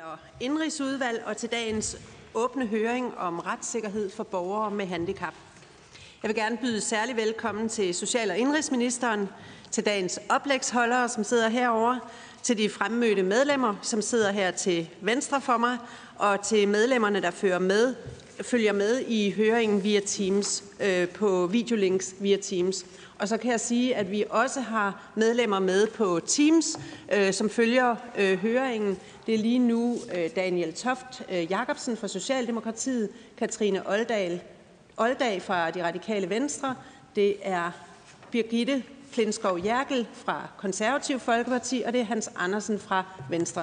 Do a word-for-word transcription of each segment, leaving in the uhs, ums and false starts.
og Indenrigsudvalg og til dagens åbne høring om retssikkerhed for borgere med handicap. Jeg vil gerne byde særlig velkommen til Social- og Indenrigsministeren, til dagens oplægsholdere, som sidder herovre, til de fremmødte medlemmer, som sidder her til venstre for mig, og til medlemmerne, der fører med, følger med i høringen via Teams, øh, på videolinks via Teams. Og så kan jeg sige, at vi også har medlemmer med på Teams, øh, som følger øh, høringen. Det er lige nu øh, Daniel Toft øh, Jacobsen fra Socialdemokratiet, Katrine Oldal, Oldal fra De Radikale Venstre, det er Birgitte Klintskov Jerkel fra Konservativ Folkeparti, og det er Hans Andersen fra Venstre.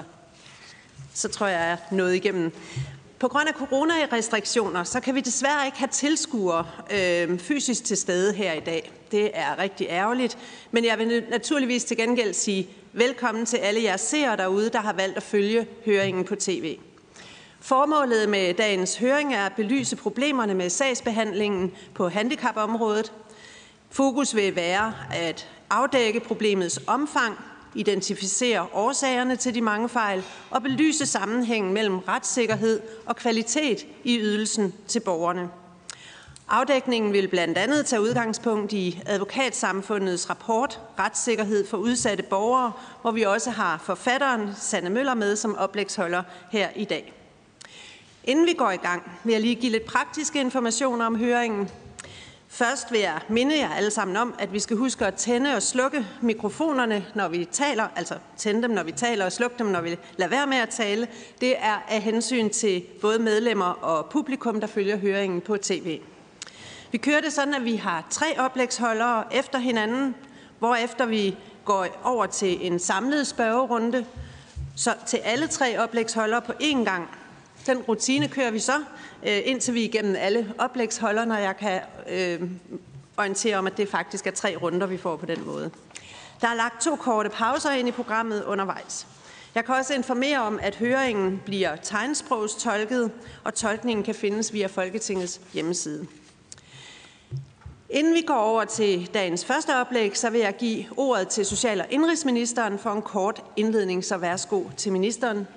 Så tror jeg, jeg er nået igennem. På grund af coronarestriktioner, så kan vi desværre ikke have tilskuere øh, fysisk til stede her i dag. Det er rigtig ærgerligt, men jeg vil naturligvis til gengæld sige velkommen til alle jer seere derude, der har valgt at følge høringen på tv. Formålet med dagens høring er at belyse problemerne med sagsbehandlingen på handicapområdet. Fokus vil være at afdække problemets omfang, identificere årsagerne til de mange fejl og belyse sammenhængen mellem retssikkerhed og kvalitet i ydelsen til borgerne. Afdækningen vil blandt andet tage udgangspunkt i Advokatsamfundets rapport Retssikkerhed for udsatte borgere, hvor vi også har forfatteren Sanne Møller med som oplægsholder her i dag. Inden vi går i gang, vil jeg lige give lidt praktiske informationer om høringen. Først vil jeg minde jer alle sammen om, at vi skal huske at tænde og slukke mikrofonerne, når vi taler, altså tænde dem, når vi taler, og slukke dem, når vi lader være med at tale. Det er af hensyn til både medlemmer og publikum, der følger høringen på tv. Vi kører det sådan, at vi har tre oplægsholdere efter hinanden, hvorefter vi går over til en samlet spørgerunde, så til alle tre oplægsholdere på én gang. Den rutine kører vi så, indtil vi er igennem alle oplægsholder, når jeg kan øh, orientere om, at det faktisk er tre runder, vi får på den måde. Der er lagt to korte pauser ind i programmet undervejs. Jeg kan også informere om, at høringen bliver tegnsprogstolket, og tolkningen kan findes via Folketingets hjemmeside. Inden vi går over til dagens første oplæg, så vil jeg give ordet til Social- og Indenrigsministeren for en kort indledning, så værsgo til ministeren.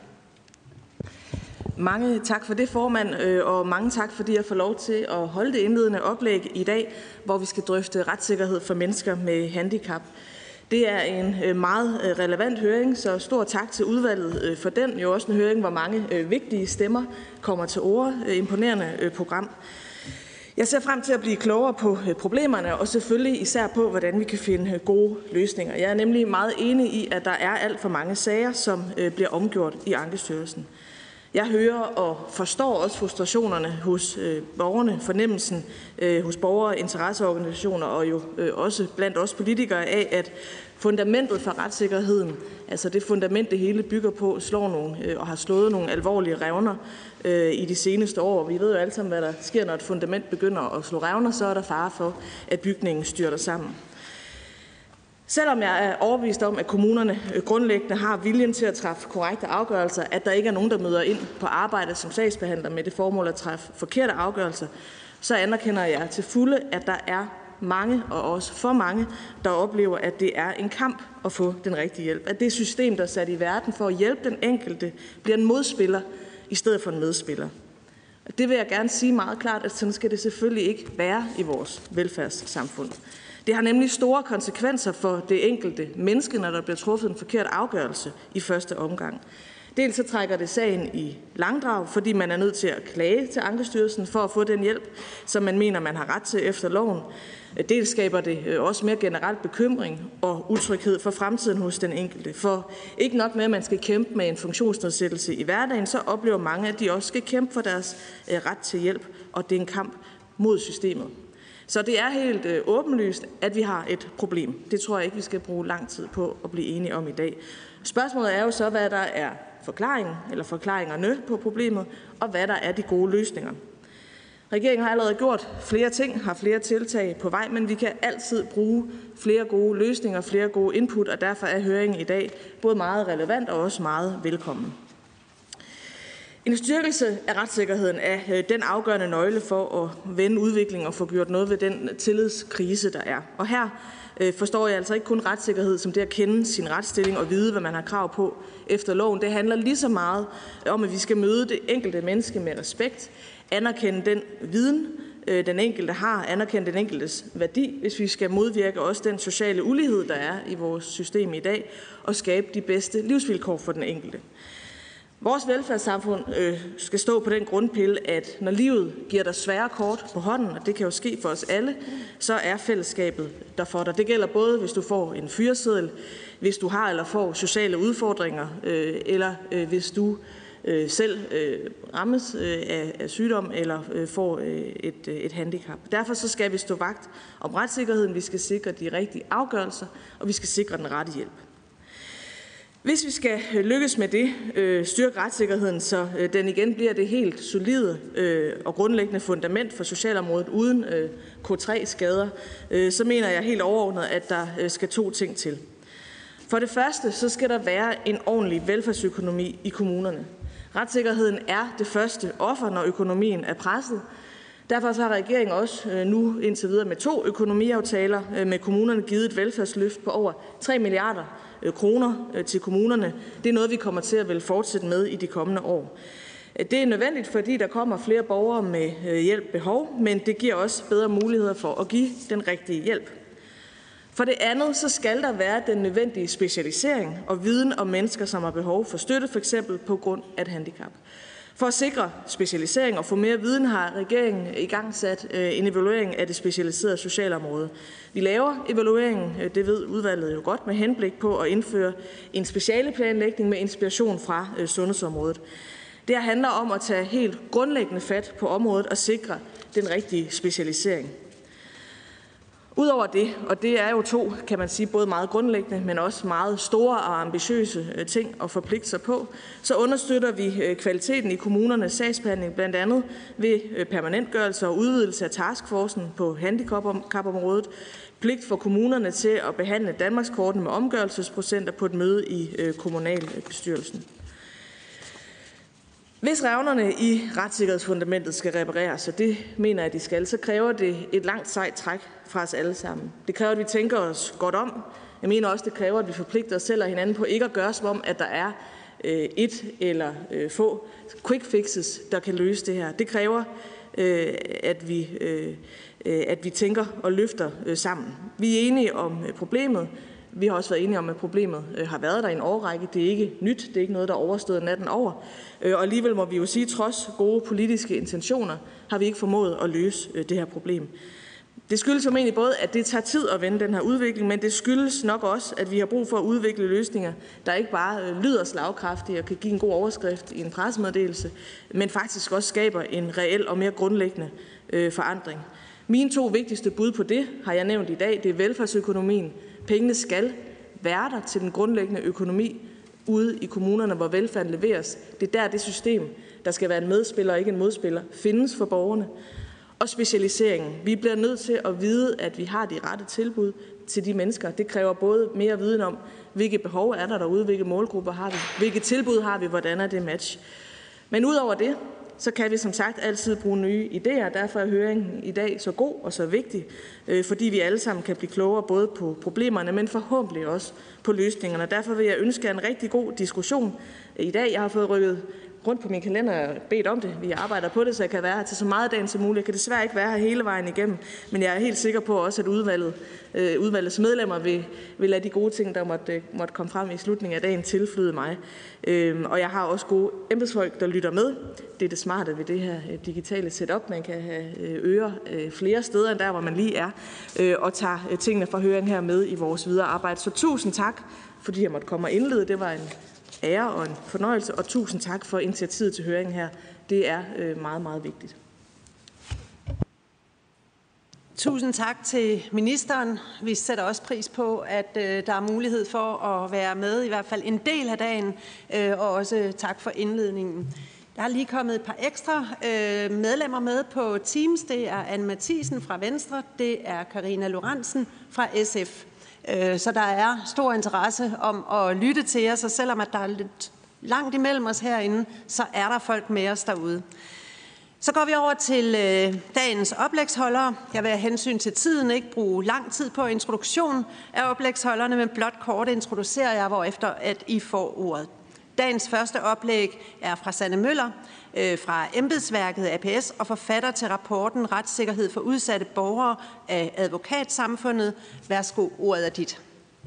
Mange tak for det, formand, og mange tak, fordi jeg får lov til at holde det indledende oplæg i dag, hvor vi skal drøfte retssikkerhed for mennesker med handicap. Det er en meget relevant høring, så stor tak til udvalget for den. Jo også en høring, hvor mange vigtige stemmer kommer til orde. Imponerende program. Jeg ser frem til at blive klogere på problemerne, og selvfølgelig især på, hvordan vi kan finde gode løsninger. Jeg er nemlig meget enig i, at der er alt for mange sager, som bliver omgjort i Ankestyrelsen. Jeg hører og forstår også frustrationerne hos øh, borgerne, fornemmelsen øh, hos borgere, interesseorganisationer og jo øh, også blandt os politikere af, at fundamentet for retssikkerheden, altså det fundament, det hele bygger på, slår nogle øh, og har slået nogle alvorlige revner øh, i de seneste år. Vi ved jo alle sammen, hvad der sker, når et fundament begynder at slå revner, så er der fare for, at bygningen styrter sammen. Selvom jeg er overbevist om, at kommunerne grundlæggende har viljen til at træffe korrekte afgørelser, at der ikke er nogen, der møder ind på arbejde som sagsbehandler med det formål at træffe forkerte afgørelser, så anerkender jeg til fulde, at der er mange, og også for mange, der oplever, at det er en kamp at få den rigtige hjælp. At det system, der er sat i verden for at hjælpe den enkelte, bliver en modspiller i stedet for en medspiller. Det vil jeg gerne sige meget klart, at sådan skal det selvfølgelig ikke være i vores velfærdssamfund. Det har nemlig store konsekvenser for det enkelte menneske, når der bliver truffet en forkert afgørelse i første omgang. Dels så trækker det sagen i langdrag, fordi man er nødt til at klage til Ankestyrelsen for at få den hjælp, som man mener, man har ret til efter loven. Dels skaber det også mere generelt bekymring og utryghed for fremtiden hos den enkelte. For ikke nok med, at man skal kæmpe med en funktionsnedsættelse i hverdagen, så oplever mange, at de også skal kæmpe for deres ret til hjælp, og det er en kamp mod systemet. Så det er helt øh, åbenlyst, at vi har et problem. Det tror jeg ikke, vi skal bruge lang tid på at blive enige om i dag. Spørgsmålet er jo så, hvad der er forklaringen eller forklaringerne på problemet, og hvad der er de gode løsninger. Regeringen har allerede gjort flere ting, har flere tiltag på vej, men vi kan altid bruge flere gode løsninger, flere gode input, og derfor er høringen i dag både meget relevant og også meget velkommen. En styrkelse af retssikkerheden er den afgørende nøgle for at vende udviklingen og få gjort noget ved den tillidskrise, der er. Og her forstår jeg altså ikke kun retssikkerhed som det at kende sin retsstilling og vide, hvad man har krav på efter loven. Det handler lige så meget om, at vi skal møde det enkelte menneske med respekt, anerkende den viden, den enkelte har, anerkende den enkeltes værdi, hvis vi skal modvirke også den sociale ulighed, der er i vores system i dag, og skabe de bedste livsvilkår for den enkelte. Vores velfærdssamfund øh, skal stå på den grundpille, at når livet giver dig svære kort på hånden, og det kan jo ske for os alle, så er fællesskabet der for dig. Det gælder både, hvis du får en fyreseddel, hvis du har eller får sociale udfordringer, øh, eller øh, hvis du øh, selv øh, rammes øh, af, af sygdom eller øh, får øh, et, øh, et handicap. Derfor så skal vi stå vagt om retssikkerheden, vi skal sikre de rigtige afgørelser, og vi skal sikre den rette hjælp. Hvis vi skal lykkes med det, øh, styrke retssikkerheden, så øh, den igen bliver det helt solide øh, og grundlæggende fundament for socialområdet uden øh, K tre skader, øh, så mener jeg helt overordnet, at der øh, skal to ting til. For det første, så skal der være en ordentlig velfærdsøkonomi i kommunerne. Retssikkerheden er det første offer, når økonomien er presset. Derfor så har regeringen også øh, nu indtil videre med to økonomiaftaler øh, med kommunerne givet et velfærdsløft på over tre milliarder kroner til kommunerne. Det er noget, vi kommer til at vil fortsætte med i de kommende år. Det er nødvendigt, fordi der kommer flere borgere med hjælp behov, men det giver også bedre muligheder for at give den rigtige hjælp. For det andet, så skal der være den nødvendige specialisering og viden om mennesker, som har behov for støtte, f.eks. på grund af et handicap. For at sikre specialisering og få mere viden har regeringen i gang sat en evaluering af det specialiserede socialområde. Vi laver evalueringen, det ved udvalget jo godt, med henblik på at indføre en specialeplanlægning med inspiration fra sundhedsområdet. Det her handler om at tage helt grundlæggende fat på området og sikre den rigtige specialisering. Udover det, og det er jo to, kan man sige, både meget grundlæggende, men også meget store og ambitiøse ting at forpligte sig på, så understøtter vi kvaliteten i kommunernes sagsbehandling, blandt andet ved permanentgørelse og udvidelse af taskforcen på handicapområdet, pligt for kommunerne til at behandle Danmarkskorten med omgørelsesprocenter på et møde i kommunalbestyrelsen. Hvis revnerne i retssikkerhedsfundamentet skal repareres, og det mener jeg, at de skal, så kræver det et langt sejt træk fra os alle sammen. Det kræver, at vi tænker os godt om. Jeg mener også, det kræver, at vi forpligter os selv og hinanden på ikke at gøre som om, at der er øh, et eller øh, få quick fixes, der kan løse det her. Det kræver, øh, at, vi, øh, at vi tænker og løfter øh, sammen. Vi er enige om øh, problemet. Vi har også været enige om, at problemet øh, har været der i en årrække. Det er ikke nyt. Det er ikke noget, der er overstået natten over. Øh, og alligevel må vi jo sige, at trods gode politiske intentioner, har vi ikke formået at løse øh, det her problem. Det skyldes jo egentlig både, at det tager tid at vende den her udvikling, men det skyldes nok også, at vi har brug for at udvikle løsninger, der ikke bare øh, lyder slagkraftige og kan give en god overskrift i en pressemeddelelse, men faktisk også skaber en reel og mere grundlæggende øh, forandring. Mine to vigtigste bud på det har jeg nævnt i dag. Det er velfærdsøkonomien. Pengene skal være der til den grundlæggende økonomi ude i kommunerne, hvor velfærden leveres. Det er der det system, der skal være en medspiller og ikke en modspiller, findes for borgerne. Og specialiseringen. Vi bliver nødt til at vide, at vi har de rette tilbud til de mennesker. Det kræver både mere viden om, hvilke behov er der derude, hvilke målgrupper har vi, hvilke tilbud har vi, hvordan er det match. Men udover det, så kan vi som sagt altid bruge nye idéer. Derfor er høringen i dag så god og så vigtig, fordi vi alle sammen kan blive klogere både på problemerne, men forhåbentlig også på løsningerne. Derfor vil jeg ønske jer en rigtig god diskussion i dag. Jeg har fået rykket rundt på min kalender og bedt om det. Vi arbejder på det, så jeg kan være her til så meget af dagen som muligt. Jeg kan desværre ikke være her hele vejen igennem, men jeg er helt sikker på også, at udvalget, øh, udvalgets medlemmer vil, vil lade de gode ting, der måtte, måtte komme frem i slutningen af dagen, tilflyde mig. Øh, og jeg har også gode embedsfolk, der lytter med. Det er det smarte ved det her digitale setup. Man kan have ører øh, flere steder end der, hvor man lige er, øh, og tager tingene fra høringen her med i vores videre arbejde. Så tusind tak, fordi jeg måtte komme og indlede. Det var en ære og en fornøjelse, og tusind tak for initiativet til høringen her. Det er øh, meget, meget vigtigt. Tusind tak til ministeren. Vi sætter også pris på, at øh, der er mulighed for at være med, i hvert fald en del af dagen, øh, og også tak for indledningen. Der er lige kommet et par ekstra øh, medlemmer med på Teams. Det er Anne Matthiesen fra Venstre, det er Karina Lorentzen fra S F. Så der er stor interesse om at lytte til os, og selvom at der er lidt langt imellem os herinde, så er der folk med os derude. Så går vi over til øh, dagens oplægsholdere. Jeg vil have hensyn til tiden ikke bruge lang tid på introduktion af oplægsholderne, men blot kort introducerer jeg, hvorefter at I får ordet. Dagens første oplæg er fra Sanne Møller øh, fra embedsværket A P S og forfatter til rapporten Retssikkerhed for udsatte borgere af Advokatsamfundet. Værsgo, ordet er dit.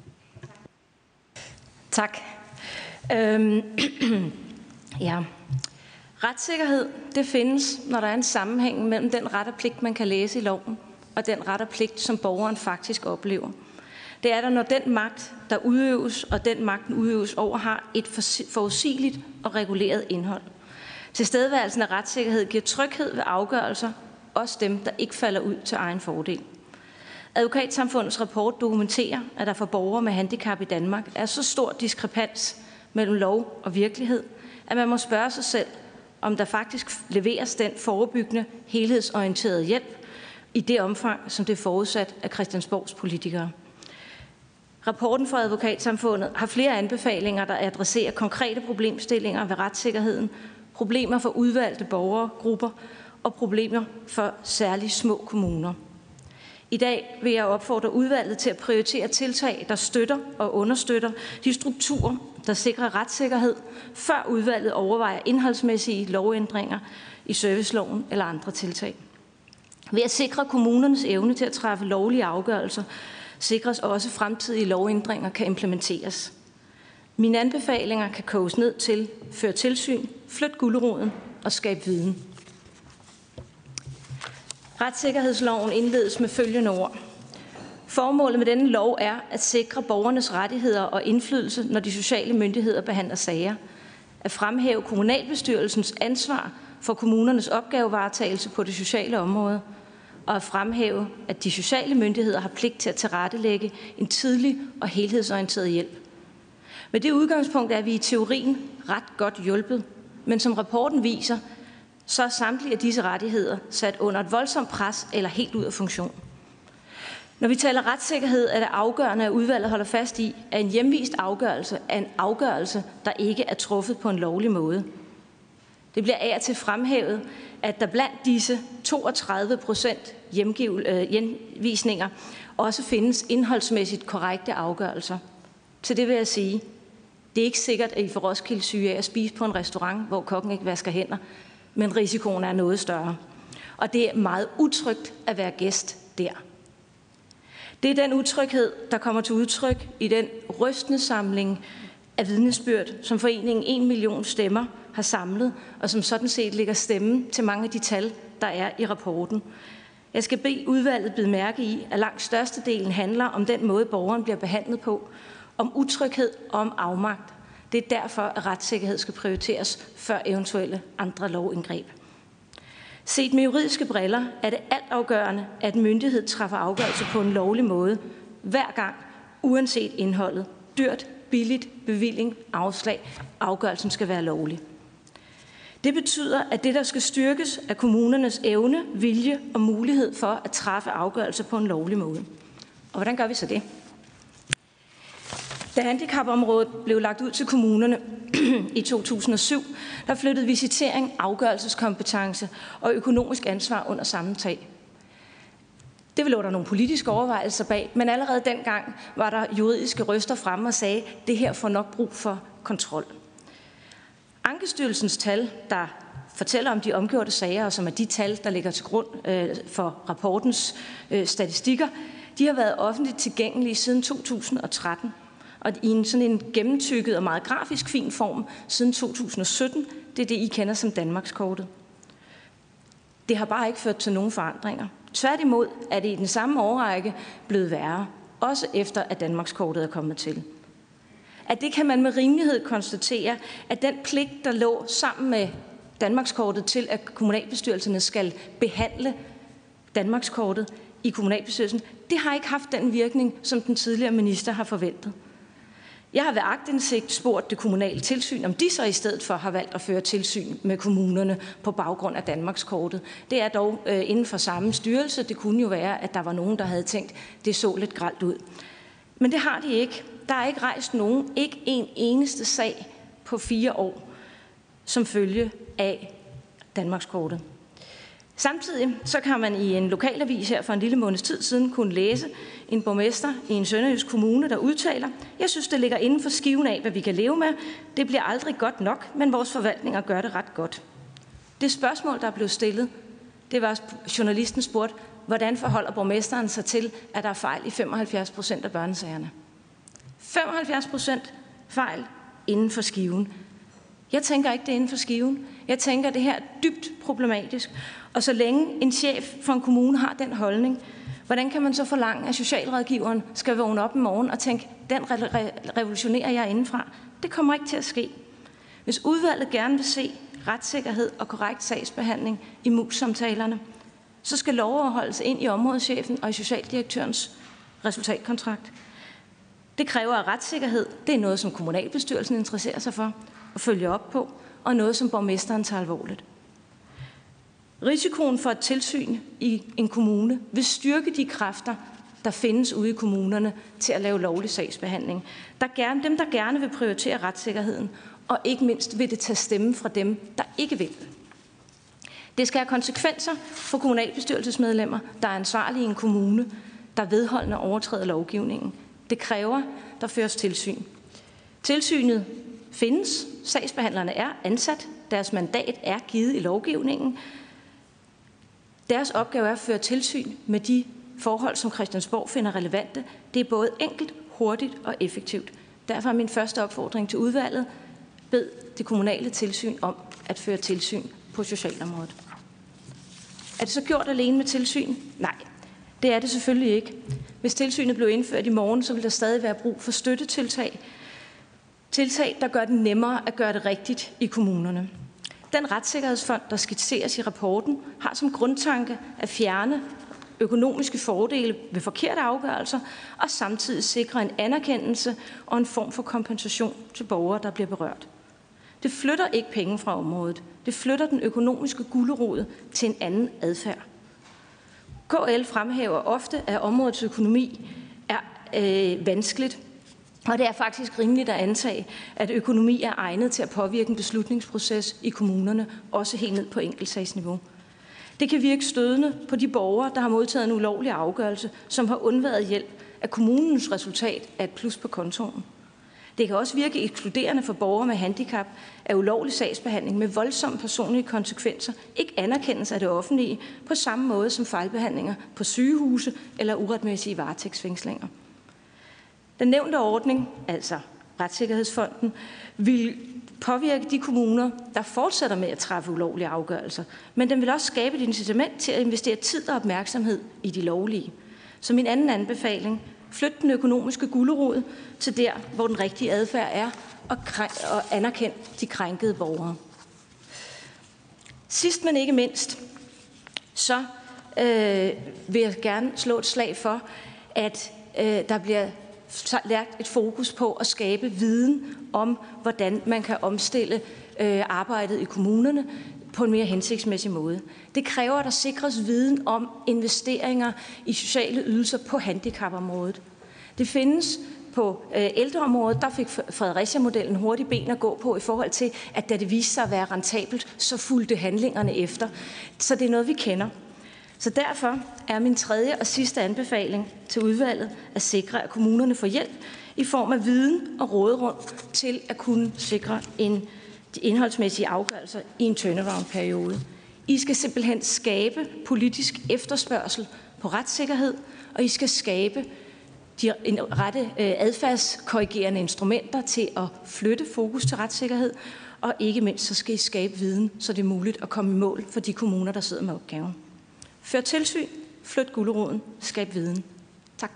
Tak. Øhm, ja. Retssikkerhed, det findes, når der er en sammenhæng mellem den ret og pligt, man kan læse i loven, og den ret og pligt, som borgeren faktisk oplever. Det er der, når den magt, der udøves, og den magten udøves over, har et forudsigeligt og reguleret indhold. Tilstedeværelsen af retssikkerhed giver tryghed ved afgørelser, også dem, der ikke falder ud til egen fordel. Advokatsamfundets rapport dokumenterer, at der for borgere med handicap i Danmark er så stor diskrepans mellem lov og virkelighed, at man må spørge sig selv, om der faktisk leveres den forebyggende, helhedsorienterede hjælp i det omfang, som det er forudsat af Christiansborgs politikere. Rapporten fra Advokatsamfundet har flere anbefalinger, der adresserer konkrete problemstillinger ved retssikkerheden, problemer for udvalgte borgergrupper og problemer for særligt små kommuner. I dag vil jeg opfordre udvalget til at prioritere tiltag, der støtter og understøtter de strukturer, der sikrer retssikkerhed, før udvalget overvejer indholdsmæssige lovændringer i serviceloven eller andre tiltag. Ved at sikre kommunernes evne til at træffe lovlige afgørelser, sikres også fremtidige lovændringer kan implementeres. Mine anbefalinger kan koges ned til føre tilsyn, flyt guleroden og skab viden. Retssikkerhedsloven indledes med følgende ord. Formålet med denne lov er at sikre borgernes rettigheder og indflydelse, når de sociale myndigheder behandler sager. At fremhæve kommunalbestyrelsens ansvar for kommunernes opgavevaretagelse på det sociale område. Og at fremhæve, at de sociale myndigheder har pligt til at tilrettelægge en tidlig og helhedsorienteret hjælp. Med det udgangspunkt er vi i teorien ret godt hjulpet, men som rapporten viser, så er samtlige af disse rettigheder sat under et voldsomt pres eller helt ud af funktion. Når vi taler retssikkerhed, er det afgørende, at udvalget holder fast i, at en hjemvist afgørelse er en afgørelse, der ikke er truffet på en lovlig måde. Det bliver af og til fremhævet, at der blandt disse toogtredive procent hjemvisninger også findes indholdsmæssigt korrekte afgørelser. Til det vil jeg sige, det er ikke sikkert, at I får Roskilde syge af at spise på en restaurant, hvor kokken ikke vasker hænder, men risikoen er noget større. Og det er meget utrygt at være gæst der. Det er den utryghed, der kommer til udtryk i den rystende samling af vidnesbyrd, som foreningen En Million Stemmer har samlet, og som sådan set lægger stemme til mange af de tal, der er i rapporten. Jeg skal bede udvalget bide mærke i, at langt størstedelen handler om den måde, borgeren bliver behandlet på, om utryghed og om afmagt. Det er derfor, at retssikkerhed skal prioriteres før eventuelle andre lovindgreb. Set med juridiske briller er det altafgørende, at en myndighed træffer afgørelse på en lovlig måde, hver gang, uanset indholdet. Dyrt, billigt, bevilling, afslag. Afgørelsen skal være lovlig. Det betyder, at det, der skal styrkes, er kommunernes evne, vilje og mulighed for at træffe afgørelser på en lovlig måde. Og hvordan gør vi så det? Da handicapområdet blev lagt ud til kommunerne i to tusind og syv, der flyttede visitering, afgørelseskompetence og økonomisk ansvar under samme tag. Det lå der nogle politiske overvejelser bag, men allerede dengang var der juridiske røster fremme og sagde, at det her får nok brug for kontrol. Ankestyrelsens tal, der fortæller om de omgjorte sager, og som er de tal, der ligger til grund øh, for rapportens øh, statistikker, de har været offentligt tilgængelige siden to tusind og tretten. Og i en sådan en gennemtykket og meget grafisk fin form siden to tusind og sytten, det er det, I kender som Danmarkskortet. Det har bare ikke ført til nogen forandringer. Tværtimod er det i den samme årrække blevet værre, også efter at Danmarkskortet er kommet til. At det kan man med rimelighed konstatere, at den pligt, der lå sammen med Danmarkskortet til, at kommunalbestyrelserne skal behandle Danmarkskortet i kommunalbestyrelsen, det har ikke haft den virkning, som den tidligere minister har forventet. Jeg har ved aktindsigt spurgt det kommunale tilsyn, om de så i stedet for har valgt at føre tilsyn med kommunerne på baggrund af Danmarkskortet. Det er dog øh, inden for samme styrelse. Det kunne jo være, at der var nogen, der havde tænkt, det så lidt grelt ud. Men det har de ikke. Der er ikke rejst nogen, ikke en eneste sag på fire år som følge af Danmarkskortet. Samtidig så kan man i en lokalavis her for en lille måneds tid siden kunne læse en borgmester i en sønderjysk kommune, der udtaler: "Jeg synes, det ligger inden for skiven af, hvad vi kan leve med. Det bliver aldrig godt nok, men vores forvaltninger gør det ret godt." Det spørgsmål, der blev stillet, det var, at journalisten spurgte, hvordan forholder borgmesteren sig til, at der er fejl i femoghalvfjerds procent af børnesagerne. femoghalvfjerds procent fejl inden for skiven. Jeg tænker ikke, det er inden for skiven. Jeg tænker, at det her er dybt problematisk. Og så længe en chef for en kommune har den holdning, hvordan kan man så forlange, at socialrådgiveren skal vågne op i morgen og tænke, den re- revolutionerer jeg indenfra? Det kommer ikke til at ske. Hvis udvalget gerne vil se retssikkerhed og korrekt sagsbehandling i M U S-samtalerne, så skal lovoverholdelse ind i områdeschefen og i socialdirektørens resultatkontrakt. Det kræver, at retssikkerhed, det er noget, som kommunalbestyrelsen interesserer sig for og følger op på, og noget, som borgmesteren tager alvorligt. Risikoen for et tilsyn i en kommune vil styrke de kræfter, der findes ude i kommunerne til at lave lovlig sagsbehandling. Der gerne, dem, der gerne vil prioritere retssikkerheden, og ikke mindst vil det tage stemme fra dem, der ikke vil. Det skal have konsekvenser for kommunalbestyrelsesmedlemmer, der er ansvarlige i en kommune, der vedholdende overtræder lovgivningen. Det kræver, der føres tilsyn. Tilsynet findes, sagsbehandlerne er ansat, deres mandat er givet i lovgivningen. Deres opgave er at føre tilsyn med de forhold, som Christiansborg finder relevante. Det er både enkelt, hurtigt og effektivt. Derfor er min første opfordring til udvalget: bed det kommunale tilsyn om at føre tilsyn på socialområdet. Er det så gjort alene med tilsyn? Nej, det er det selvfølgelig ikke. Hvis tilsynet blev indført i morgen, så vil der stadig være brug for støttetiltag. Tiltag, der gør det nemmere at gøre det rigtigt i kommunerne. Den retssikkerhedsfond, der skitseres i rapporten, har som grundtanke at fjerne økonomiske fordele ved forkerte afgørelser og samtidig sikre en anerkendelse og en form for kompensation til borgere, der bliver berørt. Det flytter ikke penge fra området. Det flytter den økonomiske gulerod til en anden adfærd. K L fremhæver ofte, at områdets økonomi er øh, vanskeligt, og det er faktisk rimeligt at antage, at økonomi er egnet til at påvirke en beslutningsproces i kommunerne, også helt ned på enkeltsagsniveau. Det kan virke stødende på de borgere, der har modtaget en ulovlig afgørelse, som har undværet hjælp, at kommunens resultat er et plus på kontoen. Det kan også virke ekskluderende for borgere med handicap, at ulovlig sagsbehandling med voldsomme personlige konsekvenser ikke anerkendes af det offentlige på samme måde som fejlbehandlinger på sygehuse eller uretmæssige varetægtsfængslinger. Den nævnte ordning, altså Retssikkerhedsfonden, vil påvirke de kommuner, der fortsætter med at træffe ulovlige afgørelser, men den vil også skabe et incitament til at investere tid og opmærksomhed i de lovlige. Så min anden anbefaling: flyt den økonomiske gulerod til der, hvor den rigtige adfærd er, og, og anerkend de krænkede borgere. Sidst men ikke mindst, så øh, vil jeg gerne slå et slag for, at øh, der bliver lagt et fokus på at skabe viden om, hvordan man kan omstille øh, arbejdet i kommunerne på en mere hensigtsmæssig måde. Det kræver, at der sikres viden om investeringer i sociale ydelser på handicapområdet. Det findes på øh, ældreområdet. Der fik Fredericia-modellen hurtigt ben at gå på i forhold til, at da det viste sig at være rentabelt, så fulgte handlingerne efter. Så det er noget, vi kender. Så derfor er min tredje og sidste anbefaling til udvalget at sikre, at kommunerne får hjælp i form af viden og råderum til at kunne sikre en indholdsmæssige afgørelser i en turnaround-periode. I skal simpelthen skabe politisk efterspørgsel på retssikkerhed, og I skal skabe de rette adfærdskorrigerende instrumenter til at flytte fokus til retssikkerhed, og ikke mindst så skal I skabe viden, så det er muligt at komme i mål for de kommuner, der sidder med opgaven. Før tilsyn, flyt guleroden, skab viden. Tak.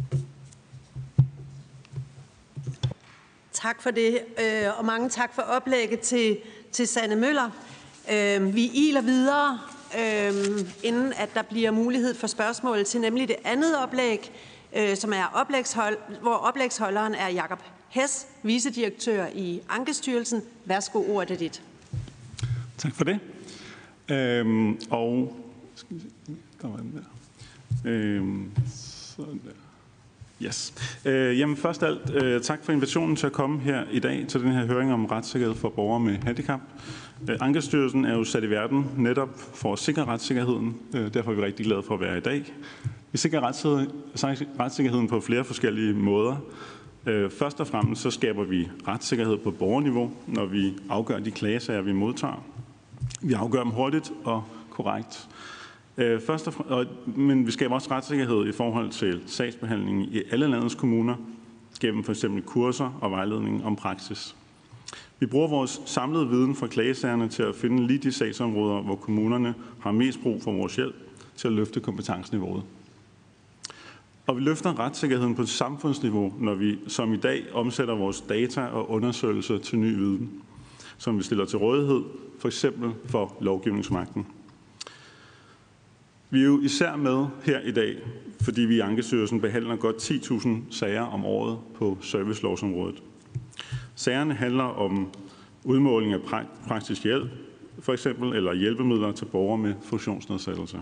Tak for det, og mange tak for oplægget til, til Sanne Møller. Vi iler videre, inden at der bliver mulighed for spørgsmål til nemlig det andet oplæg, som er oplægshold, hvor oplægsholderen er Jakob Hess, vicedirektør i Ankestyrelsen. Værsgo, ordet er dit. Tak for det. Øhm, og skal vi se, der var den der. Øhm, sådan der. Yes. Øh, jamen først af alt, øh, tak for invitationen til at komme her i dag til den her høring om retssikkerhed for borgere med handicap. Øh, Ankestyrelsen er jo sat i verden netop for at sikre retssikkerheden. Øh, derfor er vi rigtig glade for at være i dag. Vi sikrer retssikkerheden på flere forskellige måder. Øh, først og fremmest så skaber vi retssikkerhed på borgerniveau, når vi afgør de klagesager, vi modtager. Vi afgør dem hurtigt og korrekt. Øh, først og fremmest, men vi skaber også retssikkerhed i forhold til sagsbehandlingen i alle landets kommuner, gennem for eksempel kurser og vejledning om praksis. Vi bruger vores samlede viden fra klagesagerne til at finde lige de sagsområder, hvor kommunerne har mest brug for vores hjælp til at løfte kompetenceniveauet. Og vi løfter retssikkerheden på et samfundsniveau, når vi som i dag omsætter vores data og undersøgelser til ny viden, som vi stiller til rådighed, for eksempel for lovgivningsmagten. Vi er jo især med her i dag, fordi vi i Ankestyrelsen behandler godt ti tusind sager om året på servicelovsområdet. Sagerne handler om udmåling af praktisk hjælp, for eksempel, eller hjælpemidler til borgere med funktionsnedsættelser.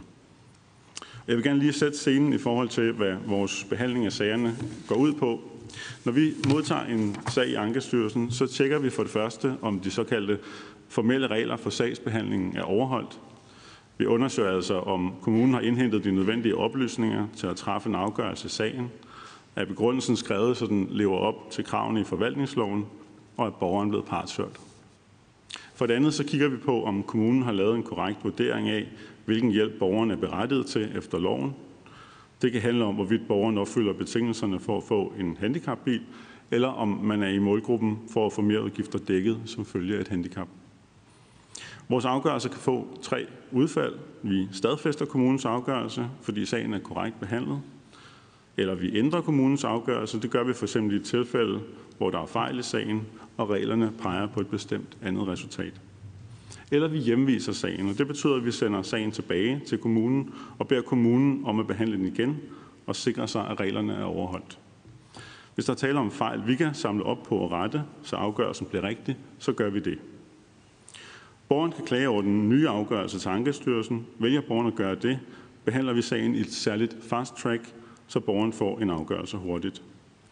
Jeg vil gerne lige sætte scenen i forhold til, hvad vores behandling af sagerne går ud på. Når vi modtager en sag i Ankestyrelsen, så tjekker vi for det første, om de såkaldte formelle regler for sagsbehandlingen er overholdt. Vi undersøger altså, om kommunen har indhentet de nødvendige oplysninger til at træffe en afgørelse i sagen, er begrundelsen skrevet, så den lever op til kravene i forvaltningsloven, og er borgeren blevet partshørt. For det andet så kigger vi på, om kommunen har lavet en korrekt vurdering af, hvilken hjælp borgeren er berettiget til efter loven. Det kan handle om, hvorvidt borgeren opfylder betingelserne for at få en handicapbil, eller om man er i målgruppen for at få mere udgifter dækket som følge af et handicap. Vores afgørelse kan få tre udfald. Vi stadfæster kommunens afgørelse, fordi sagen er korrekt behandlet. Eller vi ændrer kommunens afgørelse. Det gør vi for eksempel i et tilfælde, hvor der er fejl i sagen, og reglerne peger på et bestemt andet resultat. Eller vi hjemviser sagen, og det betyder, at vi sender sagen tilbage til kommunen og beder kommunen om at behandle den igen og sikre sig, at reglerne er overholdt. Hvis der taler om fejl, vi kan samle op på og rette, så afgørelsen bliver rigtig, så gør vi det. Borgeren kan klage over den nye afgørelse til Ankestyrelsen. Vælger borgeren at gøre det, behandler vi sagen i et særligt fast track, så borgeren får en afgørelse hurtigt.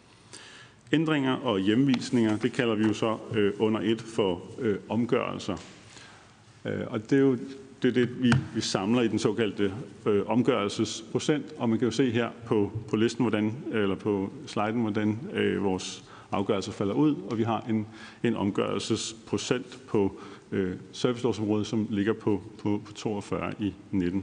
Ændringer og hjemvisninger, det kalder vi jo så øh, under et for øh, omgørelser. Øh, og det er jo det, er det vi, vi samler i den såkaldte øh, omgørelsesprocent, og man kan jo se her på, på listen, hvordan, eller på sliden, hvordan øh, vores afgørelser falder ud, og vi har en, en omgørelsesprocent på øh, servicelovsområdet, som ligger på, på, på toogfyrre i nitten.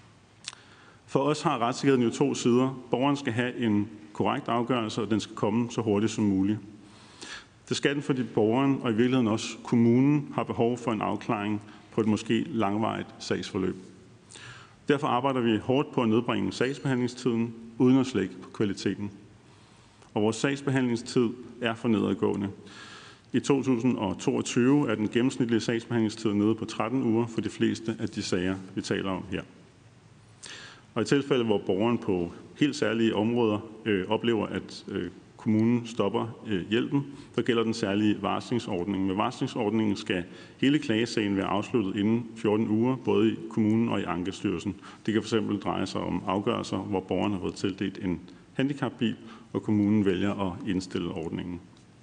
For os har retssikkerheden jo to sider. Borgeren skal have en korrekt afgørelse, og den skal komme så hurtigt som muligt. Det skal den, fordi borgeren og i virkeligheden også kommunen har behov for en afklaring på et måske langvarigt sagsforløb. Derfor arbejder vi hårdt på at nedbringe sagsbehandlingstiden uden at slække på kvaliteten. Og vores sagsbehandlingstid er for nedadgående. I to tusind og toogtyve er den gennemsnitlige sagsbehandlingstid nede på tretten uger for de fleste af de sager, vi taler om her. Og i tilfælde, hvor borgeren på helt særlige områder øh, oplever, at øh, kommunen stopper øh, hjælpen, så gælder den særlige varslingsordning. Med varslingsordningen skal hele klagesagen være afsluttet inden fjorten uger, både i kommunen og i Ankestyrelsen. Det kan fx dreje sig om afgørelser, hvor borgeren har fået tildelt en handicapbil, og kommunen vælger at indstille ordningen.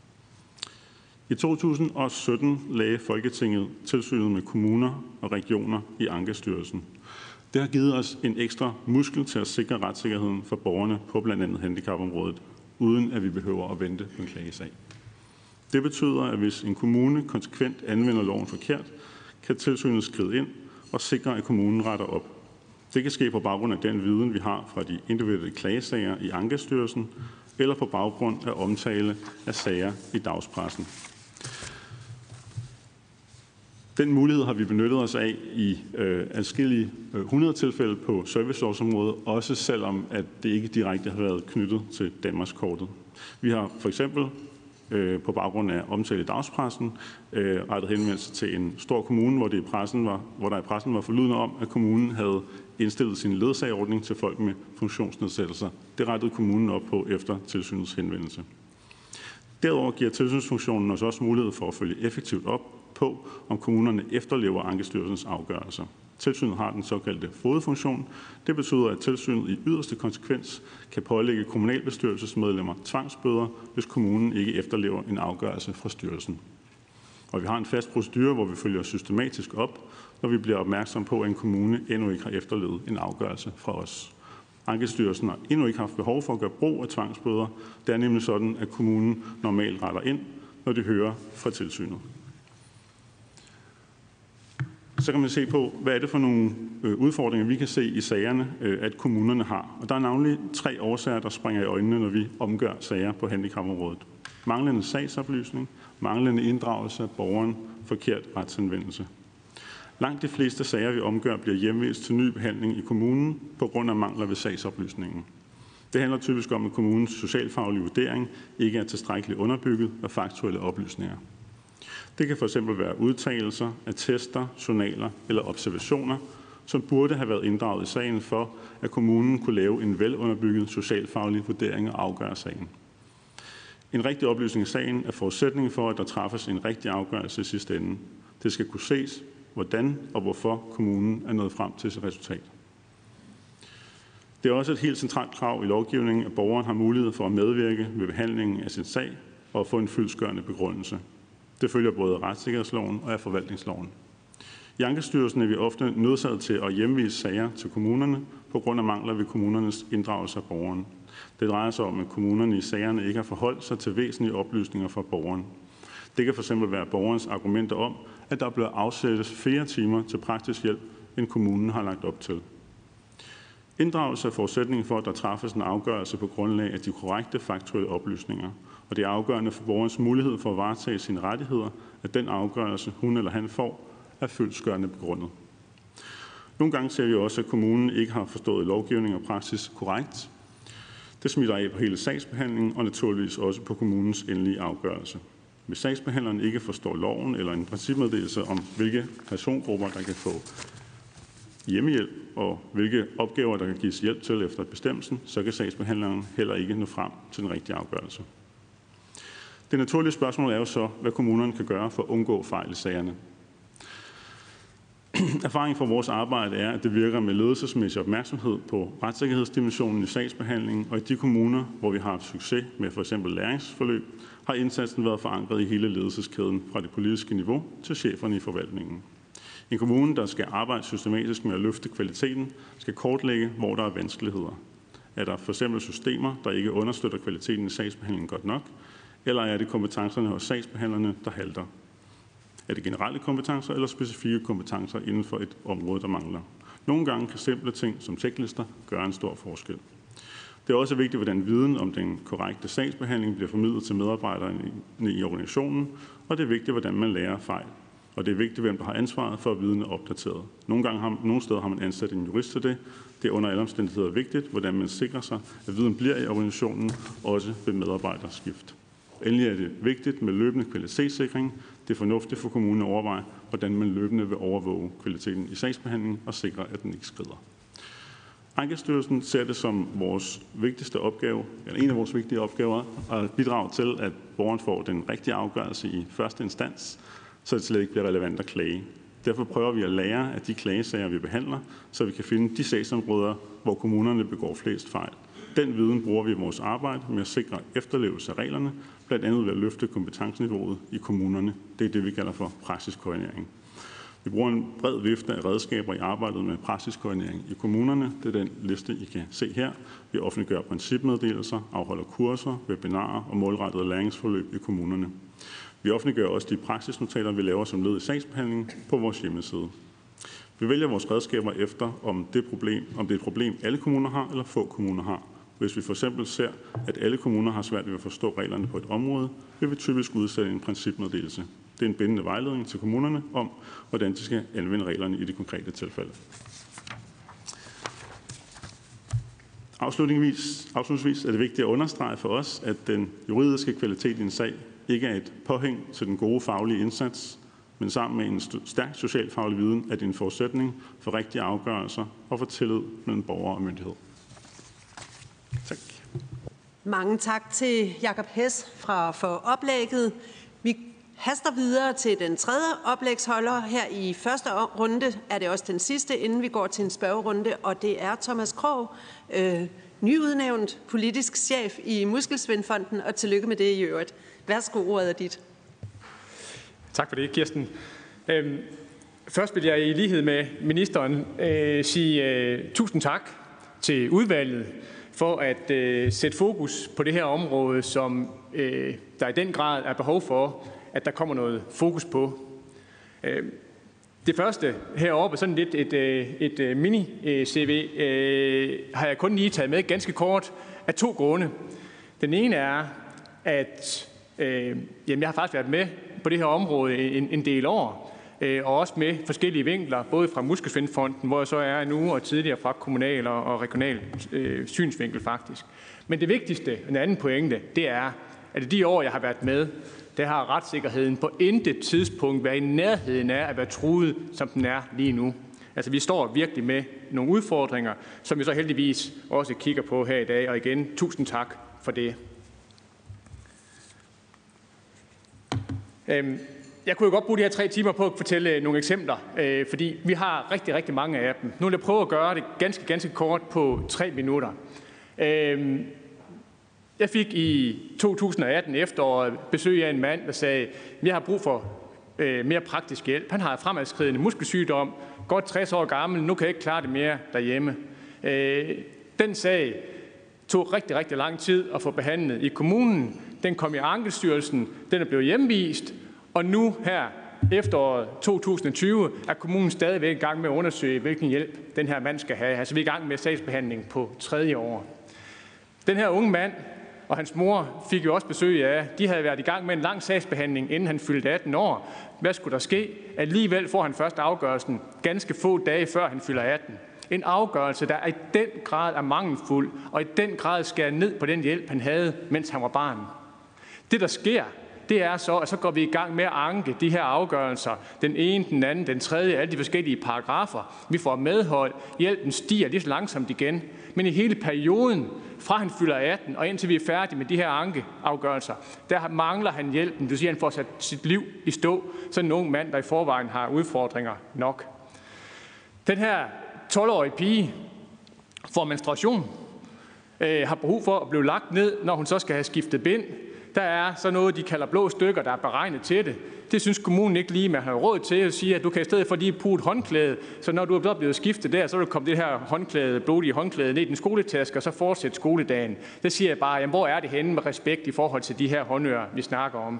I to tusind og sytten lagde Folketinget tilsynet med kommuner og regioner i Ankestyrelsen. Det har givet os en ekstra muskel til at sikre retssikkerheden for borgerne på blandt andet handicapområdet, uden at vi behøver at vente på en klagesag. Det betyder, at hvis en kommune konsekvent anvender loven forkert, kan tilsynet skride ind og sikre, at kommunen retter op. Det kan ske på baggrund af den viden, vi har fra de individuelle klagesager i Ankestyrelsen, eller på baggrund af omtale af sager i dagspressen. Den mulighed har vi benyttet os af i øh, adskillige øh, hundrede tilfælde på servicelovsområdet, også selvom at det ikke direkte har været knyttet til Danmarkskortet. Vi har for eksempel øh, på baggrund af omtale i dagspressen øh, rettet henvendelse til en stor kommune, hvor, det i pressen var, hvor der i pressen var forlydende om, at kommunen havde indstillet sin ledsagerordning til folk med funktionsnedsættelser. Det rettede kommunen op på efter tilsynets henvendelse. Derudover giver tilsynsfunktionen os også mulighed for at følge effektivt op på, om kommunerne efterlever Ankestyrelsens afgørelser. Tilsynet har den såkaldte fogedfunktion. Det betyder, at tilsynet i yderste konsekvens kan pålægge kommunalbestyrelsesmedlemmer tvangsbøder, hvis kommunen ikke efterlever en afgørelse fra styrelsen. Og vi har en fast procedure, hvor vi følger systematisk op, når vi bliver opmærksom på, at en kommune endnu ikke har efterlevet en afgørelse fra os. Ankestyrelsen har endnu ikke haft behov for at gøre brug af tvangsbøder. Det er nemlig sådan, at kommunen normalt retter ind, når de hører fra tilsynet. Så kan man se på, hvad er det for nogle udfordringer, vi kan se i sagerne, at kommunerne har. Og der er navnlig tre årsager, der springer i øjnene, når vi omgør sager på handicapområdet. Manglende sagsoplysning, manglende inddragelse af borgeren, forkert retsanvendelse. Langt de fleste sager, vi omgør, bliver hjemvist til ny behandling i kommunen på grund af mangler ved sagsoplysningen. Det handler typisk om, at kommunens socialfaglige vurdering ikke er tilstrækkeligt underbygget af faktuelle oplysninger. Det kan fx være udtalelser, attester, journaler eller observationer, som burde have været inddraget i sagen for, at kommunen kunne lave en velunderbygget socialfaglig vurdering og afgøre sagen. En rigtig oplysning af sagen er forudsætningen for, at der træffes en rigtig afgørelse i sidste ende. Det skal kunne ses, hvordan og hvorfor kommunen er nået frem til sit resultat. Det er også et helt centralt krav i lovgivningen, at borgeren har mulighed for at medvirke ved behandlingen af sin sag og at få en fyldestgørende begrundelse. Det følger både af retssikkerhedsloven og af forvaltningsloven. I Ankestyrelsen er vi ofte nødsaget til at hjemvise sager til kommunerne på grund af mangler ved kommunernes inddragelse af borgeren. Det drejer sig om, at kommunerne i sagerne ikke har forholdt sig til væsentlige oplysninger fra borgeren. Det kan fx være borgerens argumenter om, at der bliver afsættes flere timer til praktisk hjælp, end kommunen har lagt op til. Inddragelse er forudsætningen for, at der træffes en afgørelse på grundlag af de korrekte faktuelle oplysninger, og det er afgørende for borgerens mulighed for at varetage sine rettigheder, at den afgørelse, hun eller han får, er fyldestgørende begrundet. Nogle gange ser vi også, at kommunen ikke har forstået lovgivning og praksis korrekt. Det smitter af på hele sagsbehandlingen og naturligvis også på kommunens endelige afgørelse. Hvis sagsbehandleren ikke forstår loven eller en principmeddelelse om, hvilke persongrupper, der kan få hjemmehjælp og hvilke opgaver, der kan gives hjælp til efter bestemmelsen, så kan sagsbehandleren heller ikke nå frem til den rigtige afgørelse. Det naturlige spørgsmål er jo så, hvad kommunerne kan gøre for at undgå fejl i sagerne. Erfaringen fra vores arbejde er, at det virker med ledelsesmæssig opmærksomhed på retssikkerhedsdimensionen i sagsbehandlingen, og i de kommuner, hvor vi har haft succes med f.eks. læringsforløb, har indsatsen været forankret i hele ledelseskæden fra det politiske niveau til cheferne i forvaltningen. En kommune, der skal arbejde systematisk med at løfte kvaliteten, skal kortlægge, hvor der er vanskeligheder. Er der f.eks. systemer, der ikke understøtter kvaliteten i sagsbehandlingen godt nok, eller er det kompetencerne hos sagsbehandlerne, der halter? Er det generelle kompetencer eller specifikke kompetencer inden for et område, der mangler? Nogle gange kan simple ting som tjeklister gøre en stor forskel. Det er også vigtigt, hvordan viden om den korrekte sagsbehandling bliver formidlet til medarbejderne i organisationen, og det er vigtigt, hvordan man lærer fejl. Og det er vigtigt, hvem der har ansvaret for, at viden er opdateret. Nogle, gange har, nogle steder har man ansat en jurist til det. Det er under alle omstændigheder vigtigt, hvordan man sikrer sig, at viden bliver i organisationen, også ved medarbejderskift. Endelig er det vigtigt med løbende kvalitetssikring. Det er fornuftigt for kommunen at overveje, hvordan man løbende vil overvåge kvaliteten i sagsbehandlingen og sikre, at den ikke skrider. Ankestyrelsen ser det som vores vigtigste opgave, eller en af vores vigtige opgaver, at bidrage til, at borgeren får den rigtige afgørelse i første instans, så det slet ikke bliver relevant at klage. Derfor prøver vi at lære af de klagesager, vi behandler, så vi kan finde de sagsområder, hvor kommunerne begår flest fejl. Den viden bruger vi i vores arbejde med at sikre efterlevelse af reglerne, blandt andet ved at løfte kompetenceniveauet i kommunerne. Det er det, vi kalder for praksiskoordinering. Vi bruger en bred vifte af redskaber i arbejdet med praksiskoordinering i kommunerne. Det er den liste, I kan se her. Vi offentliggør principmeddelelser, afholder kurser, webinarer og målrettede læringsforløb i kommunerne. Vi offentliggør også de praksisnotater, vi laver som led i sagsbehandlingen på vores hjemmeside. Vi vælger vores redskaber efter, om det, problem, om det er et problem, alle kommuner har eller få kommuner har. Hvis vi for eksempel ser, at alle kommuner har svært ved at forstå reglerne på et område, vil vi typisk udsætte en principmeddelelse. Det er en bindende vejledning til kommunerne om, hvordan de skal anvende reglerne i det konkrete tilfælde. Afslutningsvis, afslutningsvis er det vigtigt at understrege for os, at den juridiske kvalitet i en sag ikke er et påhæng til den gode faglige indsats, men sammen med en stærk socialfaglig viden er det en forudsætning for rigtige afgørelser og for tillid mellem borgere og myndighed. Tak. Mange tak til Jakob Hess fra, for oplægget. Vi haster videre til den tredje oplægsholder. Her i første runde er det også den sidste, inden vi går til en spørgerunde, og det er Thomas Krog, øh, nyudnævnt politisk chef i Muskelsvindfonden, og tillykke med det i øvrigt. Værsgo, ordet er dit. Tak for det, Kirsten. Øhm, først vil jeg i lighed med ministeren øh, sige øh, tusind tak til udvalget for at øh, sætte fokus på det her område, som øh, der i den grad er behov for, at der kommer noget fokus på. Øh, det første heroppe, sådan lidt et, et, et mini-C V, øh, har jeg kun lige taget med ganske kort af to grunde. Den ene er, at øh, jamen, jeg har faktisk været med på det her område en, en del år, øh, og også med forskellige vinkler, både fra Muskelsvindfonden, hvor jeg så er nu, og tidligere fra kommunal og, og regional øh, synsvinkel faktisk. Men det vigtigste, en anden pointe, det er, at i de år, jeg har været med, der har retssikkerheden på intet tidspunkt været i nærheden af at være truet, som den er lige nu. Altså, vi står virkelig med nogle udfordringer, som vi så heldigvis også kigger på her i dag. Og igen, tusind tak for det. Jeg kunne jo godt bruge de her tre timer på at fortælle nogle eksempler, fordi vi har rigtig, rigtig mange af dem. Nu vil jeg prøve at gøre det ganske, ganske kort på tre minutter. Jeg fik i to tusind og atten efteråret besøg af en mand, der sagde, at jeg har brug for øh, mere praktisk hjælp. Han har fremadskridende muskelsygdom, godt tres år gammel, nu kan jeg ikke klare det mere derhjemme. Øh, den sag tog rigtig, rigtig lang tid at få behandlet i kommunen. Den kom i Ankestyrelsen, den er blevet hjemvist, og nu her efteråret to tusind og tyve er kommunen stadigvæk i gang med at undersøge, hvilken hjælp den her mand skal have. Altså vi er i gang med sagsbehandling på tredje år. Den her unge mand og hans mor fik jo også besøg af, de havde været i gang med en lang sagsbehandling, inden han fyldte atten år. Hvad skulle der ske? Alligevel får han først afgørelsen ganske få dage før han fylder atten. En afgørelse, der i den grad er mangelfuld, og i den grad skærer ned på den hjælp, han havde, mens han var barn. Det, der sker, det er så, at så går vi i gang med at anke de her afgørelser. Den ene, den anden, den tredje, alle de forskellige paragrafer. Vi får medhold. Hjælpen stiger lige så langsomt igen. Men i hele perioden, fra han fylder atten og indtil vi er færdige med de her ankeafgørelser, der mangler han hjælpen. Det vil sige, at han får sat sit liv i stå. Sådan en ung mand, der i forvejen har udfordringer nok. Den her tolv-årige pige får menstruation, øh, har brug for at blive lagt ned, når hun så skal have skiftet bind. Der er så noget, de kalder blå stykker, der er beregnet til det. Det synes kommunen ikke lige, man har råd til at sige, at du kan i stedet for lige putte håndklæde, så når du er blevet skiftet der, så vil du komme det her håndklæde, blodige håndklæde ned i den skoletaske, og så fortsætte skoledagen. Der siger jeg bare, jamen, hvor er det henne med respekt i forhold til de her håndører, vi snakker om.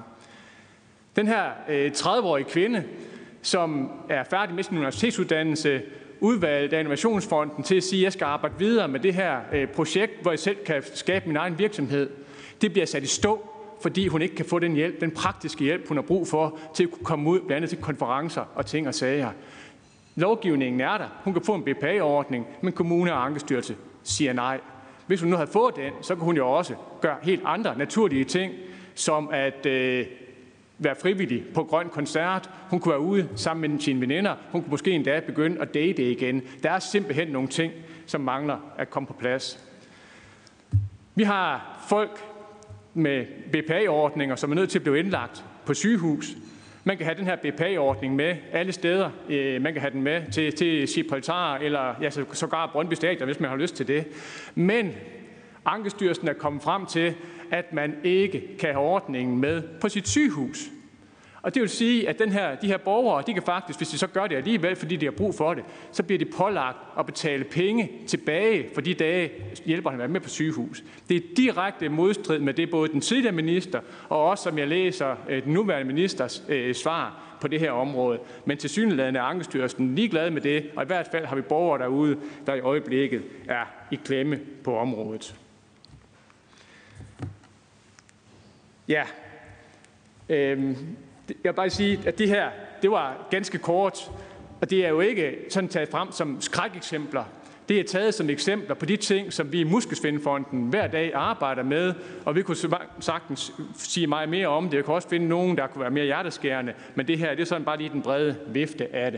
Den her øh, tredive-årige kvinde, som er færdig med sin universitetsuddannelse, udvalgt af Innovationsfonden til at sige, at jeg skal arbejde videre med det her øh, projekt, hvor jeg selv kan skabe min egen virksomhed. Det bliver sat i stå, fordi hun ikke kan få den hjælp, den praktiske hjælp, hun har brug for, til at kunne komme ud, blandt andet til konferencer og ting og sager. Lovgivningen er der. Hun kan få en B P A-ordning, men kommune og Ankestyrelse siger nej. Hvis hun nu havde fået den, så kunne hun jo også gøre helt andre naturlige ting, som at øh, være frivillig på Grøn Koncert. Hun kunne være ude sammen med sine veninder. Hun kunne måske endda begynde at date igen. Der er simpelthen nogle ting, som mangler at komme på plads. Vi har folk med B P A-ordninger, som er nødt til at blive indlagt på sygehus. Man kan have den her B P A-ordning med alle steder. Man kan have den med til, til Gibraltar eller ja, sågar Brøndby Stadion, hvis man har lyst til det. Men Ankestyrelsen er kommet frem til, at man ikke kan have ordningen med på sit sygehus. Og det vil sige, at den her, de her borgere, de kan faktisk, hvis de så gør det alligevel, fordi de har brug for det, så bliver de pålagt at betale penge tilbage for de dage, hjælperne er med på sygehus. Det er direkte modstrid med det, både den tidligere minister og også, som jeg læser, den nuværende ministers øh, svar på det her område. Men tilsyneladende er Ankestyrelsen ligeglade med det, og i hvert fald har vi borgere derude, der i øjeblikket er i klemme på området. Ja, øhm, jeg vil bare sige, at det her, det var ganske kort, og det er jo ikke sådan taget frem som skrækeksempler. Det er taget som eksempler på de ting, som vi i Muskelsvindfonden hver dag arbejder med, og vi kunne sagtens sige meget mere om det. Jeg kan også finde nogen, der kunne være mere hjerteskærende, men det her, det er sådan bare lige den brede vifte af det.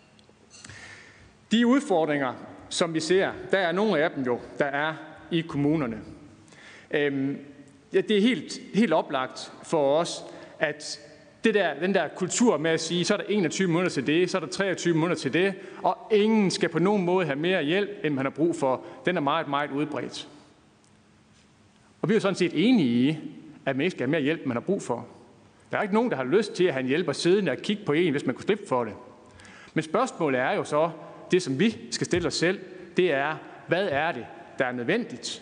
De udfordringer, som vi ser, der er nogle af dem jo, der er i kommunerne. Øhm, ja, det er helt, helt oplagt for os, at det der, den der kultur med at sige, så er der enogtyve minutter til det, så er der treogtyve minutter til det, og ingen skal på nogen måde have mere hjælp, end man har brug for, den er meget, meget udbredt. Og vi er jo sådan set enige i, at man ikke skal have mere hjælp, end man har brug for. Der er ikke nogen, der har lyst til at have en hjælper siddende og kigge på en, hvis man kunne slippe for det. Men spørgsmålet er jo så, det som vi skal stille os selv, det er, hvad er det, der er nødvendigt?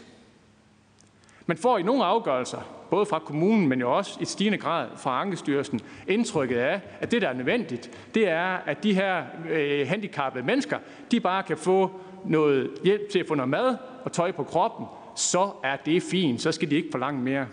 Man får i nogle afgørelser, både fra kommunen, men jo også i stigende grad fra Ankestyrelsen, indtrykket af, at det, der er nødvendigt, det er, at de her øh, handicappede mennesker, de bare kan få noget hjælp til at få noget mad og tøj på kroppen, så er det fint, så skal de ikke forlange mere.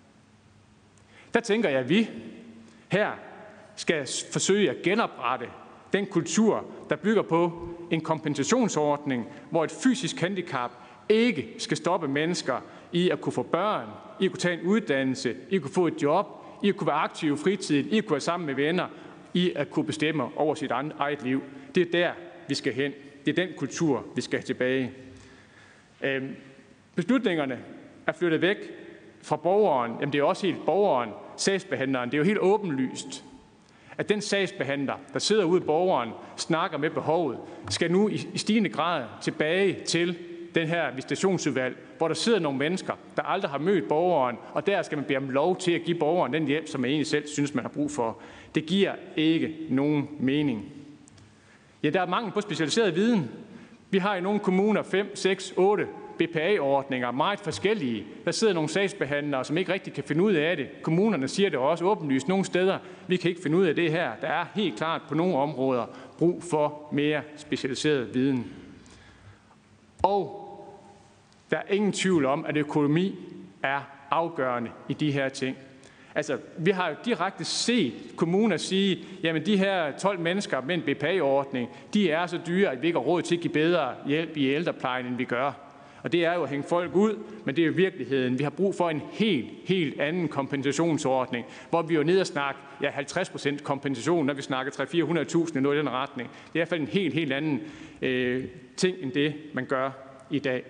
Der tænker jeg, at vi her skal forsøge at genoprette den kultur, der bygger på en kompensationsordning, hvor et fysisk handicap ikke skal stoppe mennesker i at kunne få børn, i at kunne tage en uddannelse, i at kunne få et job, i at kunne være aktiv i fritiden, i at kunne være sammen med venner, i at kunne bestemme over sit eget liv. Det er der, vi skal hen. Det er den kultur, vi skal have tilbage. Øhm, beslutningerne er flyttet væk fra borgeren. Jamen, det er også helt borgeren, sagsbehandleren. Det er jo helt åbenlyst, at den sagsbehandler, der sidder ude i borgeren, snakker med behovet, skal nu i stigende grad tilbage til den her visitationsudvalg, hvor der sidder nogle mennesker, der aldrig har mødt borgeren, og der skal man bede om lov til at give borgeren den hjælp, som man egentlig selv synes, man har brug for. Det giver ikke nogen mening. Ja, der er mangel på specialiseret viden. Vi har i nogle kommuner fem, seks, otte B P A-ordninger, meget forskellige. Der sidder nogle sagsbehandlere, som ikke rigtig kan finde ud af det. Kommunerne siger det også åbenlyst nogle steder. Vi kan ikke finde ud af det her. Der er helt klart på nogle områder brug for mere specialiseret viden. Og der er ingen tvivl om, at økonomi er afgørende i de her ting. Altså, vi har jo direkte set kommuner sige, jamen de her tolv mennesker med en B P A-ordning, de er så dyre, at vi ikke har råd til at give bedre hjælp i ældreplejen, end vi gør. Og det er jo at hænge folk ud, men det er jo virkeligheden. Vi har brug for en helt, helt anden kompensationsordning, hvor vi jo ned og snakke ja, halvtreds procent kompensation, når vi snakker tre hundrede til fire hundrede tusind i noget i den retning. Det er i hvert fald en helt, helt anden øh, ting, end det, man gør i dag.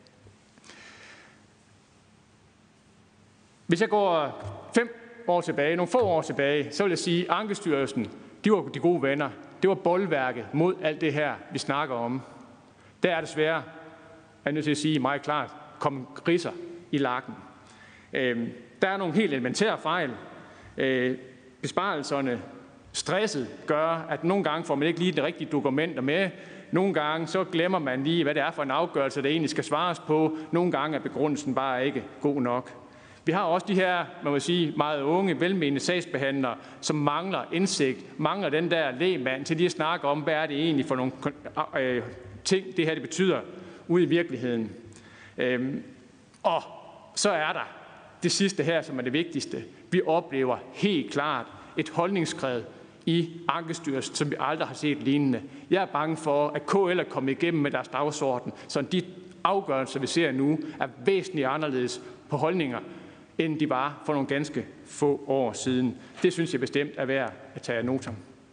Hvis jeg går fem år tilbage, nogle få år tilbage, så vil jeg sige, at Ankestyrelsen, de var de gode venner. Det var bolværket mod alt det her, vi snakker om. Der er desværre, jeg er nødt til at sige meget klart, kommet griser i lakken. Øh, der er nogle helt elementære fejl. Øh, besparelserne, stresset gør, at nogle gange får man ikke lige de rigtige dokumenter med. Nogle gange så glemmer man lige, hvad det er for en afgørelse, der egentlig skal svares på. Nogle gange er begrundelsen bare ikke god nok. Vi har også de her, man må sige, meget unge, velmenende sagsbehandlere, som mangler indsigt, mangler den der lægmand til lige at snakke om, hvad er det egentlig for nogle øh, ting, det her det betyder ude i virkeligheden. Øhm, og så er der det sidste her, som er det vigtigste. Vi oplever helt klart et holdningsskred i Ankestyrelsen, som vi aldrig har set lignende. Jeg er bange for, at K L er kommet igennem med deres dagsorden, så de afgørelser, vi ser nu, er væsentligt anderledes på holdninger, end de var for nogle ganske få år siden. Det synes jeg bestemt er værd at tage af noter.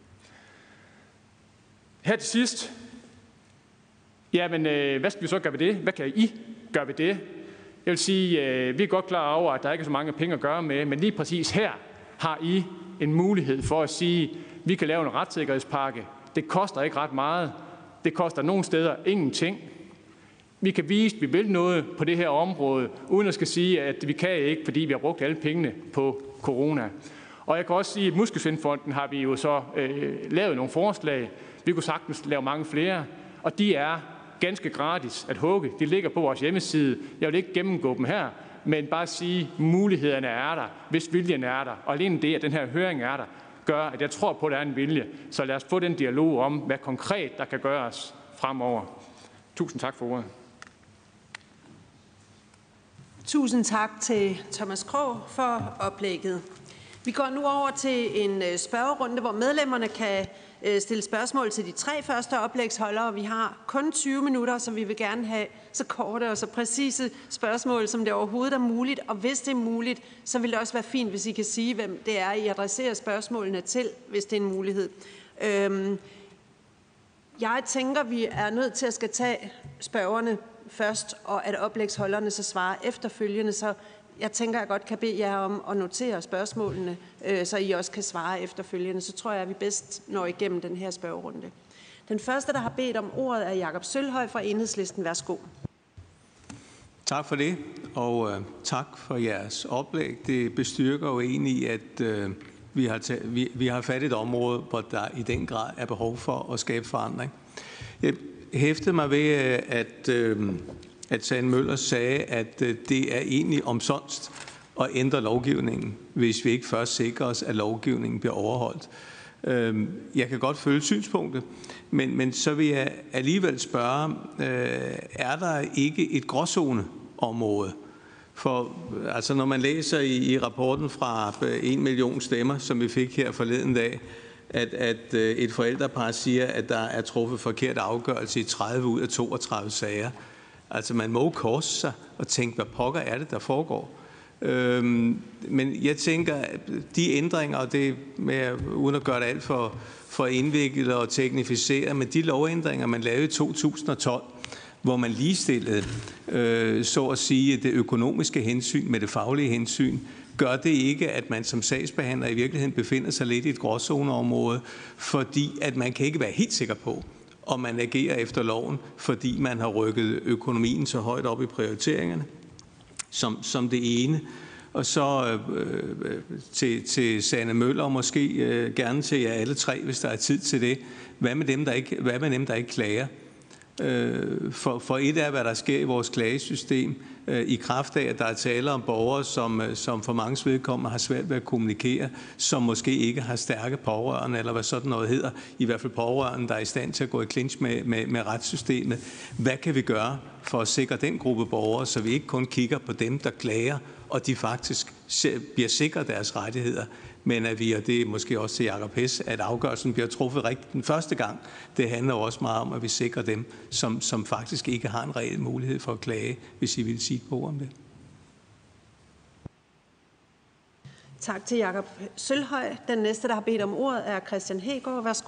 Her til sidst, jamen, øh, hvad skal vi så gøre ved det? Hvad kan I gøre ved det? Jeg vil sige, øh, vi er godt klar over, at der ikke er så mange penge at gøre med, men lige præcis her har I en mulighed for at sige, at vi kan lave en retssikkerhedspakke. Det koster ikke ret meget. Det koster nogle steder ingenting. Vi kan vise, at vi vil noget på det her område, uden at skal sige, at vi kan ikke, fordi vi har brugt alle pengene på corona. Og jeg kan også sige, at Muskelsvindfonden har vi jo så øh, lavet nogle forslag. Vi kunne sagtens lave mange flere, og de er ganske gratis at hugge. De ligger på vores hjemmeside. Jeg vil ikke gennemgå dem her, men bare sige, at mulighederne er der, hvis viljen er der. Og alene det, at den her høring er der, gør, at jeg tror på, at der er en vilje. Så lad os få den dialog om, hvad konkret der kan gøres fremover. Tusind tak for ordet. Tusind tak til Thomas Krog for oplægget. Vi går nu over til en spørgerunde, hvor medlemmerne kan stille spørgsmål til de tre første oplægsholdere. Vi har kun tyve minutter, så vi vil gerne have så korte og så præcise spørgsmål, som det overhovedet er muligt. Og hvis det er muligt, så vil det også være fint, hvis I kan sige, hvem det er, I adresserer spørgsmålene til, hvis det er en mulighed. Øhm, jeg tænker, vi er nødt til at skal tage spørgerne først, og at oplægsholderne så svarer efterfølgende. Så jeg tænker, jeg godt kan bede jer om at notere spørgsmålene, øh, så I også kan svare efterfølgende. Så tror jeg, at vi bedst når igennem den her spørgerunde. Den første, der har bedt om ordet, er Jakob Sølhøj fra Enhedslisten. Værsgo. Tak for det, og øh, tak for jeres oplæg. Det bestyrker jo egentlig, i, at øh, vi, har taget, vi, vi har fat i et område, hvor der i den grad er behov for at skabe forandring. Jeg hæftede mig ved, at, øh, at Sanne Møller sagde, at øh, det er egentlig omsonst at ændre lovgivningen, hvis vi ikke først sikrer os, at lovgivningen bliver overholdt. Øh, jeg kan godt følge synspunktet, men, men så vil jeg alligevel spørge, øh, er der ikke et gråzoneområde? For altså, når man læser i, i rapporten fra en million stemmer, som vi fik her forleden dag, at, at et forældrepar siger, at der er truffet forkert afgørelse i tredive ud af toogtredive sager. Altså man må korse sig og tænke, hvad pokker er det, der foregår? Øhm, men jeg tænker, at de ændringer, og det med, uden at gøre det alt for, for indviklet og teknificeret, men de lovændringer, man lavede i to tusind og tolv, hvor man ligestillede, øh, så at sige, det økonomiske hensyn med det faglige hensyn, gør det ikke, at man som sagsbehandler i virkeligheden befinder sig lidt i et gråzoneområde, fordi at man kan ikke være helt sikker på, om man agerer efter loven, fordi man har rykket økonomien så højt op i prioriteringerne, som, som det ene. Og så øh, til, til Sanne Møller, og måske øh, gerne til jer alle tre, hvis der er tid til det. Hvad med dem, der ikke, hvad med dem, der ikke klager? Øh, for, for et er, hvad der sker i vores klagesystem, øh, i kraft af, at der er tale om borgere, som, som for mange vedkommende har svært ved at kommunikere, som måske ikke har stærke pårørende, eller hvad sådan noget hedder, i hvert fald pårørende, der er i stand til at gå i clinch med, med, med retssystemet. Hvad kan vi gøre for at sikre den gruppe borgere, så vi ikke kun kigger på dem, der klager, og de faktisk bliver sikret deres rettigheder, men at vi, og det er måske også til Jakob Hess, at afgørelsen bliver truffet rigtigt den første gang. Det handler også meget om, at vi sikrer dem, som, som faktisk ikke har en reel mulighed for at klage, hvis I vil sige et par ord om det. Tak til Jakob Sølhøj. Den næste, der har bedt om ordet, er Kristian Hegaard. Værsgo.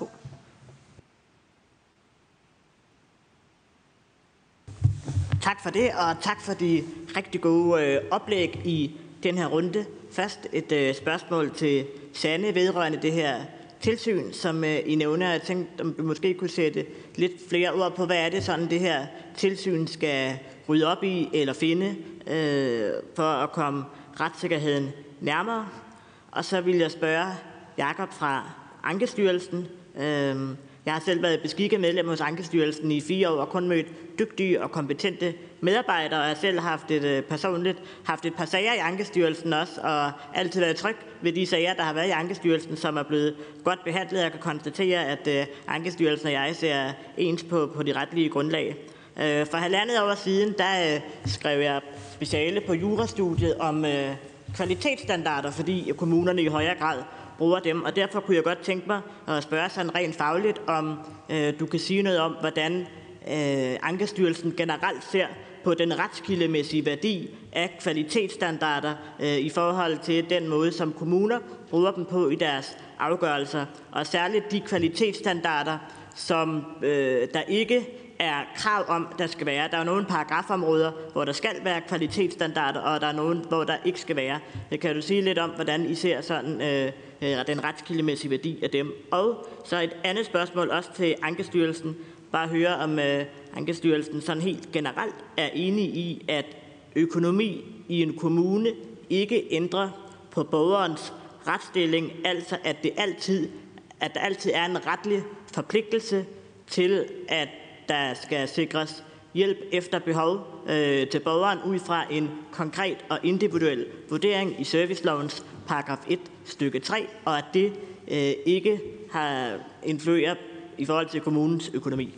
Tak for det, og tak for de rigtig gode øh, oplæg i den her runde. Først et øh, spørgsmål til Sanne vedrørende det her tilsyn, som øh, I nævner. Jeg tænkte, om vi måske kunne sætte lidt flere ord på, hvad er det sådan, det her tilsyn skal rydde op i eller finde øh, for at komme retssikkerheden nærmere. Og så vil jeg spørge Jakob fra Ankestyrelsen. Øh, Jeg har selv været beskikket medlem hos Ankestyrelsen i fire år og kun mødt dygtige og kompetente medarbejdere. Og jeg har selv haft et, personligt haft et par sager i Ankestyrelsen også, og altid været tryg ved de sager, der har været i Ankestyrelsen, som er blevet godt behandlet. Jeg kan konstatere, at uh, Ankestyrelsen og jeg ser ens på, på de retlige grundlag. Uh, for halvandet år siden, der uh, skrev jeg speciale på jurastudiet om uh, kvalitetsstandarder, fordi kommunerne i højere grad bruger dem, og derfor kunne jeg godt tænke mig at spørge sådan rent fagligt, om øh, du kan sige noget om, hvordan øh, Ankestyrelsen generelt ser på den retskildemæssige værdi af kvalitetsstandarder øh, i forhold til den måde, som kommuner bruger dem på i deres afgørelser, og særligt de kvalitetsstandarder, som øh, der ikke er krav om, der skal være. Der er nogle paragrafområder, hvor der skal være kvalitetsstandarder, og der er nogle, hvor der ikke skal være. Kan du sige lidt om, hvordan I ser sådan øh, den retskildemæssige værdi af dem? Og så et andet spørgsmål også til Ankestyrelsen. Bare høre, om øh, Ankestyrelsen sådan helt generelt er enig i, at økonomi i en kommune ikke ændrer på borgerens retsstilling, altså at, det altid, at der altid er en retlig forpligtelse til, at der skal sikres hjælp efter behov øh, til borgeren ud fra en konkret og individuel vurdering i servicelovens paragraf et stykke tre, og at det øh, ikke har influerer i forhold til kommunens økonomi.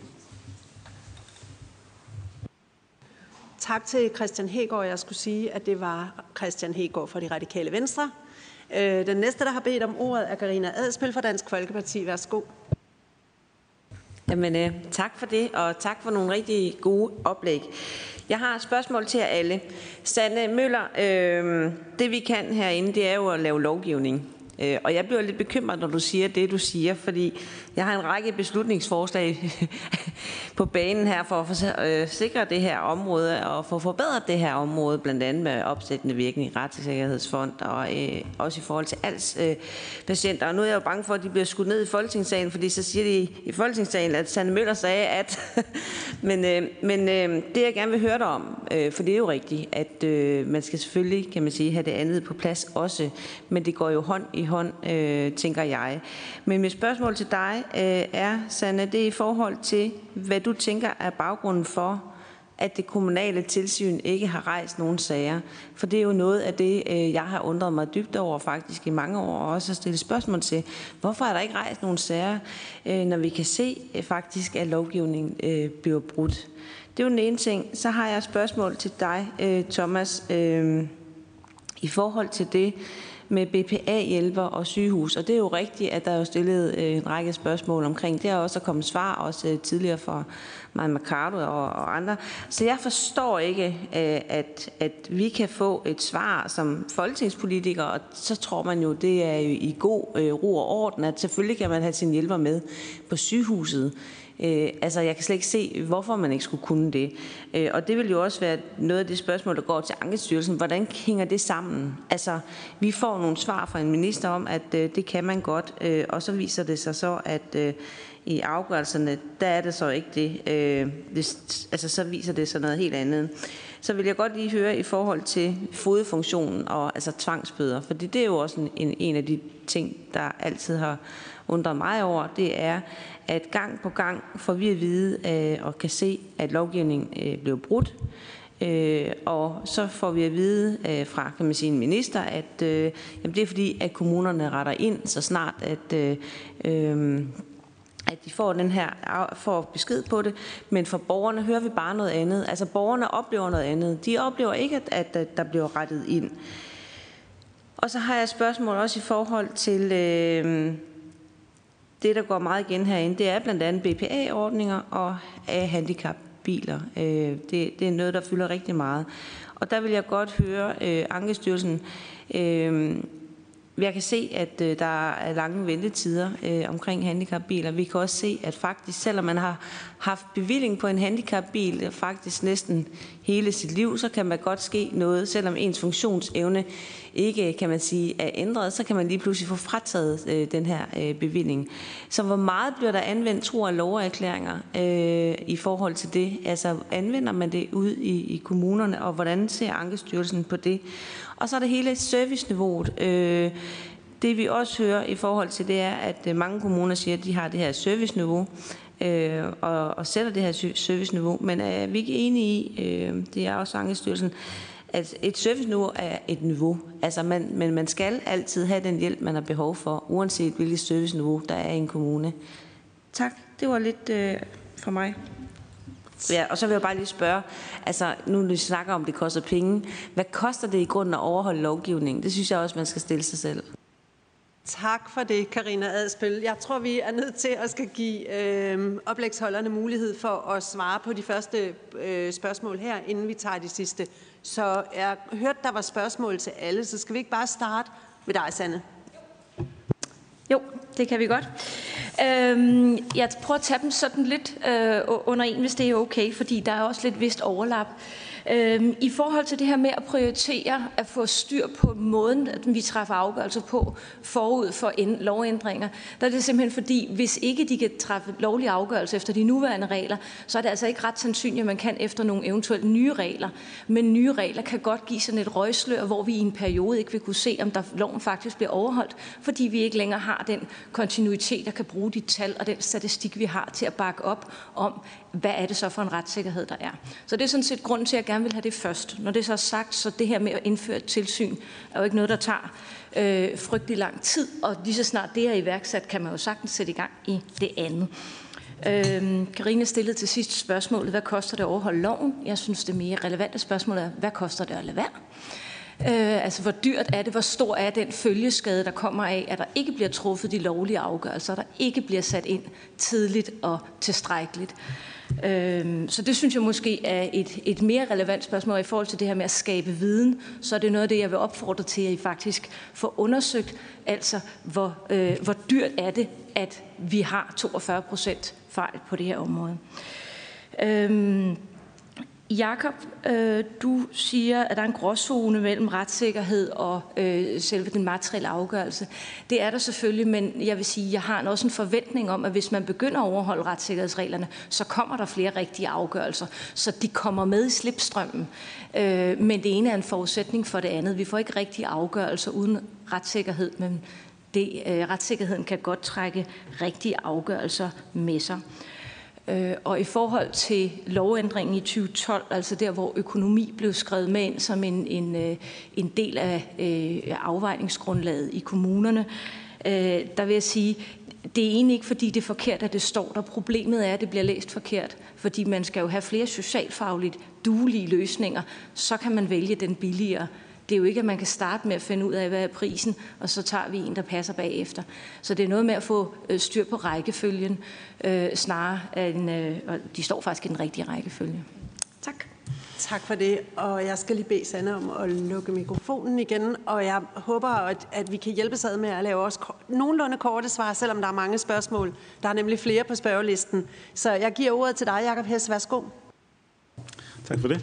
Tak til Kristian Hegaard. Jeg skulle sige, at det var Kristian Hegaard fra De Radikale Venstre. Øh, den næste, der har bedt om ordet, er Karina Adsbøl fra Dansk Folkeparti. Værsgo. Jamen, øh, tak for det, og tak for nogle rigtig gode oplæg. Jeg har et spørgsmål til jer alle. Sanne Møller, øh, det vi kan herinde, det er jo at lave lovgivning. Og jeg bliver lidt bekymret, når du siger det, du siger, fordi jeg har en række beslutningsforslag på banen her for at sikre det her område og for at forbedre det her område, blandt andet med opsættende virkning, retssikkerhedsfond og øh, også i forhold til als øh, patienter. Og nu er jeg jo bange for, at de bliver skudt ned i Folketingssalen, fordi så siger de i Folketingssalen, at Sanne Møller sagde, at... men øh, men øh, det, jeg gerne vil høre dig om, øh, for det er jo rigtigt, at øh, man skal selvfølgelig, kan man sige, have det andet på plads også, men det går jo hånd i hånd, øh, tænker jeg. Men mit spørgsmål til dig øh, er, Sanne, det er i forhold til, hvad du tænker er baggrunden for, at det kommunale tilsyn ikke har rejst nogen sager. For det er jo noget af det, øh, jeg har undret mig dybt over faktisk i mange år, og også har stillet spørgsmål til, hvorfor er der ikke rejst nogen sager, øh, når vi kan se øh, faktisk, at lovgivningen øh, bliver brudt. Det er jo den ene ting. Så har jeg et spørgsmål til dig, øh, Thomas, øh, i forhold til det med B P A-hjælper og sygehus. Og det er jo rigtigt, at der er jo stillet en række spørgsmål omkring. Det er også kommet svar, også tidligere fra Maja Mercado og, og andre. Så jeg forstår ikke, at, at vi kan få et svar som folketingspolitikere, og så tror man jo, det er jo i god ro og orden, at selvfølgelig kan man have sin hjælper med på sygehuset. Øh, altså, jeg kan slet ikke se, hvorfor man ikke skulle kunne det. Øh, og det vil jo også være noget af det spørgsmål, der går til Ankestyrelsen. Hvordan hænger det sammen? Altså, vi får nogle svar fra en minister om, at øh, det kan man godt, øh, og så viser det sig så, at øh, i afgørelserne, der er det så ikke det. Øh, det. Altså, så viser det så noget helt andet. Så vil jeg godt lige høre i forhold til fodfunktionen og altså tvangsbøder, for det er jo også en, en, en af de ting, der altid har undret mig over, det er, at gang på gang får vi at vide øh, og kan se, at lovgivningen øh, blev brudt. Øh, og så får vi at vide øh, fra, kan man sige, en minister, at øh, jamen det er fordi, at kommunerne retter ind så snart, at, øh, øh, at de får den her får besked på det. Men for borgerne hører vi bare noget andet. Altså borgerne oplever noget andet. De oplever ikke, at, at, at der bliver rettet ind. Og så har jeg et spørgsmål også i forhold til... Øh, Det, der går meget igen herinde, det er blandt andet B P A-ordninger og handicapbiler. Det, det er noget, der fylder rigtig meget. Og der vil jeg godt høre øh, Ankestyrelsen. Øh, jeg kan se, at øh, der er lange ventetider øh, omkring handicapbiler. Vi kan også se, at faktisk, selvom man har haft bevilling på en handicapbil faktisk næsten hele sit liv, så kan man godt ske noget, selvom ens funktionsevne ikke, kan man sige, er ændret, så kan man lige pludselig få frataget øh, den her øh, bevilling. Så hvor meget bliver der anvendt tro- og loverklæringer øh, i forhold til det? Altså anvender man det ud i, i kommunerne, og hvordan ser Ankestyrelsen på det? Og så er det hele serviceniveauet. Øh, det vi også hører i forhold til det er, at mange kommuner siger, at de har det her serviceniveau, øh, og, og sætter det her serviceniveau. Men er vi ikke enige i, øh, det er også Ankestyrelsen, at et serviceniveau er et niveau. Altså man, men man skal altid have den hjælp, man har behov for, uanset hvilket serviceniveau der er i en kommune. Tak, det var lidt øh, for mig. Ja, og så vil jeg bare lige spørge, altså nu når vi snakker om, det koster penge, hvad koster det i grunden at overholde lovgivningen? Det synes jeg også, man skal stille sig selv. Tak for det, Karina Adsbøl. Jeg tror, vi er nødt til at skal give øh, oplægsholderne mulighed for at svare på de første øh, spørgsmål her, inden vi tager de sidste. Så jeg hørte, der var spørgsmål til alle, så skal vi ikke bare starte med dig, Sanne? Jo, det kan vi godt. Øhm, jeg prøver at tage dem sådan lidt øh, under en, hvis det er okay, fordi der er også lidt vist overlap. Øhm, I forhold til det her med at prioritere at få styr på måden, at vi træffer afgørelser på forud for lovændringer, der er det simpelthen fordi, hvis ikke de kan træffe lovlige afgørelser efter de nuværende regler, så er det altså ikke ret sandsynligt, at man kan efter nogle eventuelt nye regler. Men nye regler kan godt give sådan et røgslør, hvor vi i en periode ikke vil kunne se, om der loven faktisk bliver overholdt, fordi vi ikke længere har den kontinuitet, der kan bruge de tal og den statistik, vi har til at bakke op om, hvad er det så for en retssikkerhed, der er. Så det er sådan set grunden til, at jeg gerne vil have det først. Når det så er sagt, så det her med at indføre et tilsyn er jo ikke noget, der tager øh, frygtelig lang tid, og lige så snart det er iværksat, kan man jo sagtens sætte i gang i det andet. Øh, Karina stillede til sidst spørgsmålet, hvad koster det at overholde loven? Jeg synes, det mere relevante spørgsmål er, hvad koster det at lade være? Øh, altså, hvor dyrt er det? Hvor stor er den følgeskade, der kommer af, at der ikke bliver truffet de lovlige afgørelser, der ikke bliver sat ind tidligt og tilstrækkeligt? Øh, så det synes jeg måske er et, et mere relevant spørgsmål i forhold til det her med at skabe viden. Så er det noget af det, jeg vil opfordre til, at I faktisk får undersøgt, altså hvor, øh, hvor dyrt er det, at vi har toogfyrre procent fejl på det her område. Øh, Jakob, øh, du siger, at der er en gråzone mellem retssikkerhed og øh, selve den materielle afgørelse. Det er der selvfølgelig, men jeg vil sige, at jeg har også en forventning om, at hvis man begynder at overholde retssikkerhedsreglerne, så kommer der flere rigtige afgørelser, så de kommer med i slipstrømmen. Øh, men det ene er en forudsætning for det andet. Vi får ikke rigtige afgørelser uden retssikkerhed, men det, øh, retssikkerheden kan godt trække rigtige afgørelser med sig. Og i forhold til lovændringen i tyve tolv, altså der, hvor økonomi blev skrevet med ind som en, en, en del af øh, afvejningsgrundlaget i kommunerne, øh, der vil jeg sige, det er egentlig ikke, fordi det er forkert, at det står der. Problemet er, at det bliver læst forkert, fordi man skal jo have flere socialfagligt duelige løsninger, så kan man vælge den billigere. Det er jo ikke, at man kan starte med at finde ud af, hvad er prisen, og så tager vi en, der passer bagefter. Så det er noget med at få styr på rækkefølgen, øh, snarere end, øh, og de står faktisk i den rigtige rækkefølge. Tak. Tak for det, og jeg skal lige bede Sanne om at lukke mikrofonen igen, og jeg håber, at, at vi kan hjælpes ad med at lave også nogenlunde korte svar, selvom der er mange spørgsmål. Der er nemlig flere på spørgelisten. Så jeg giver ordet til dig, Jakob Hess. Værsgo. Tak for det.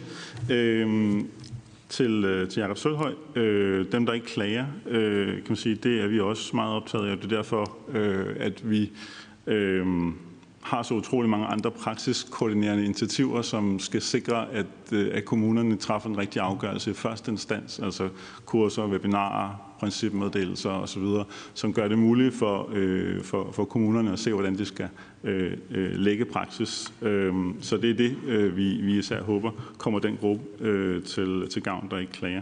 Øhm Til, til Jakob Sølhøj. Øh, dem, der ikke klager, øh, kan man sige, det er vi også meget optaget af. Det er derfor, øh, at vi øh, har så utrolig mange andre praksiskoordinerende initiativer, som skal sikre, at, øh, at kommunerne træffer en rigtig afgørelse i første instans, altså kurser, webinarer, principmeddelelser osv., som gør det muligt for, øh, for, for kommunerne at se, hvordan de skal øh, øh, lægge praksis. Øh, så det er det, øh, vi, vi især håber kommer den gruppe øh, til, til gavn, der ikke klager.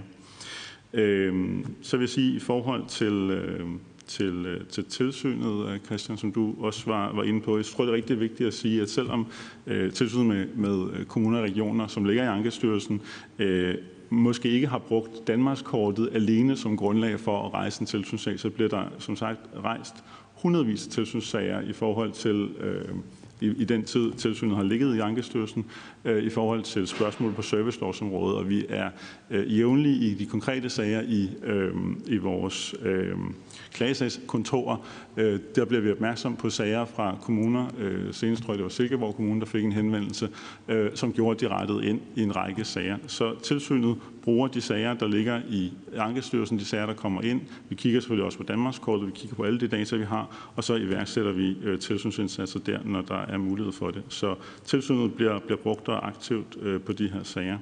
Øh, så vil jeg sige, i forhold til, øh, til, til tilsynet, Christian, som du også var, var inde på, jeg tror, det er rigtig vigtigt at sige, at selvom øh, tilsynet med, med kommuner og regioner, som ligger i Ankestyrelsen, øh, måske ikke har brugt Danmarkskortet alene som grundlag for at rejse en tilsynssag, så bliver der som sagt rejst hundredvis af tilsynssager i forhold til øh, i, i den tid, tilsynet har ligget i Ankestyrelsen, øh, i forhold til spørgsmål på servicelovsområdet, og vi er øh, jævnligt i de konkrete sager i, øh, i vores øh, klagesagskontorer. Øh, der bliver vi opmærksom på sager fra kommuner. Øh, senest tror jeg, det var Silkeborg Kommune, der fik en henvendelse, øh, som gjorde, at de rettede ind i en række sager. Så tilsynet bruger de sager, der ligger i Ankestyrelsen, de sager, der kommer ind. Vi kigger selvfølgelig også på Danmarkskortet, vi kigger på alle de data, vi har, og så iværksætter vi øh, tilsynsindsatser der, når der er mulighed for det. Så tilsynet bliver, bliver brugt og aktivt øh, på de her sager.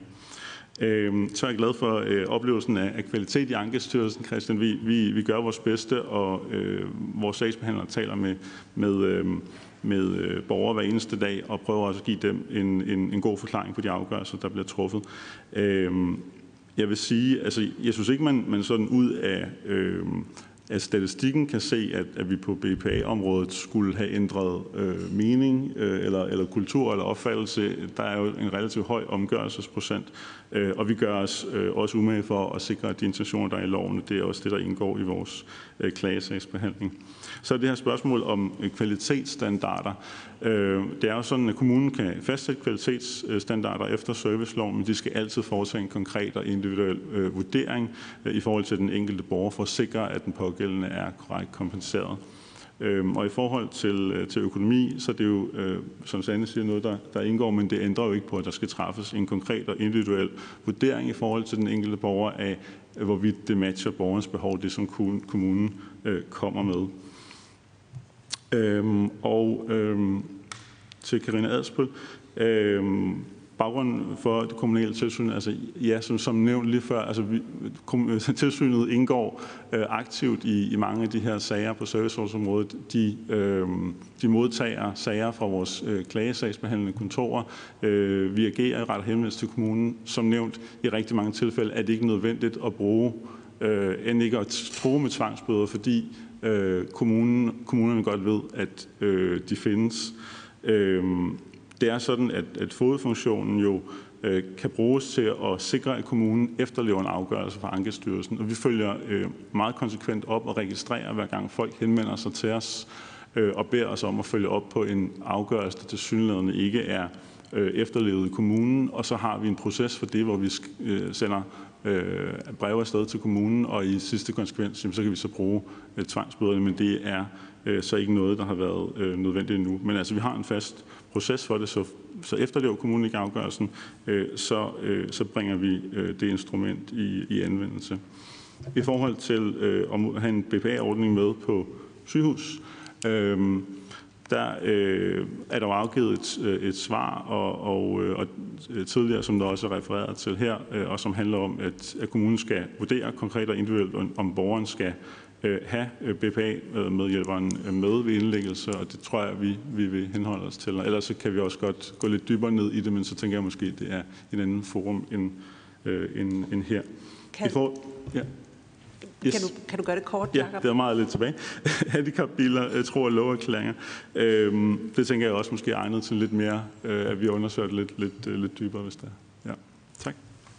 Øh, så er jeg glad for øh, oplevelsen af, af kvalitet i Ankestyrelsen, Christian. Vi, vi, vi gør vores bedste, og øh, vores sagsbehandlere taler med, med, øh, med øh, borgere hver eneste dag, og prøver også at give dem en, en, en god forklaring på de afgørelser, der bliver truffet. Øh, jeg vil sige, altså jeg synes ikke, man, man sådan ud af... Øh, at statistikken kan se, at, at vi på B P A-området skulle have ændret øh, mening øh, eller, eller kultur eller opfattelse. Der er jo en relativt høj omgørelsesprocent, øh, og vi gør os øh, også umage for at sikre, at de intentioner, der er i loven, det er også det, der indgår i vores øh, klagesagsbehandling. Så er det her spørgsmål om øh, kvalitetsstandarder. Øh, det er jo sådan, at kommunen kan fastsætte kvalitetsstandarder efter serviceloven, men de skal altid foretage en konkret og individuel øh, vurdering øh, i forhold til den enkelte borger for at sikre, at den pågældende er korrekt kompenseret. Øhm, og i forhold til, til økonomi, så er det jo, øh, som Sanne siger, noget, der, der indgår, men det ændrer jo ikke på, at der skal træffes en konkret og individuel vurdering i forhold til den enkelte borger af, hvorvidt det matcher borgerens behov, det som kommunen øh, kommer med. Øhm, og øhm, til Karina Adsbøl, øhm, baggrunden for det kommunale tilsyn, altså ja, som, som nævnt lige før, altså vi, tilsynet indgår øh, aktivt i, i mange af de her sager på serviceområdet. De, øh, de modtager sager fra vores øh, klagesagsbehandlende kontorer. Øh, vi agerer i ret henvendelse til kommunen. Som nævnt, i rigtig mange tilfælde er det ikke nødvendigt at bruge, øh, end ikke at true med tvangsbøder, fordi øh, kommunen, kommunerne godt ved, at øh, de findes. Øh, Det er sådan, at, at fodfunktionen jo kan bruges til at sikre, at kommunen efterlever en afgørelse fra Ankestyrelsen. Og vi følger meget konsekvent op og registrerer, hver gang folk henvender sig til os og beder os om at følge op på en afgørelse, der tilsyneladende ikke er efterlevet i kommunen. Og så har vi en proces for det, hvor vi sender breve afsted til kommunen, og i sidste konsekvens, så kan vi så bruge tvangsbøderne, men det er så ikke noget, der har været nødvendigt endnu. Men altså, vi har en fast proces for det, så, så efterlever kommunen ikke afgørelsen, så, så bringer vi det instrument i, i anvendelse. I forhold til at have en B P A-ordning med på sygehus, der øh, er der jo afgivet et, et svar, og, og, og tidligere, som der også er refereret til her, øh, og som handler om, at, at kommunen skal vurdere konkret og individuelt, om borgeren skal øh, have B P A-medhjælperen med ved indlæggelse, og det tror jeg, vi, vi vil henholde os til. Ellers så kan vi også godt gå lidt dybere ned i det, men så tænker jeg måske, at det er en anden forum end, øh, end, end her. Kan... får, ja. Yes. Kan, du, kan du gøre det kort, Jacob? Ja, det er meget lidt tilbage. Handicapbiler, tro- og loverklæringer. Øhm, det tænker jeg også måske er egnet til lidt mere, øh, at vi undersøger det lidt, lidt, lidt dybere, hvis det er. Ja. Tak.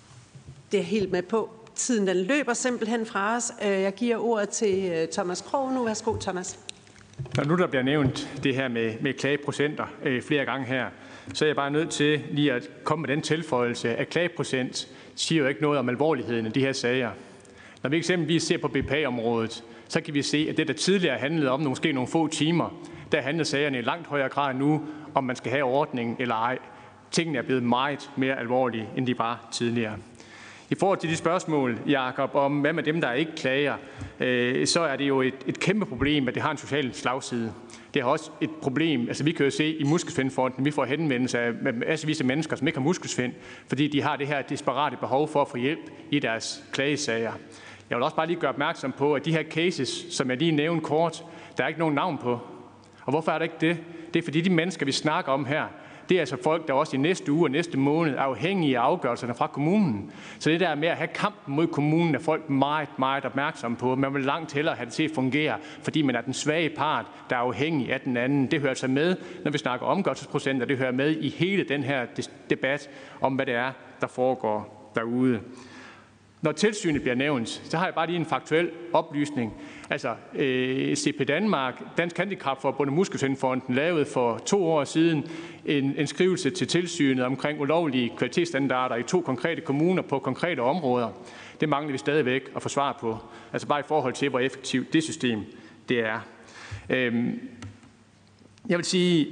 Det er helt med på. Tiden den løber simpelthen fra os. Jeg giver ordet til Thomas Krog nu. Værsgo, Thomas. Når nu der bliver nævnt det her med, med klageprocenter øh, flere gange her, så er jeg bare nødt til lige at komme med den tilføjelse, at klageprocent siger jo ikke noget om alvorligheden af de her sager. Når vi eksempelvis ser på B P A-området, så kan vi se, at det, der tidligere handlede om måske nogle få timer, der handler sagerne i langt højere grad nu, om man skal have ordningen eller ej. Tingene er blevet meget mere alvorlige, end de var tidligere. I forhold til de spørgsmål, Jacob, om hvad med dem, der ikke klager, øh, så er det jo et, et kæmpe problem, at det har en social slagside. Det er også et problem, altså vi kan jo se i Muskelsvindfonden, vi får henvendelser af massevis af mennesker, som ikke har muskelsvind, fordi de har det her desperate behov for at få hjælp i deres klagesager. Jeg vil også bare lige gøre opmærksom på, at de her cases, som jeg lige nævnte kort, der er ikke nogen navn på. Og hvorfor er der ikke det? Det er fordi de mennesker, vi snakker om her, det er altså folk, der også i næste uge og næste måned er afhængige af afgørelserne fra kommunen. Så det der med at have kampen mod kommunen er folk meget, meget opmærksomme på. Man vil langt hellere have det til at fungere, fordi man er den svage part, der er afhængig af den anden. Det hører sig med, når vi snakker omgørelsesprocenter. Det hører med i hele den her debat om, hvad det er, der foregår derude. Når tilsynet bliver nævnt, så har jeg bare lige en faktuel oplysning. Altså, øh, C P Danmark, Dansk Handicapforbund og Muskelsvindfonden lavede for to år siden en, en skrivelse til tilsynet omkring ulovlige kvalitetsstandarder i to konkrete kommuner på konkrete områder. Det mangler vi stadigvæk at få svar på. Altså bare i forhold til, hvor effektivt det system det er. Øh, jeg vil sige,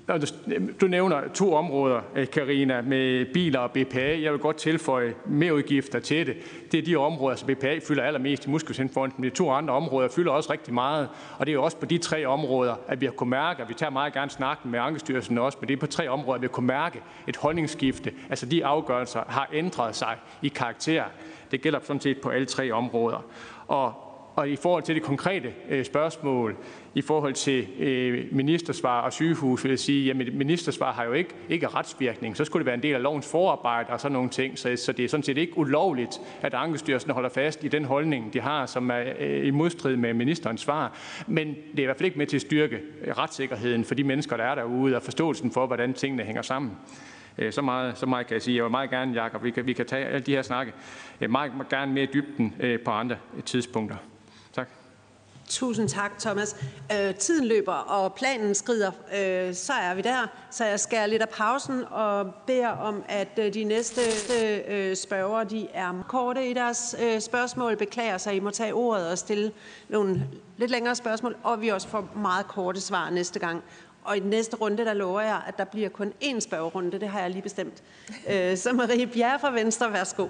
du nævner to områder, Karina, med biler og B P A. Jeg vil godt tilføje mere udgifter til det. Det er de områder, som B P A fylder allermest i Muskelsvindfonden. De to andre områder fylder også rigtig meget. Og det er jo også på de tre områder, at vi har kunnet mærke, og vi tager meget gerne snakken med Ankestyrelsen også, men det er på tre områder, at vi har kunnet mærke et holdningsskifte. Altså de afgørelser har ændret sig i karakter. Det gælder sådan set på alle tre områder. Og Og i forhold til det konkrete øh, spørgsmål, i forhold til øh, ministersvar og sygehus, vil jeg sige, at ministersvar har jo ikke, ikke retsvirkning. Så skulle det være en del af lovens forarbejde og sådan nogle ting. Så, så det er sådan set ikke ulovligt, at Ankestyrelsen holder fast i den holdning, de har, som er øh, i modstrid med ministerens svar. Men det er i hvert fald ikke med til at styrke retssikkerheden for de mennesker, der er derude, og forståelsen for, hvordan tingene hænger sammen. Så meget, så meget kan jeg sige. Jeg vil meget gerne, Jacob, vi kan, vi kan tage alle de her snakke meget gerne mere i dybden øh, på andre tidspunkter. Tak. Tusind tak, Thomas. Øh, tiden løber, og planen skrider. Øh, så er vi der. Så jeg skærer lidt af pausen og beder om, at øh, de næste øh, spørgere, de er korte i deres øh, spørgsmål. Beklager sig, I må tage ordet og stille nogle lidt længere spørgsmål, og vi også får meget korte svar næste gang. Og i den næste runde, der lover jeg, at der bliver kun én spørgerunde. Det har jeg lige bestemt. Øh, så Marie Bjerre fra Venstre, værsgo.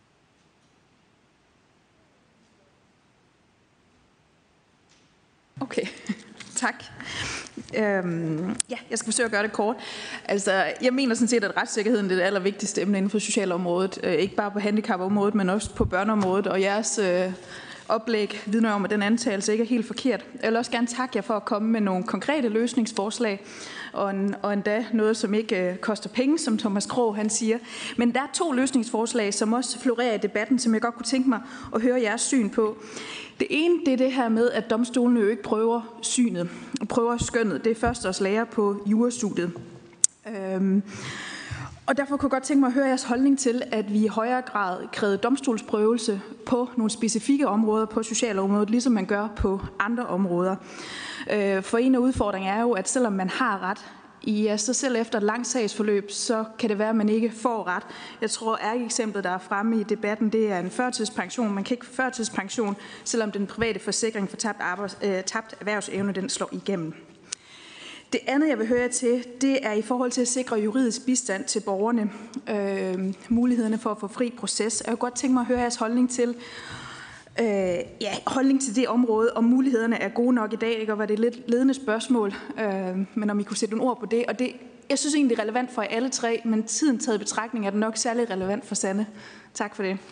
Okay, tak. Øhm, ja, jeg skal forsøge at gøre det kort. Altså, jeg mener sådan set, at retssikkerheden er det allervigtigste emne inden for socialområdet. Øh, ikke bare på handicapområdet, men også på børneområdet. Og jeres øh, oplæg vidner om, at den antagelse ikke er helt forkert. Jeg vil også gerne takke jer for at komme med nogle konkrete løsningsforslag, og, en, og endda noget, som ikke øh, koster penge, som Thomas Krog han siger. Men der er to løsningsforslag, som også florerer i debatten, som jeg godt kunne tænke mig at høre jeres syn på. Det ene, det er det her med, at domstolene jo ikke prøver synet, prøver skønnet. Det er førsteårslærer på jurastudiet. Øhm, Og derfor kunne jeg godt tænke mig at høre jeres holdning til, at vi i højere grad krævede domstolsprøvelse på nogle specifikke områder på socialområdet, ligesom man gør på andre områder. For en af udfordringerne er jo, at selvom man har ret, ja, så selv efter et langt sagsforløb, så kan det være, at man ikke får ret. Jeg tror, at eksemplet, der er fremme i debatten, det er en førtidspension. Man kan ikke få førtidspension, selvom den private forsikring for tabt, arbejds, øh, tabt erhvervsevne, den slår igennem. Det andet, jeg vil høre til, det er i forhold til at sikre juridisk bistand til borgerne. Øh, mulighederne for at få fri proces. Jeg vil godt tænke mig at høre jeres holdning til, øh, ja, holdning til det område, om mulighederne er gode nok i dag. Det kan være det lidt ledende spørgsmål, øh, men om I kunne sætte nogle ord på det. Og det, jeg synes egentlig, det er relevant for alle tre, men tiden taget i betragtning er det nok særlig relevant for Sanne. Tak for det.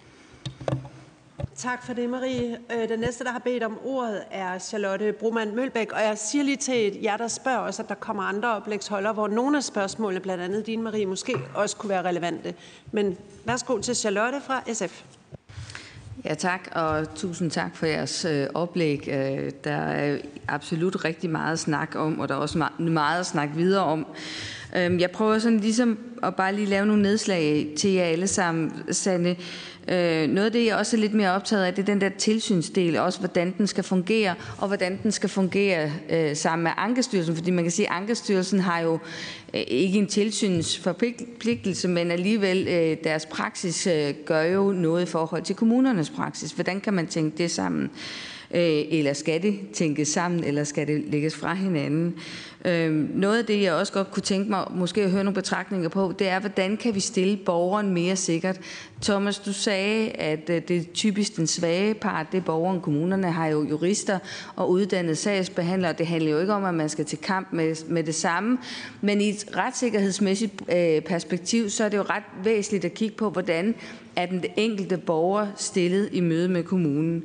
Tak for det, Marie. Den næste, der har bedt om ordet, er Charlotte Broman Mølbæk. Og jeg siger lige til jer, der spørger os, at der kommer andre oplægsholdere, hvor nogle af spørgsmålene, blandt andet dine, Marie, måske også kunne være relevante. Men værsgo til Charlotte fra S F. Ja, tak, og tusind tak for jeres øh, oplæg. Øh, der er absolut rigtig meget snak om, og der er også meget, meget at snakke videre om. Øh, jeg prøver sådan ligesom at bare lige lave nogle nedslag til jer alle sammen, Sanne. Øh, noget af det, jeg også er lidt mere optaget af, det er den der tilsynsdel, også hvordan den skal fungere, og hvordan den skal fungere øh, sammen med Ankestyrelsen, fordi man kan sige, at Ankestyrelsen har jo øh, ikke en tilsynsforpligtelse, men alligevel øh, deres praksis øh, gør jo noget i forhold til kommunernes praksis. Hvordan kan man tænke det sammen? Eller skal det tænkes sammen, eller skal det lægges fra hinanden? Noget af det, jeg også godt kunne tænke mig måske at høre nogle betragtninger på, det er, hvordan kan vi stille borgeren mere sikkert? Thomas, du sagde, at det er typisk den svage part, det er borgeren. Kommunerne har jo jurister og uddannede sagsbehandlere. Det handler jo ikke om, at man skal til kamp med, med det samme, men i et retssikkerhedsmæssigt perspektiv, så er det jo ret væsentligt at kigge på, hvordan er den enkelte borger stillet i møde med kommunen.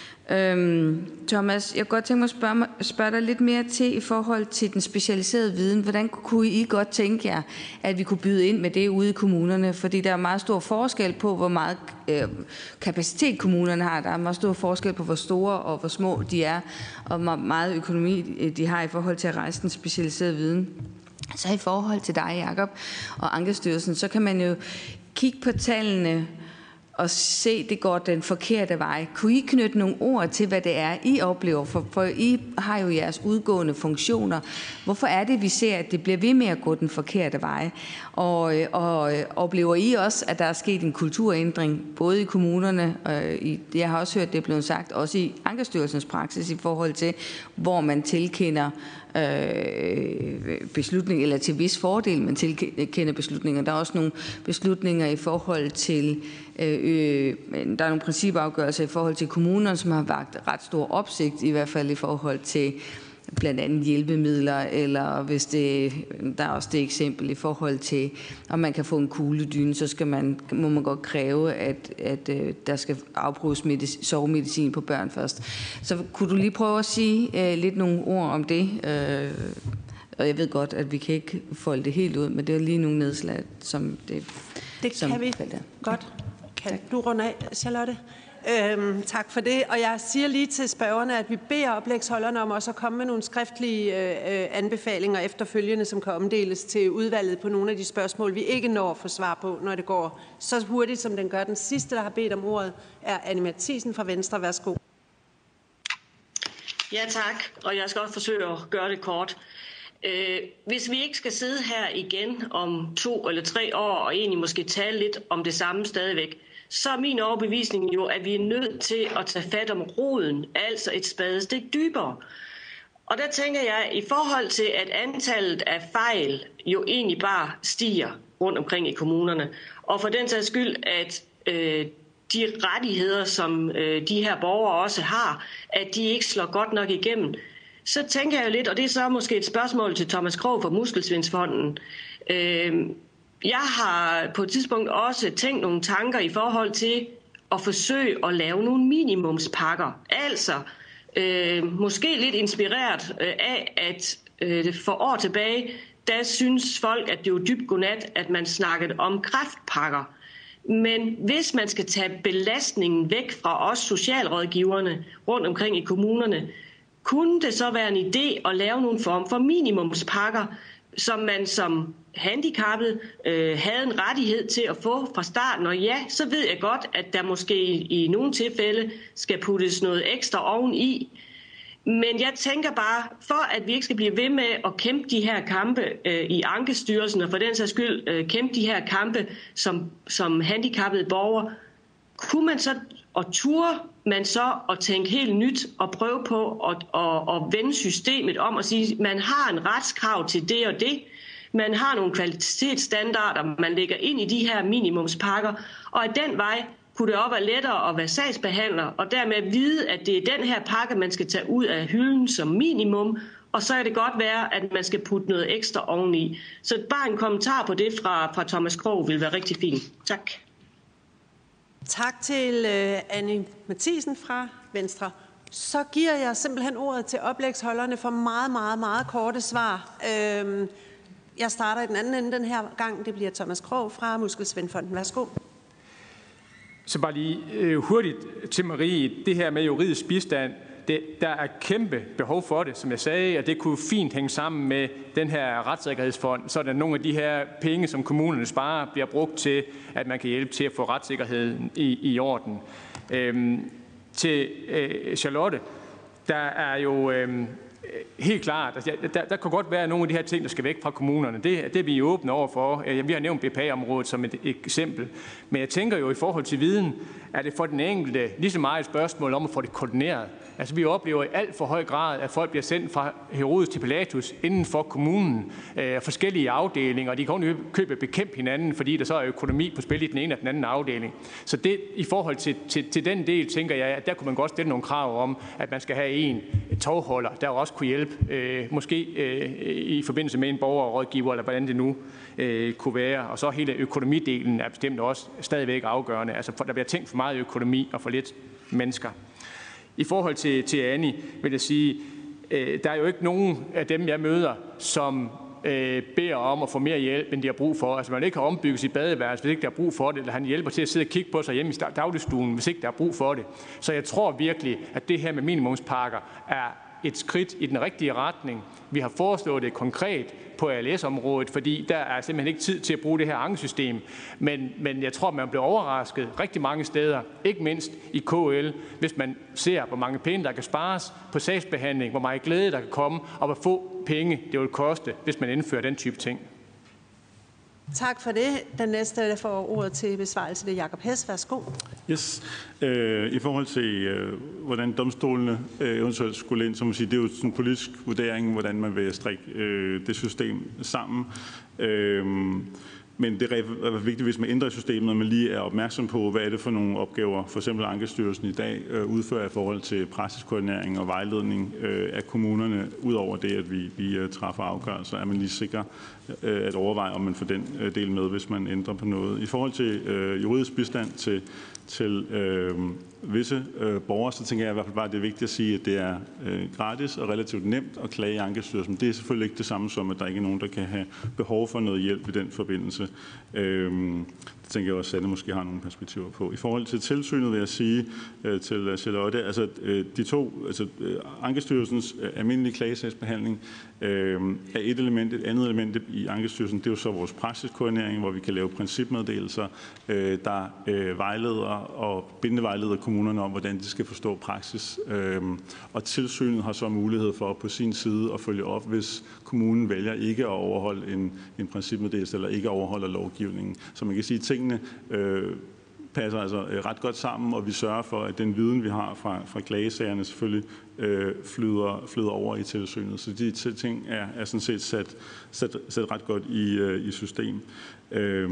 Øhm, Thomas, jeg kunne godt tænke mig at spørge, mig, spørge dig lidt mere til i forhold til den specialiserede viden. Hvordan kunne I godt tænke jer, at vi kunne byde ind med det ude i kommunerne? Fordi der er meget stor forskel på, hvor meget øh, kapacitet kommunerne har. Der er meget stor forskel på, hvor store og hvor små de er, og hvor meget økonomi de har i forhold til at rejse den specialiserede viden. Så i forhold til dig, Jacob, og Ankestyrelsen, så kan man jo kigge på tallene og se, det går den forkerte vej. Kunne I knytte nogle ord til, hvad det er, I oplever? For, for I har jo jeres udgående funktioner. Hvorfor er det, vi ser, at det bliver ved med at gå den forkerte vej? Og, og oplever I også, at der er sket en kulturændring, både i kommunerne, og i, jeg har også hørt, det er blevet sagt, også i Ankestyrelsens praksis i forhold til, hvor man tilkender beslutning, eller til vis fordel, man tilkender beslutninger. Der er også nogle beslutninger i forhold til, øh, der er nogle principafgørelser i forhold til kommunerne, som har vagt ret stor opsigt, i hvert fald i forhold til blandt andet hjælpemidler, eller hvis det, der er også det eksempel i forhold til, om man kan få en kugledyne, så skal man, må man godt kræve, at, at uh, der skal afprøves medicin, sovemedicin på børn først. Så kunne du lige prøve at sige uh, lidt nogle ord om det? Uh, og jeg ved godt, at vi kan ikke folde det helt ud, men det er lige nogle nedslag, som det Det som kan vi falder. godt. Kan du runde af, Charlotte? Øhm, tak for det, og jeg siger lige til spørgerne, at vi beder oplægsholderne om også at komme med nogle skriftlige øh, anbefalinger efterfølgende, som kan omdeles til udvalget på nogle af de spørgsmål, vi ikke når at få svar på, når det går så hurtigt, som den gør. Den sidste, der har bedt om ordet, er Anne Matthiesen fra Venstre. Værsgo. Ja, tak, og jeg skal også forsøge at gøre det kort. Øh, hvis vi ikke skal sidde her igen om to eller tre år, og egentlig måske tale lidt om det samme stadigvæk, så er min overbevisning jo, at vi er nødt til at tage fat om roden, altså et spadestik dybere. Og der tænker jeg, i forhold til, at antallet af fejl jo egentlig bare stiger rundt omkring i kommunerne, og for den sags skyld, at øh, de rettigheder, som øh, de her borgere også har, at de ikke slår godt nok igennem, så tænker jeg jo lidt, og det er så måske et spørgsmål til Thomas Krog fra Muskelsvindsfonden. Øh, Jeg har på et tidspunkt også tænkt nogle tanker i forhold til at forsøge at lave nogle minimumspakker. Altså øh, måske lidt inspireret øh, af, at øh, for år tilbage, der synes folk, at det var dybt godnat, at man snakkede om kræftpakker. Men hvis man skal tage belastningen væk fra os socialrådgiverne rundt omkring i kommunerne, kunne det så være en idé at lave nogle form for minimumspakker, som man som handicappet øh, havde en rettighed til at få fra starten? Og ja, så ved jeg godt, at der måske i, i nogle tilfælde skal puttes noget ekstra oveni. Men jeg tænker bare, for at vi ikke skal blive ved med at kæmpe de her kampe øh, i Ankestyrelsen, og for den sags skyld øh, kæmpe de her kampe som, som handicappede borgere, kunne man så, og turde man så at tænke helt nyt og prøve på at, at, at vende systemet om og sige, at man har en retskrav til det og det, man har nogle kvalitetsstandarder, man lægger ind i de her minimumspakker, og af den vej kunne det også være lettere at være sagsbehandler, og dermed vide, at det er den her pakke, man skal tage ud af hylden som minimum, og så er det godt være, at man skal putte noget ekstra oveni. Så bare en kommentar på det fra, fra Thomas Krog vil være rigtig fint. Tak. Tak til uh, Annie Matthiesen fra Venstre. Så giver jeg simpelthen ordet til oplægsholderne for meget, meget, meget korte svar. Uh, jeg starter i den anden ende den her gang. Det bliver Thomas Krog fra Muskelsvindfonden. Værsgo. Så bare lige øh, hurtigt til Marie. Det her med juridisk bistand, det, der er kæmpe behov for det, som jeg sagde, og det kunne fint hænge sammen med den her retssikkerhedsfond, så der nogle af de her penge, som kommunerne sparer, bliver brugt til, at man kan hjælpe til at få retssikkerheden i, i orden. Øhm, til øh, Charlotte, der er jo øh, helt klart, altså, der, der kan godt være nogle af de her ting, der skal væk fra kommunerne. Det, det er vi åbne over for. Vi har nævnt B P A-området som et eksempel. Men jeg tænker jo i forhold til viden, er det for den enkelte lige så meget et spørgsmål om at få det koordineret. Altså vi oplever i alt for høj grad, at folk bliver sendt fra Herodes til Pilatus inden for kommunen, øh, forskellige afdelinger, og de kan også købe bekæmpe hinanden, fordi der så er økonomi på spil i den ene og den anden afdeling. Så det i forhold til, til, til den del, tænker jeg, at der kunne man godt stille nogle krav om, at man skal have en tovholder, der også kunne hjælpe, øh, måske øh, i forbindelse med en borgerrådgiver, eller hvordan det nu øh, kunne være. Og så hele økonomidelen er bestemt også stadigvæk afgørende. Altså for, der bliver tænkt for meget økonomi og for lidt mennesker. I forhold til, til Annie vil jeg sige, øh, der er jo ikke nogen af dem, jeg møder, som øh, beder om at få mere hjælp, end de har brug for. Altså man ikke kan ombygge sit badeværelse, hvis ikke der er brug for det, eller han hjælper til at sidde og kigge på sig hjemme i dagligstuen, hvis ikke der er brug for det. Så jeg tror virkelig, at det her med minimumspakker er et skridt i den rigtige retning. Vi har foreslået det konkret på A L S-området, fordi der er simpelthen ikke tid til at bruge det her ankesystem. Men, men jeg tror, man bliver overrasket rigtig mange steder, ikke mindst i K L, hvis man ser, hvor mange penge, der kan spares på sagsbehandling, hvor meget glæde, der kan komme, og hvor få penge det vil koste, hvis man indfører den type ting. Tak for det. Den næste, der får ordet til besvarelse, det er Jacob Hess. Værsgo. Yes. Øh, I forhold til, øh, hvordan domstolene øh, eventuelt skulle ind, så må sige, det er jo sådan en politisk vurdering, hvordan man vil strikke øh, det system sammen. Øh, Men det er vigtigt, hvis man ændrer systemet, at man lige er opmærksom på, hvad er det for nogle opgaver, for eksempel Ankestyrelsen i dag øh, udfører i forhold til praksiskoordinering og vejledning øh, af kommunerne, udover det, at vi, vi øh, træffer afgørelser, er man lige sikker øh, at overveje, om man får den øh, del med, hvis man ændrer på noget. I forhold til øh, juridisk bistand til, til øh, visse øh, borgere, så tænker jeg i hvert fald bare, at det er vigtigt at sige, at det er øh, gratis og relativt nemt at klage i Ankestyrelsen. Det er selvfølgelig ikke det samme som, at der ikke er nogen, der kan have behov for noget hjælp i den forbindelse. Øh, det tænker jeg også, at Sanne måske har nogle perspektiver på. I forhold til tilsynet vil jeg sige øh, til Charlotte, altså øh, de to, altså øh, Ankestyrelsens øh, almindelige klagesagsbehandling øh, er et element. Et andet element i Ankestyrelsen, det er jo så vores praksiskoordinering, hvor vi kan lave principmeddelelser, øh, der øh, vejleder og bindevejleder kommunerne om, hvordan de skal forstå praksis. Øh, og tilsynet har så mulighed for på sin side at følge op, hvis kommunen vælger ikke at overholde en, en principmeddelelse eller ikke overholder lovgivningen. Så man kan sige, at tingene øh, passer altså ret godt sammen, og vi sørger for, at den viden, vi har fra, fra klagesagerne, selvfølgelig øh, flyder, flyder over i tilsynet. Så de ting er, er sådan set sat, sat, sat ret godt i, øh, i system. Øh,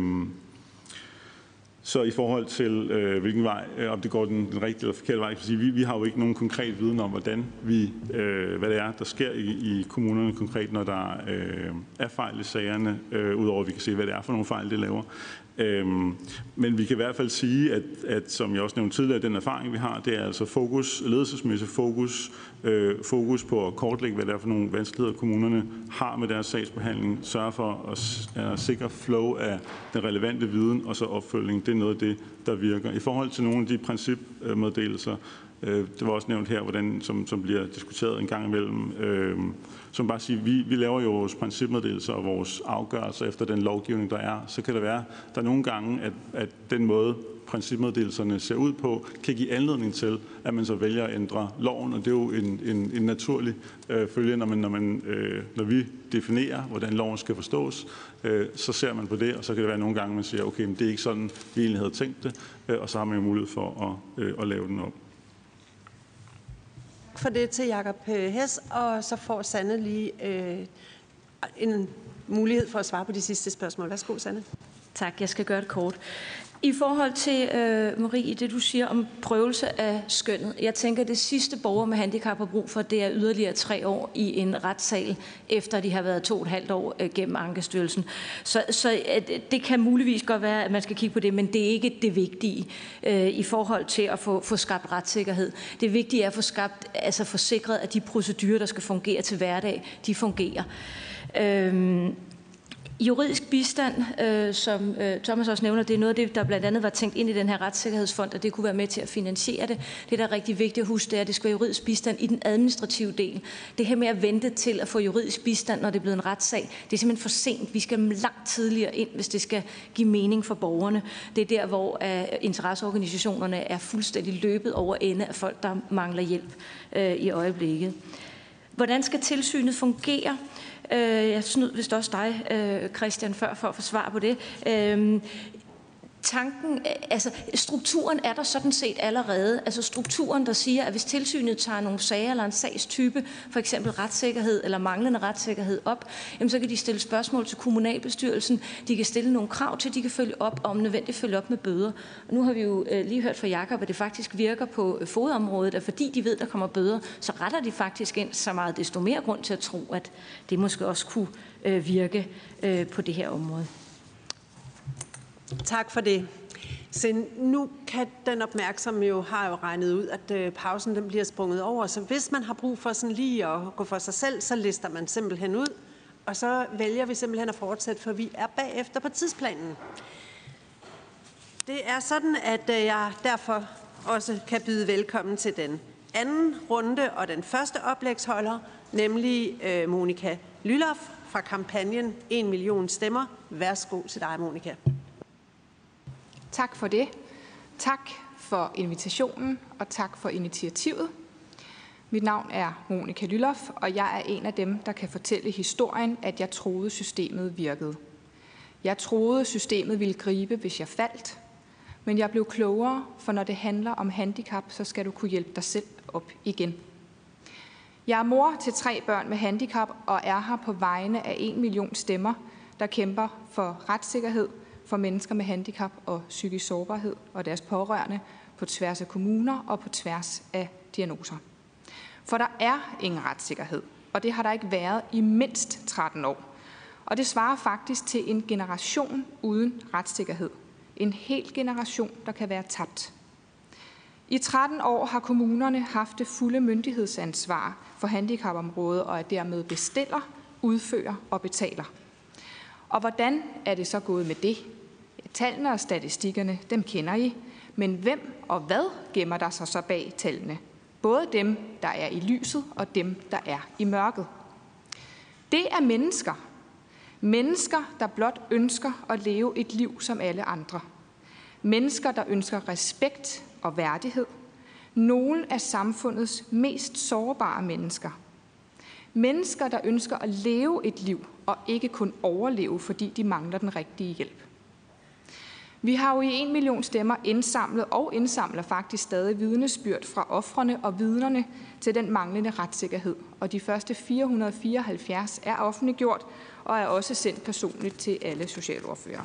Så i forhold til, øh, hvilken vej, øh, om det går den, den rigtige eller forkerte vej, kan sige, vi, vi har jo ikke nogen konkret viden om, hvordan vi, øh, hvad det er, der sker i, i kommunerne konkret, når der øh, er fejl i sagerne, øh, udover at vi kan se, hvad det er for nogle fejl, det laver. Øhm, men vi kan i hvert fald sige, at, at som jeg også nævnte tidligere, den erfaring, vi har, det er altså fokus, ledelsesmæssig fokus, øh, fokus på at kortlægge, hvad det er for nogle vanskeligheder, kommunerne har med deres sagsbehandling, sørge for at, at sikre flow af den relevante viden, og så opfølgning. Det er noget af det, der virker. I forhold til nogle af de principmeddelelser, Det var også nævnt her, hvordan, som, som bliver diskuteret en gang imellem. Som bare siger, vi, vi laver jo vores principmeddelelser og vores afgørelser efter den lovgivning, der er. Så kan det være, der er nogle gange, at, at den måde, principmeddelelserne ser ud på, kan give anledning til, at man så vælger at ændre loven, og det er jo en, en, en naturlig øh, følge, når, man, når, man, øh, når vi definerer, hvordan loven skal forstås, øh, så ser man på det, og så kan det være nogle gange, man siger, okay, men det er ikke sådan, vi egentlig havde tænkt det, øh, og så har man jo mulighed for at, øh, at lave den op. Tak for det til Jakob Hess, og så får Sanne lige øh, en mulighed for at svare på de sidste spørgsmål. Værsgo, Sanne. Tak, jeg skal gøre det kort. I forhold til, øh, Marie, det du siger om prøvelse af skønnet, jeg tænker, at det sidste borger med handicap har brug for, det er yderligere tre år i en retssal, efter de har været to og et halvt år øh, gennem Ankestyrelsen. Så, så øh, det kan muligvis godt være, at man skal kigge på det, men det er ikke det vigtige øh, i forhold til at få, få skabt retssikkerhed. Det vigtige er at få skabt, altså forsikret, at de procedurer, der skal fungere til hverdag, de fungerer. Øh, Juridisk bistand, øh, som øh, Thomas også nævner, det er noget af det, der blandt andet var tænkt ind i den her retssikkerhedsfond, og det kunne være med til at finansiere det. Det, der er rigtig vigtigt at huske, det er, at det skal være juridisk bistand i den administrative del. Det her med at vente til at få juridisk bistand, når det er blevet en retssag, det er simpelthen for sent. Vi skal langt tidligere ind, hvis det skal give mening for borgerne. Det er der, hvor uh, interesseorganisationerne er fuldstændig løbet over ende af folk, der mangler hjælp uh, i øjeblikket. Hvordan skal tilsynet fungere? Jeg snød vist også dig, Christian, før for at få svar på det. Tanken, altså strukturen er der sådan set allerede. Altså strukturen, der siger, at hvis tilsynet tager nogle sager eller en sagstype, for eksempel retssikkerhed eller manglende retssikkerhed op, jamen så kan de stille spørgsmål til kommunalbestyrelsen. De kan stille nogle krav til, at de kan følge op, og om nødvendigt følge op med bøder. Og nu har vi jo lige hørt fra Jakob, at det faktisk virker på fodområdet, at fordi de ved, der kommer bøder, så retter de faktisk ind så meget desto mere grund til at tro, at det måske også kunne virke på det her område. Tak for det. Så nu kan den opmærksomme jo har jo regnet ud, at øh, pausen den bliver sprunget over. Så hvis man har brug for sådan lige at gå for sig selv, så lister man simpelthen ud. Og så vælger vi simpelthen at fortsætte, for vi er bagefter på tidsplanen. Det er sådan, at øh, jeg derfor også kan byde velkommen til den anden runde og den første oplægsholder, nemlig øh, Monika Lylloff fra kampagnen en million stemmer. Værsgo til dig, Monika. Tak for det. Tak for invitationen, og tak for initiativet. Mit navn er Monika Lylloff, og jeg er en af dem, der kan fortælle historien, at jeg troede, systemet virkede. Jeg troede, systemet ville gribe, hvis jeg faldt, men jeg blev klogere, for når det handler om handicap, så skal du kunne hjælpe dig selv op igen. Jeg er mor til tre børn med handicap, og er her på vegne af en million stemmer, der kæmper for retssikkerhed, for mennesker med handicap og psykisk sårbarhed og deres pårørende på tværs af kommuner og på tværs af diagnoser. For der er ingen retssikkerhed, og det har der ikke været i mindst tretten år. Og det svarer faktisk til en generation uden retssikkerhed. En hel generation, der kan være tabt. I tretten år har kommunerne haft det fulde myndighedsansvar for handicapområdet og er dermed bestiller, udfører og betaler. Og hvordan er det så gået med det? Tallene og statistikkerne, dem kender I, men hvem og hvad gemmer der sig så bag tallene? Både dem, der er i lyset, og dem, der er i mørket. Det er mennesker. Mennesker, der blot ønsker at leve et liv som alle andre. Mennesker, der ønsker respekt og værdighed. Nogle af samfundets mest sårbare mennesker. Mennesker, der ønsker at leve et liv og ikke kun overleve, fordi de mangler den rigtige hjælp. Vi har jo i en million stemmer indsamlet og indsamler faktisk stadig vidnesbyrd fra ofrene og vidnerne til den manglende retssikkerhed. Og de første fire hundrede fireoghalvfjerds er offentliggjort og er også sendt personligt til alle socialordførere.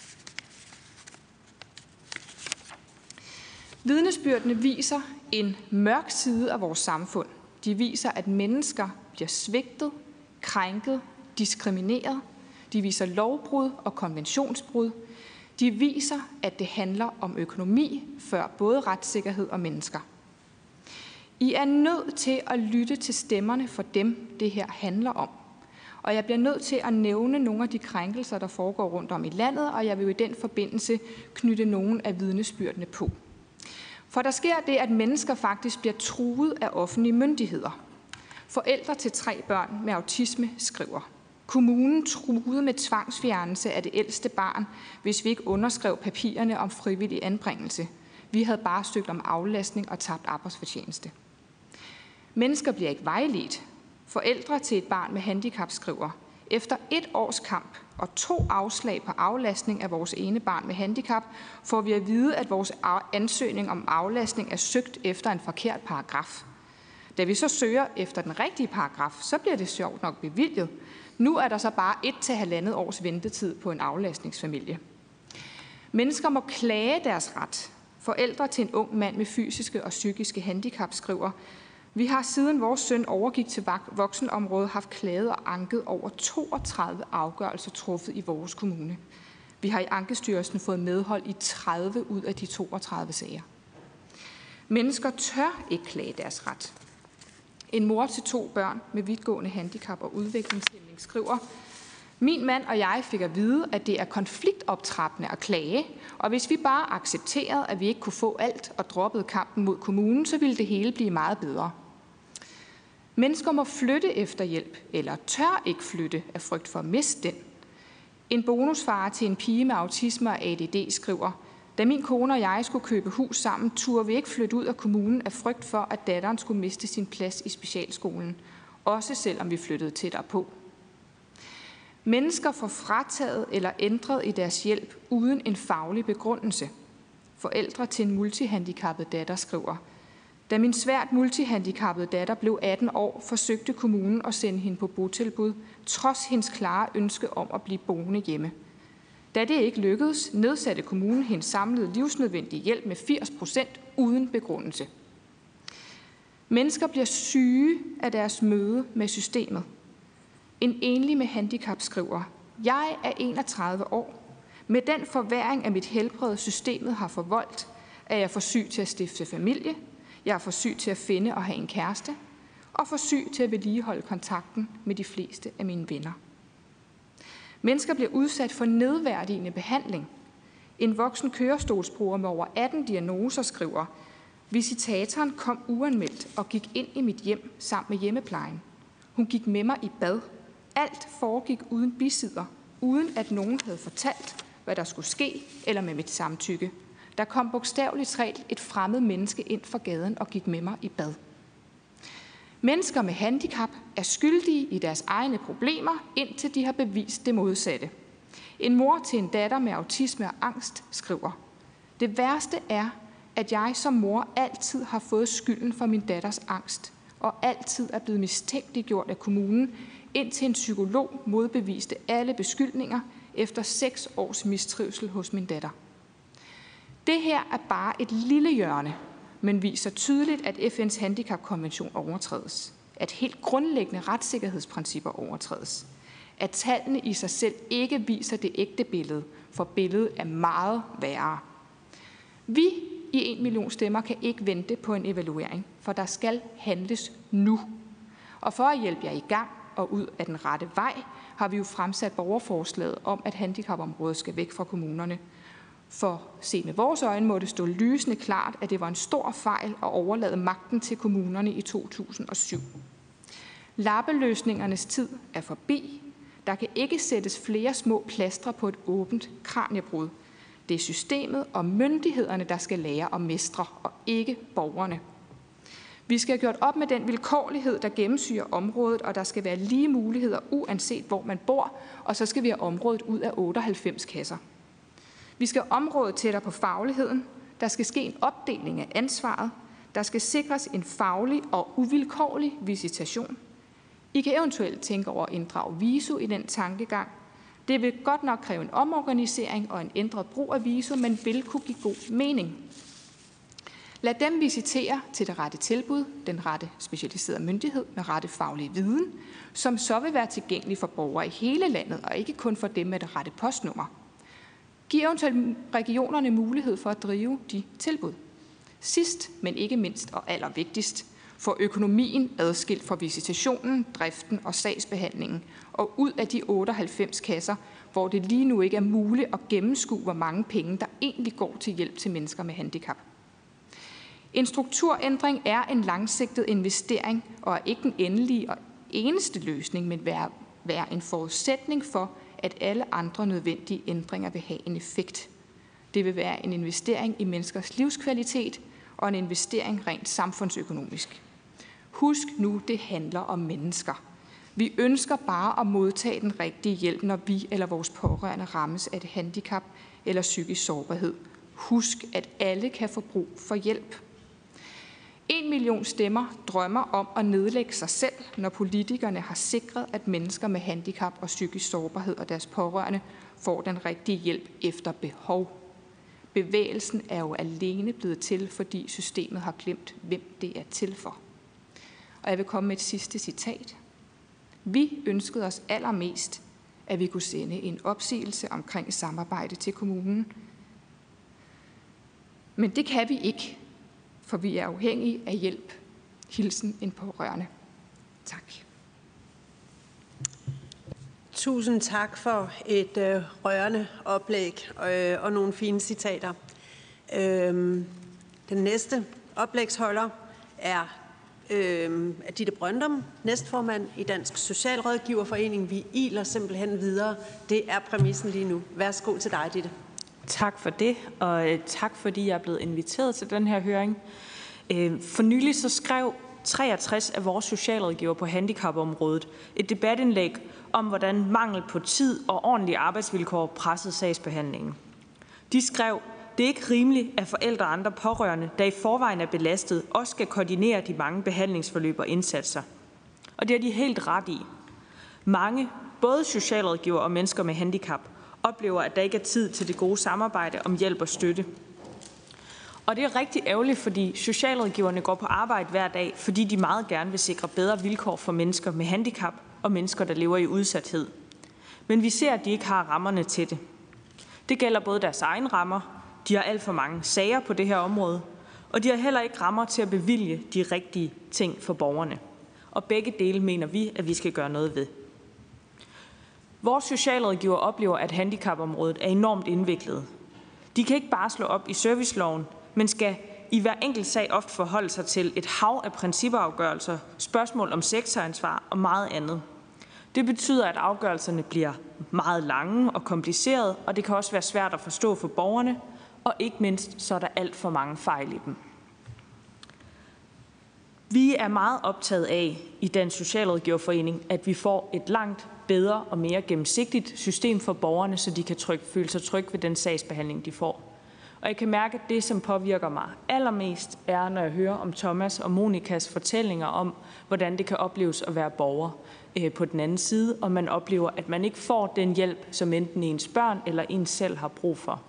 Vidnesbyrdene viser en mørk side af vores samfund. De viser, at mennesker bliver svigtet, krænket, diskrimineret. De viser lovbrud og konventionsbrud. De viser, at det handler om økonomi før både retssikkerhed og mennesker. I er nødt til at lytte til stemmerne for dem, det her handler om. Og jeg bliver nødt til at nævne nogle af de krænkelser, der foregår rundt om i landet, og jeg vil i den forbindelse knytte nogle af vidnesbyrdene på. For der sker det, at mennesker faktisk bliver truet af offentlige myndigheder. Forældre til tre børn med autisme skriver: Kommunen truede med tvangsfjernelse af det ældste barn, hvis vi ikke underskrev papirerne om frivillig anbringelse. Vi havde bare søgt om aflastning og tabt arbejdsfortjeneste. Mennesker bliver ikke vejledt. Forældre til et barn med handicap skriver: Efter et års kamp og to afslag på aflastning af vores ene barn med handicap, får vi at vide, at vores ansøgning om aflastning er søgt efter en forkert paragraf. Da vi så søger efter den rigtige paragraf, så bliver det sjovt nok bevilget. Nu er der så bare et til halvandet års ventetid på en aflastningsfamilie. Mennesker må klage deres ret. Forældre til en ung mand med fysiske og psykiske handicap skriver: Vi har siden vores søn overgik til voksenområdet haft klaget og anket over toogtredive afgørelser truffet i vores kommune. Vi har i Ankestyrelsen fået medhold i tredive ud af de toogtredive sager. Mennesker tør ikke klage deres ret. En mor til to børn med vidtgående handicap og udviklingshæmning skriver: Min mand og jeg fik at vide, at det er konfliktoptrappende at klage, og hvis vi bare accepterede, at vi ikke kunne få alt og droppede kampen mod kommunen, så ville det hele blive meget bedre. Mennesker må flytte efter hjælp, eller tør ikke flytte af frygt for at miste den. En bonusfar til en pige med autisme og A D D skriver: Da min kone og jeg skulle købe hus sammen, turde vi ikke flytte ud af kommunen af frygt for, at datteren skulle miste sin plads i specialskolen, også selvom vi flyttede tættere på. Mennesker får frataget eller ændret i deres hjælp uden en faglig begrundelse. Forældre til en multihandicappet datter skriver: Da min svært multihandicappede datter blev atten år, forsøgte kommunen at sende hende på botilbud, trods hendes klare ønske om at blive boende hjemme. Da det ikke lykkedes, nedsatte kommunen hendes samlede livsnødvendige hjælp med firs procent uden begrundelse. Mennesker bliver syge af deres møde med systemet. En enlig med handicap skriver: Jeg er enogtredive år. Med den forværring af mit helbred, systemet har forvoldt, er jeg for syg til at stifte familie, jeg er for syg til at finde og have en kæreste, og for syg til at vedligeholde kontakten med de fleste af mine venner. Mennesker bliver udsat for nedværdigende behandling. En voksen kørestolsbruger med over atten diagnoser skriver: Visitatoren kom uanmeldt og gik ind i mit hjem sammen med hjemmeplejen. Hun gik med mig i bad. Alt foregik uden bisidder, uden at nogen havde fortalt, hvad der skulle ske, eller med mit samtykke. Der kom bogstaveligt talt et fremmed menneske ind fra gaden og gik med mig i bad. Mennesker med handicap er skyldige i deres egne problemer, indtil de har bevist det modsatte. En mor til en datter med autisme og angst skriver: Det værste er, at jeg som mor altid har fået skylden for min datters angst, og altid er blevet mistænkeliggjort af kommunen, indtil en psykolog modbeviste alle beskyldninger efter seks års mistrivsel hos min datter. Det her er bare et lille hjørne, men viser tydeligt, at F N's handicapkonvention overtrædes, at helt grundlæggende retssikkerhedsprincipper overtrædes, at tallene i sig selv ikke viser det ægte billede, for billedet er meget værre. Vi i en million stemmer kan ikke vente på en evaluering, for der skal handles nu. Og for at hjælpe jer i gang og ud af den rette vej, har vi jo fremsat borgerforslaget om, at handicapområdet skal væk fra kommunerne. For set med vores øjne må det stå lysende klart, at det var en stor fejl at overlade magten til kommunerne i to tusind og syv. Lappeløsningernes tid er forbi. Der kan ikke sættes flere små plastre på et åbent kraniebrud. Det er systemet og myndighederne, der skal lære at mestre, og ikke borgerne. Vi skal have gjort op med den vilkårlighed, der gennemsyrer området, og der skal være lige muligheder, uanset hvor man bor, og så skal vi have området ud af otteoghalvfems kasser. Vi skal området tættere på fagligheden. Der skal ske en opdeling af ansvaret. Der skal sikres en faglig og uvilkårlig visitation. I kan eventuelt tænke over at inddrage VISO i den tankegang. Det vil godt nok kræve en omorganisering og en ændret brug af VISO, men vil kunne give god mening. Lad dem visitere til det rette tilbud, den rette specialiserede myndighed med rette faglige viden, som så vil være tilgængelig for borgere i hele landet, og ikke kun for dem med det rette postnummer. Giv eventuelt regionerne mulighed for at drive de tilbud. Sidst, men ikke mindst og allervigtigst, for økonomien adskilt fra visitationen, driften og sagsbehandlingen, og ud af de otteoghalvfems kasser, hvor det lige nu ikke er muligt at gennemskue, hvor mange penge, der egentlig går til hjælp til mennesker med handicap. En strukturændring er en langsigtet investering og er ikke den endelige og eneste løsning, men være, være en forudsætning for, at alle andre nødvendige ændringer vil have en effekt. Det vil være en investering i menneskers livskvalitet og en investering rent samfundsøkonomisk. Husk nu, det handler om mennesker. Vi ønsker bare at modtage den rigtige hjælp, når vi eller vores pårørende rammes af et handicap eller psykisk sårbarhed. Husk, at alle kan få brug for hjælp. En million stemmer drømmer om at nedlægge sig selv, når politikerne har sikret, at mennesker med handicap og psykisk sårbarhed og deres pårørende får den rigtige hjælp efter behov. Bevægelsen er jo alene blevet til, fordi systemet har glemt, hvem det er til for. Og jeg vil komme med et sidste citat. Vi ønskede os allermest, at vi kunne sende en opsigelse omkring samarbejde til kommunen. Men det kan vi ikke, for vi er afhængige af hjælp. Hilsen en pårørende. Tak. Tusind tak for et øh, rørende oplæg øh, og nogle fine citater. Øh, den næste oplægsholder er øh, Ditte Brøndum, næstformand i Dansk Socialrådgiverforening. Vi iler simpelthen videre. Det er præmissen lige nu. Værsgo til dig, Ditte. Tak for det, og tak fordi jeg er blevet inviteret til den her høring. For nylig så skrev treogtres af vores socialrådgiver på handicapområdet et debatindlæg om, hvordan mangel på tid og ordentlige arbejdsvilkår pressede sagsbehandlingen. De skrev, det er ikke rimeligt, at forældre og andre pårørende, der i forvejen er belastet, også skal koordinere de mange behandlingsforløb og indsatser. Og det har de helt ret i. Mange, både socialrådgiver og mennesker med handicap, oplever, at der ikke er tid til det gode samarbejde om hjælp og støtte. Og det er rigtig ærgerligt, fordi socialrådgiverne går på arbejde hver dag, fordi de meget gerne vil sikre bedre vilkår for mennesker med handicap og mennesker, der lever i udsathed. Men vi ser, at de ikke har rammerne til det. Det gælder både deres egne rammer, de har alt for mange sager på det her område, og de har heller ikke rammer til at bevilge de rigtige ting for borgerne. Og begge dele mener vi, at vi skal gøre noget ved. Vores socialrådgiver oplever, at handicapområdet er enormt indviklet. De kan ikke bare slå op i serviceloven, men skal i hver enkelt sag ofte forholde sig til et hav af principafgørelser, spørgsmål om sektoransvar og meget andet. Det betyder, at afgørelserne bliver meget lange og komplicerede, og det kan også være svært at forstå for borgerne, og ikke mindst så er der alt for mange fejl i dem. Vi er meget optaget af i Dansk Socialrådgiverforening, at vi får et langt bedre og mere gennemsigtigt system for borgerne, så de kan trykke, føle sig trygge ved den sagsbehandling, de får. Og jeg kan mærke, at det, som påvirker mig allermest, er, når jeg hører om Thomas og Monikas fortællinger om, hvordan det kan opleves at være borger øh, på den anden side, og man oplever, at man ikke får den hjælp, som enten ens børn eller ens selv har brug for.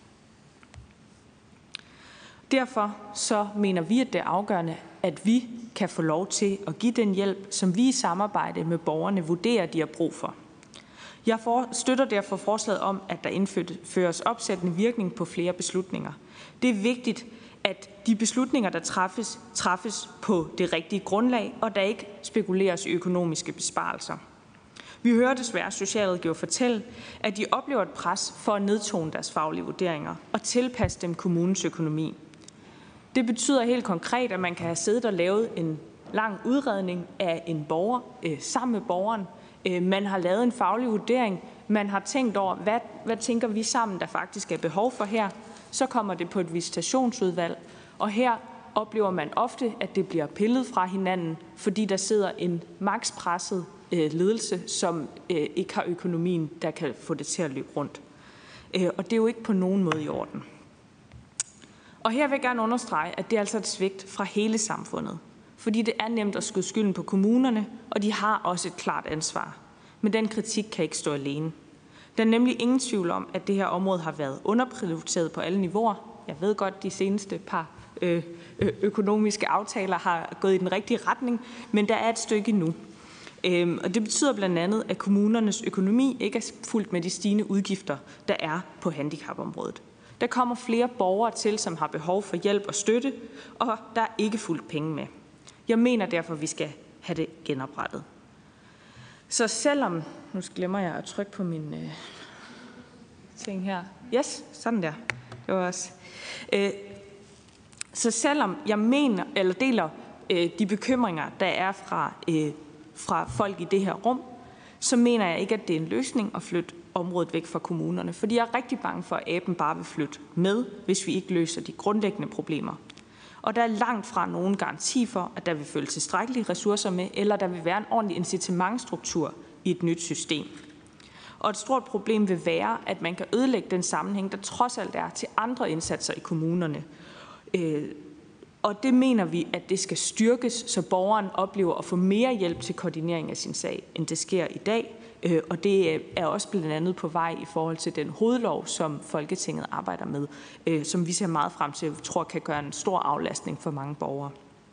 Derfor så mener vi, at det er afgørende, at vi kan få lov til at give den hjælp, som vi i samarbejde med borgerne vurderer, de har brug for. Jeg støtter derfor forslaget om, at der indføres opsættende virkning på flere beslutninger. Det er vigtigt, at de beslutninger, der træffes, træffes på det rigtige grundlag, og der ikke spekuleres i økonomiske besparelser. Vi hører desværre socialrådgiver fortælle, at de oplever et pres for at nedtone deres faglige vurderinger og tilpasse dem kommunens økonomi. Det betyder helt konkret, at man kan have siddet og lavet en lang udredning af en borger øh, sammen med borgeren. Øh, man har lavet en faglig vurdering. Man har tænkt over, hvad, hvad tænker vi sammen, der faktisk er behov for her. Så kommer det på et visitationsudvalg, og her oplever man ofte, at det bliver pillet fra hinanden, fordi der sidder en makspresset øh, ledelse, som øh, ikke har økonomien, der kan få det til at løbe rundt. Øh, og det er jo ikke på nogen måde i orden. Og her vil jeg gerne understrege, at det er altså et svigt fra hele samfundet. Fordi det er nemt at skyde skylden på kommunerne, og de har også et klart ansvar. Men den kritik kan ikke stå alene. Der er nemlig ingen tvivl om, at det her område har været underprioriteret på alle niveauer. Jeg ved godt, at de seneste par øh, økonomiske aftaler har gået i den rigtige retning, men der er et stykke nu. Øhm, og det betyder blandt andet, at kommunernes økonomi ikke er fuldt med de stigende udgifter, der er på handicapområdet. Der kommer flere borgere til, som har behov for hjælp og støtte, og der er ikke fuldt penge med. Jeg mener derfor, at vi skal have det genoprettet. Så selvom, nu glemmer jeg at trykke på min øh, ting her. Yes, sådan der. Det var også. Øh, Så selvom jeg mener, eller deler øh, de bekymringer, der er fra, øh, fra folk i det her rum, så mener jeg ikke, at det er en løsning at flytte området væk fra kommunerne. Fordi jeg er rigtig bange for, at aben bare vil flytte med, hvis vi ikke løser de grundlæggende problemer. Og der er langt fra nogen garanti for, at der vil følge tilstrækkelige ressourcer med, eller der vil være en ordentlig incitamentstruktur i et nyt system. Og et stort problem vil være, at man kan ødelægge den sammenhæng, der trods alt er til andre indsatser i kommunerne. Og det mener vi, at det skal styrkes, så borgeren oplever at få mere hjælp til koordinering af sin sag, end det sker i dag. Og det er også blandt andet på vej i forhold til den hovedlov, som Folketinget arbejder med, som vi ser meget frem til, og tror kan gøre en stor aflastning for mange borgere.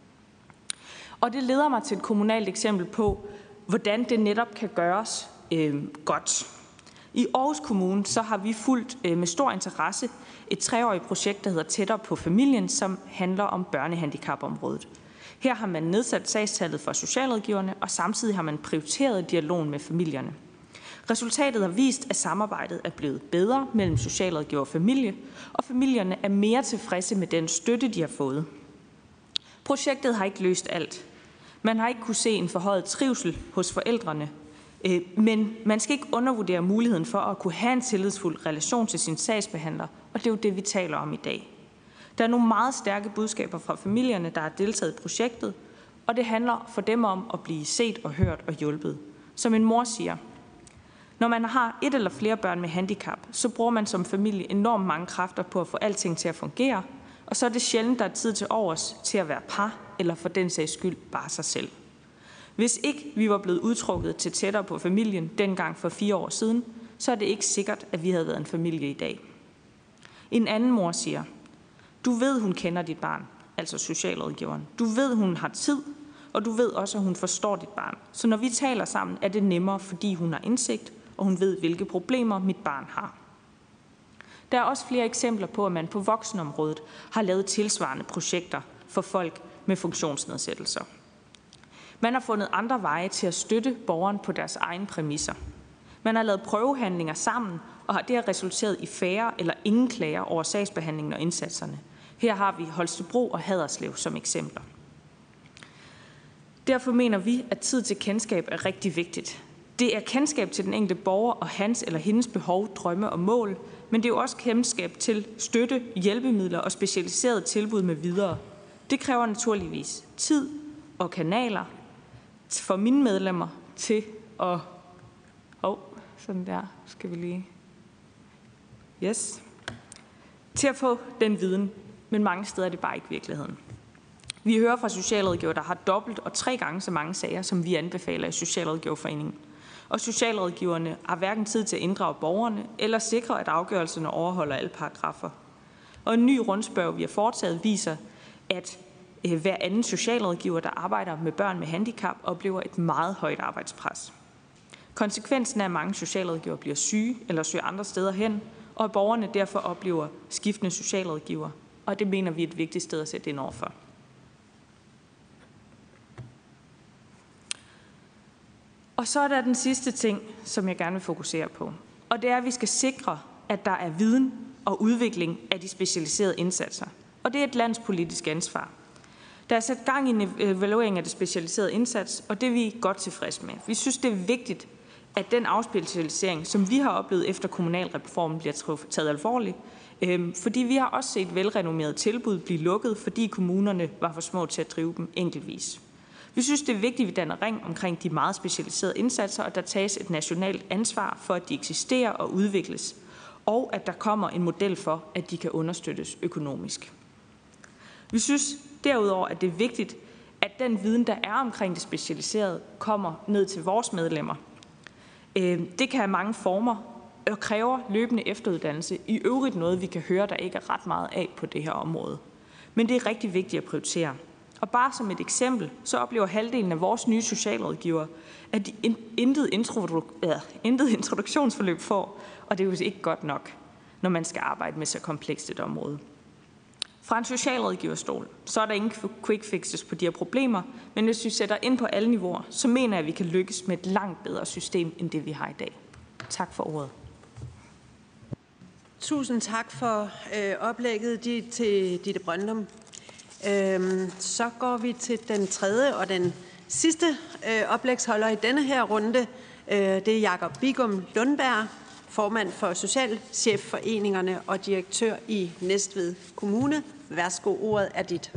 Og det leder mig til et kommunalt eksempel på, hvordan det netop kan gøres øh, godt. I Aarhus Kommune så har vi fulgt øh, med stor interesse et treårigt projekt, der hedder Tættere på familien, som handler om børnehandicapområdet. Her har man nedsat sagstallet for socialrådgiverne, og samtidig har man prioriteret dialogen med familierne. Resultatet har vist, at samarbejdet er blevet bedre mellem socialrådgiver og familie, og familierne er mere tilfredse med den støtte, de har fået. Projektet har ikke løst alt. Man har ikke kunne se en forhøjet trivsel hos forældrene, men man skal ikke undervurdere muligheden for at kunne have en tillidsfuld relation til sin sagsbehandler, og det er jo det, vi taler om i dag. Der er nogle meget stærke budskaber fra familierne, der har deltaget i projektet, og det handler for dem om at blive set og hørt og hjulpet. Som en mor siger, når man har et eller flere børn med handicap, så bruger man som familie enormt mange kræfter på at få alting til at fungere, og så er det sjældent, der er tid til overs til at være par, eller for den sags skyld bare sig selv. Hvis ikke vi var blevet udtrukket til Tættere på familien dengang for fire år siden, så er det ikke sikkert, at vi havde været en familie i dag. En anden mor siger, du ved, hun kender dit barn, altså socialrådgiveren. Du ved, hun har tid, og du ved også, at hun forstår dit barn. Så når vi taler sammen, er det nemmere, fordi hun har indsigt, og hun ved, hvilke problemer mit barn har. Der er også flere eksempler på, at man på voksenområdet har lavet tilsvarende projekter for folk med funktionsnedsættelser. Man har fundet andre veje til at støtte borgeren på deres egne præmisser. Man har lavet prøvehandlinger sammen, og det har resulteret i færre eller ingen klager over sagsbehandlingen og indsatserne. Her har vi Holstebro og Haderslev som eksempler. Derfor mener vi, at tid til kendskab er rigtig vigtigt. Det er kendskab til den enkelte borger og hans eller hendes behov, drømme og mål, men det er jo også kendskab til støtte, hjælpemidler og specialiserede tilbud med videre. Det kræver naturligvis tid og kanaler for mine medlemmer til at... Hov, sådan der skal vi lige... Yes. Til at få den viden, men mange steder er det bare ikke virkeligheden. Vi hører fra socialrådgiver, der har dobbelt og tre gange så mange sager, som vi anbefaler i Socialrådgiverforeningen. Og socialrådgiverne har hverken tid til at inddrage borgerne eller sikre, at afgørelserne overholder alle paragrafer. Og en ny rundspørg, vi har foretaget, viser, at hver anden socialrådgiver, der arbejder med børn med handicap, oplever et meget højt arbejdspres. Konsekvensen er, at mange socialrådgiver bliver syge eller søger andre steder hen, og at borgerne derfor oplever skiftende socialrådgiver. Og det mener vi er et vigtigt sted at sætte ind overfor. Og så er der den sidste ting, som jeg gerne vil fokusere på. Og det er, at vi skal sikre, at der er viden og udvikling af de specialiserede indsatser. Og det er et landspolitisk ansvar. Der er sat gang i en evaluering af det specialiserede indsats, og det er vi godt tilfreds med. Vi synes, det er vigtigt, at den afspecialisering, som vi har oplevet efter kommunalreformen, bliver taget alvorligt. Fordi vi har også set velrenommerede tilbud blive lukket, fordi kommunerne var for små til at drive dem enkeltvis. Vi synes, det er vigtigt, at vi danner ring omkring de meget specialiserede indsatser, og der tages et nationalt ansvar for, at de eksisterer og udvikles, og at der kommer en model for, at de kan understøttes økonomisk. Vi synes derudover, at det er vigtigt, at den viden, der er omkring det specialiserede, kommer ned til vores medlemmer. Det kan have mange former og kræver løbende efteruddannelse. I øvrigt noget, vi kan høre, der ikke er ret meget af på det her område. Men det er rigtig vigtigt at prioritere. Og bare som et eksempel, så oplever halvdelen af vores nye socialrådgivere, at de intet, introdu- ja, intet introduktionsforløb får, og det er jo ikke godt nok, når man skal arbejde med så komplekst et område. Fra en socialrådgiverstol, så er der ingen quick fixes på de her problemer, men hvis vi sætter ind på alle niveauer, så mener jeg, at vi kan lykkes med et langt bedre system, end det vi har i dag. Tak for ordet. Tusind tak for øh, oplægget til Ditte Brøndum. Øhm, så går vi til den tredje og den sidste øh, oplægsholder i denne her runde. Øh, det er Jakob Bigum Lundberg, formand for Socialchefforeningerne og direktør i Næstved Kommune. Værsgo, ordet er dit.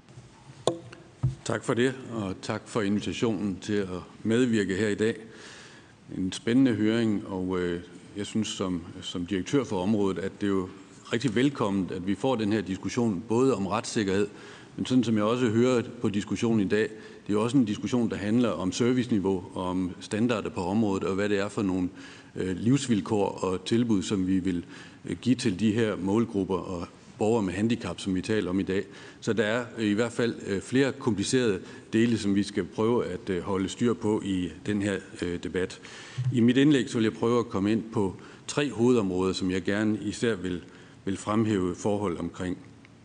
Tak for det, og tak for invitationen til at medvirke her i dag. En spændende høring, og øh, jeg synes som, som direktør for området, at det er jo rigtig velkomment, at vi får den her diskussion, både om retssikkerhed, men sådan som jeg også hører på diskussionen i dag, det er jo også en diskussion, der handler om serviceniveau, om standarder på området, og hvad det er for nogle øh, livsvilkår og tilbud, som vi vil øh, give til de her målgrupper og borgere med handicap, som vi taler om i dag. Så der er i hvert fald øh, flere komplicerede dele, som vi skal prøve at øh, holde styr på i den her øh, debat. I mit indlæg så vil jeg prøve at komme ind på tre hovedområder, som jeg gerne især vil, vil fremhæve forhold omkring.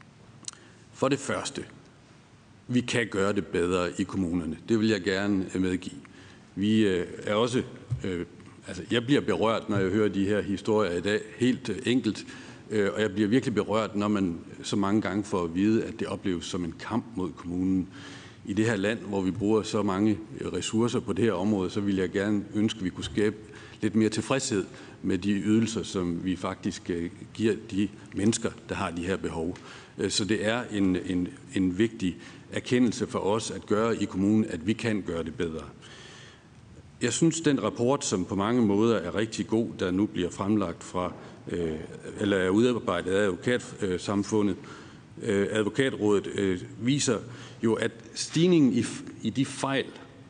For det første, vi kan gøre det bedre i kommunerne. Det vil jeg gerne medgive. Vi øh, er også, øh, altså jeg bliver berørt, når jeg hører de her historier i dag, helt øh, enkelt, øh, og jeg bliver virkelig berørt, når man så mange gange får at vide, at det opleves som en kamp mod kommunen. I det her land, hvor vi bruger så mange ressourcer på det her område, så vil jeg gerne ønske, at vi kunne skabe lidt mere tilfredshed med de ydelser, som vi faktisk øh, giver de mennesker, der har de her behov. Så det er en, en, en vigtig erkendelse for os at gøre i kommunen, at vi kan gøre det bedre. Jeg synes, den rapport, som på mange måder er rigtig god, der nu bliver fremlagt fra, øh, eller er udarbejdet af advokatsamfundet, øh, advokatrådet, øh, viser jo, at stigningen i, i de fejl,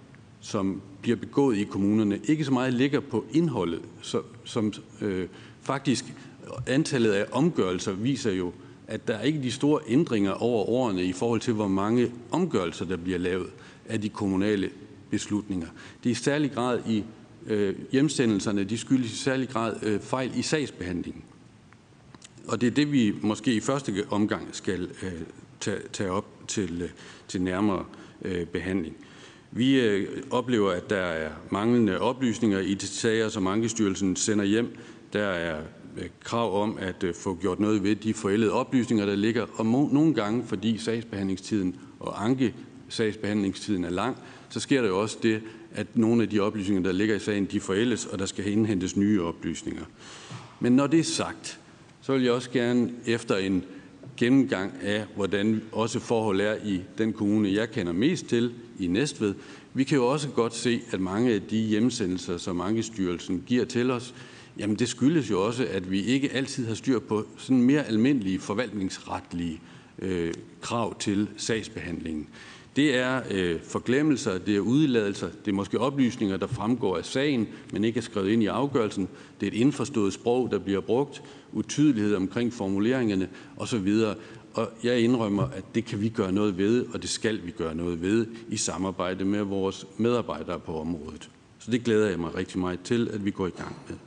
som bliver begået i kommunerne, ikke så meget ligger på indholdet, så, som øh, faktisk antallet af omgørelser viser jo, at der er ikke de store ændringer over årene i forhold til, hvor mange omgørelser, der bliver lavet af de kommunale beslutninger. Det er i særlig grad i øh, hjemsendelserne, de skyldes i særlig grad øh, fejl i sagsbehandlingen. Og det er det, vi måske i første omgang skal øh, tage, tage op til, øh, til nærmere øh, behandling. Vi øh, oplever, at der er manglende oplysninger i de sager, som Ankestyrelsen sender hjem. Der er krav om at få gjort noget ved de forældede oplysninger, der ligger, og nogle gange, fordi sagsbehandlingstiden og ankesagsbehandlingstiden er lang, så sker der jo også det, at nogle af de oplysninger, der ligger i sagen, de forældes, og der skal indhentes nye oplysninger. Men når det er sagt, så vil jeg også gerne efter en gennemgang af, hvordan også forhold er i den kommune, jeg kender mest til, i Næstved. Vi kan jo også godt se, at mange af de hjemsendelser, som Ankestyrelsen giver til os, jamen det skyldes jo også, at vi ikke altid har styr på sådan mere almindelige forvaltningsretlige øh, krav til sagsbehandlingen. Det er øh, forglemmelser, det er udeladelser, det er måske oplysninger, der fremgår af sagen, men ikke er skrevet ind i afgørelsen. Det er et indforstået sprog, der bliver brugt, utydelighed omkring formuleringerne osv. Og jeg indrømmer, at det kan vi gøre noget ved, og det skal vi gøre noget ved i samarbejde med vores medarbejdere på området. Så det glæder jeg mig rigtig meget til, at vi går i gang med.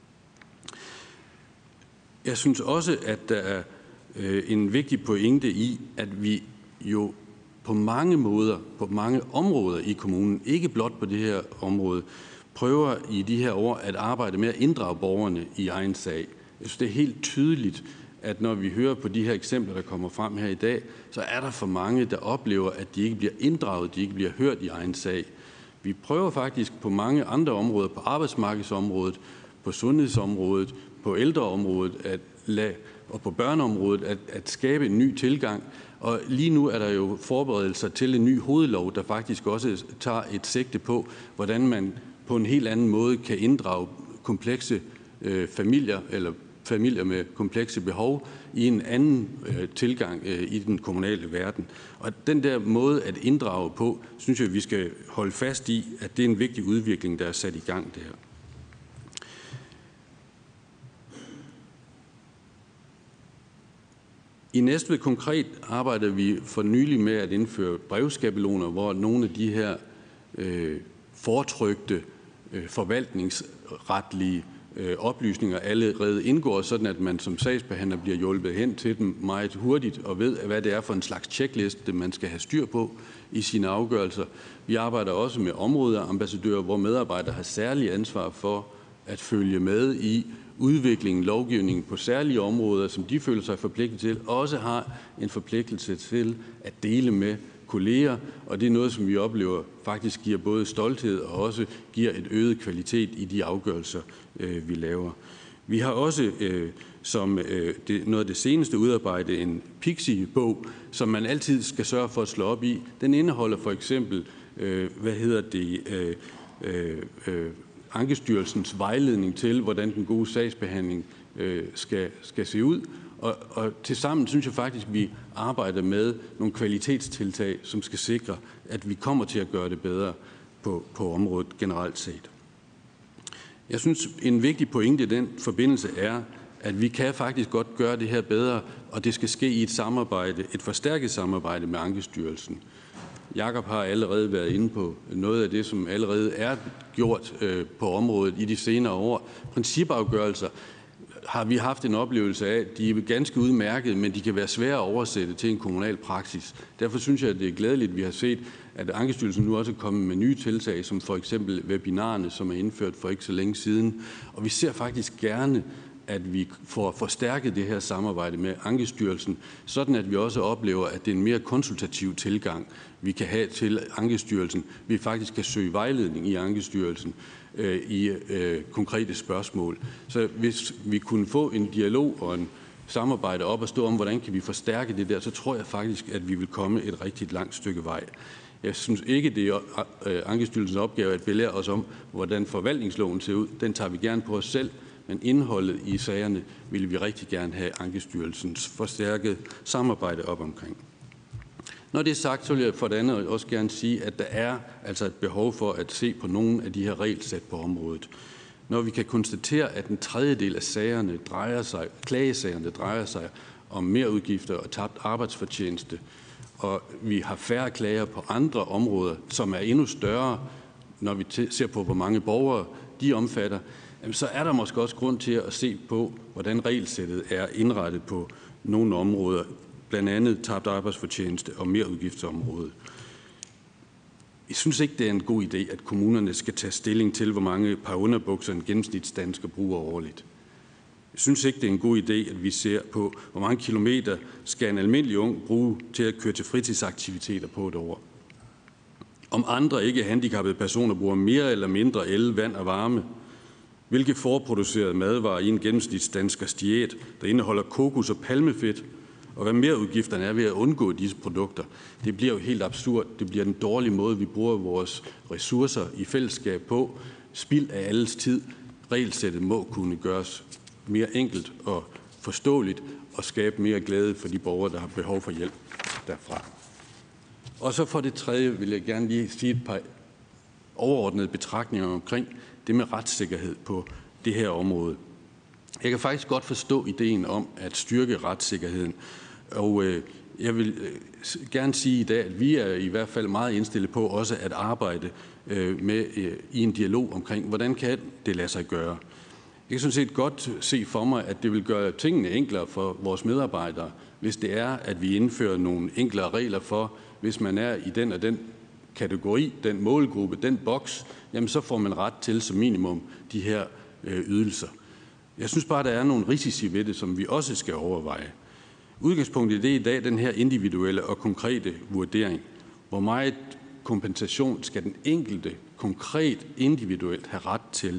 Jeg synes også, at der er øh, en vigtig pointe i, at vi jo på mange måder, på mange områder i kommunen, ikke blot på det her område, prøver i de her år at arbejde med at inddrage borgerne i egen sag. Jeg synes, det er helt tydeligt, at når vi hører på de her eksempler, der kommer frem her i dag, så er der for mange, der oplever, at de ikke bliver inddraget, de ikke bliver hørt i egen sag. Vi prøver faktisk på mange andre områder, på arbejdsmarkedsområdet, på sundhedsområdet, på ældreområdet at lade, og på børneområdet at, at skabe en ny tilgang. Og lige nu er der jo forberedelser til en ny hovedlov, der faktisk også tager et sigte på, hvordan man på en helt anden måde kan inddrage komplekse øh, familier eller familier med komplekse behov i en anden øh, tilgang øh, i den kommunale verden. Og den der måde at inddrage på, synes jeg, vi skal holde fast i, at det er en vigtig udvikling, der er sat i gang der. I Næstved konkret arbejder vi for nylig med at indføre brevskabeloner, hvor nogle af de her øh, foretrykte øh, forvaltningsretlige øh, oplysninger allerede indgår, sådan at man som sagsbehandler bliver hjulpet hen til dem meget hurtigt og ved, hvad det er for en slags checkliste, man skal have styr på i sine afgørelser. Vi arbejder også med områdeambassadører, hvor medarbejdere har særlig ansvar for at følge med i, udviklingen, lovgivningen på særlige områder, som de føler sig forpligtet til, også har en forpligtelse til at dele med kolleger, og det er noget, som vi oplever faktisk giver både stolthed og også giver et øget kvalitet i de afgørelser, øh, vi laver. Vi har også øh, som øh, det, noget af det seneste udarbejdet en Pixie-bog, som man altid skal sørge for at slå op i. Den indeholder for eksempel, øh, hvad hedder det, øh, øh, øh, Ankestyrelsens vejledning til, hvordan den gode sagsbehandling øh, skal, skal se ud. Og, og tilsammen synes jeg faktisk, at vi arbejder med nogle kvalitetstiltag, som skal sikre, at vi kommer til at gøre det bedre på, på området generelt set. Jeg synes, en vigtig pointe i den forbindelse er, at vi kan faktisk godt gøre det her bedre, og det skal ske i et samarbejde, et forstærket samarbejde med Ankestyrelsen. Jakob har allerede været inde på noget af det, som allerede er gjort øh, på området i de senere år. Principafgørelser har vi haft en oplevelse af, at de er ganske udmærket, men de kan være svære at oversætte til en kommunal praksis. Derfor synes jeg, at det er glædeligt, at vi har set, at Ankestyrelsen nu også er kommet med nye tiltag, som for eksempel webinarerne, som er indført for ikke så længe siden. Og vi ser faktisk gerne, at vi får forstærket det her samarbejde med Ankestyrelsen, sådan at vi også oplever, at det er en mere konsultativ tilgang, vi kan have til Ankestyrelsen. Vi faktisk kan søge vejledning i Ankestyrelsen øh, i øh, konkrete spørgsmål. Så hvis vi kunne få en dialog og en samarbejde op og stå om, hvordan kan vi forstærke det der, så tror jeg faktisk, at vi vil komme et rigtig langt stykke vej. Jeg synes ikke, det er Ankestyrelsens opgave at belære os om, hvordan forvaltningsloven ser ud. Den tager vi gerne på os selv. Men indholdet i sagerne vil vi rigtig gerne have Ankestyrelsens forstærket samarbejde op omkring. Når det er sagt, så vil jeg for det andet også gerne sige, at der er altså et behov for at se på nogle af de her regelsæt på området. Når vi kan konstatere, at en tredjedel af sagerne drejer sig, klagesagerne drejer sig om merudgifter og tabt arbejdsfortjeneste, og vi har færre klager på andre områder, som er endnu større, når vi ser på, hvor mange borgere de omfatter, så er der måske også grund til at se på, hvordan regelsættet er indrettet på nogle områder, blandt andet tabt arbejdsfortjeneste og merudgiftsområdet. Jeg synes ikke, det er en god idé, at kommunerne skal tage stilling til, hvor mange par underbukser en gennemsnitsdansker bruger årligt. Jeg synes ikke, det er en god idé, at vi ser på, hvor mange kilometer skal en almindelig ung bruge til at køre til fritidsaktiviteter på et år. Om andre ikke handicappede personer bruger mere eller mindre el, vand og varme. Hvilke forproducerede madvarer i en gennemsnitsdanskers diæt, der indeholder kokos og palmefedt, og hvad merudgifterne er ved at undgå disse produkter. Det bliver jo helt absurd. Det bliver den dårlige måde, vi bruger vores ressourcer i fællesskab på. Spild af alles tid. Regelsættet må kunne gøres mere enkelt og forståeligt og skabe mere glæde for de borgere, der har behov for hjælp derfra. Og så for det tredje vil jeg gerne lige sige et par overordnede betragtninger omkring det med retssikkerhed på det her område. Jeg kan faktisk godt forstå ideen om at styrke retssikkerheden, og øh, jeg vil øh, gerne sige i dag, at vi er i hvert fald meget indstillet på også at arbejde øh, med øh, i en dialog omkring, hvordan kan det lade sig gøre. Jeg kan sådan set godt se for mig, at det vil gøre tingene enklere for vores medarbejdere, hvis det er, at vi indfører nogle enklere regler for, hvis man er i den og den kategori, den målgruppe, den boks, jamen så får man ret til som minimum de her øh, ydelser. Jeg synes bare, der er nogle risici ved det, som vi også skal overveje. Udgangspunktet i det i dag, den her individuelle og konkrete vurdering. Hvor meget kompensation skal den enkelte konkret individuelt have ret til?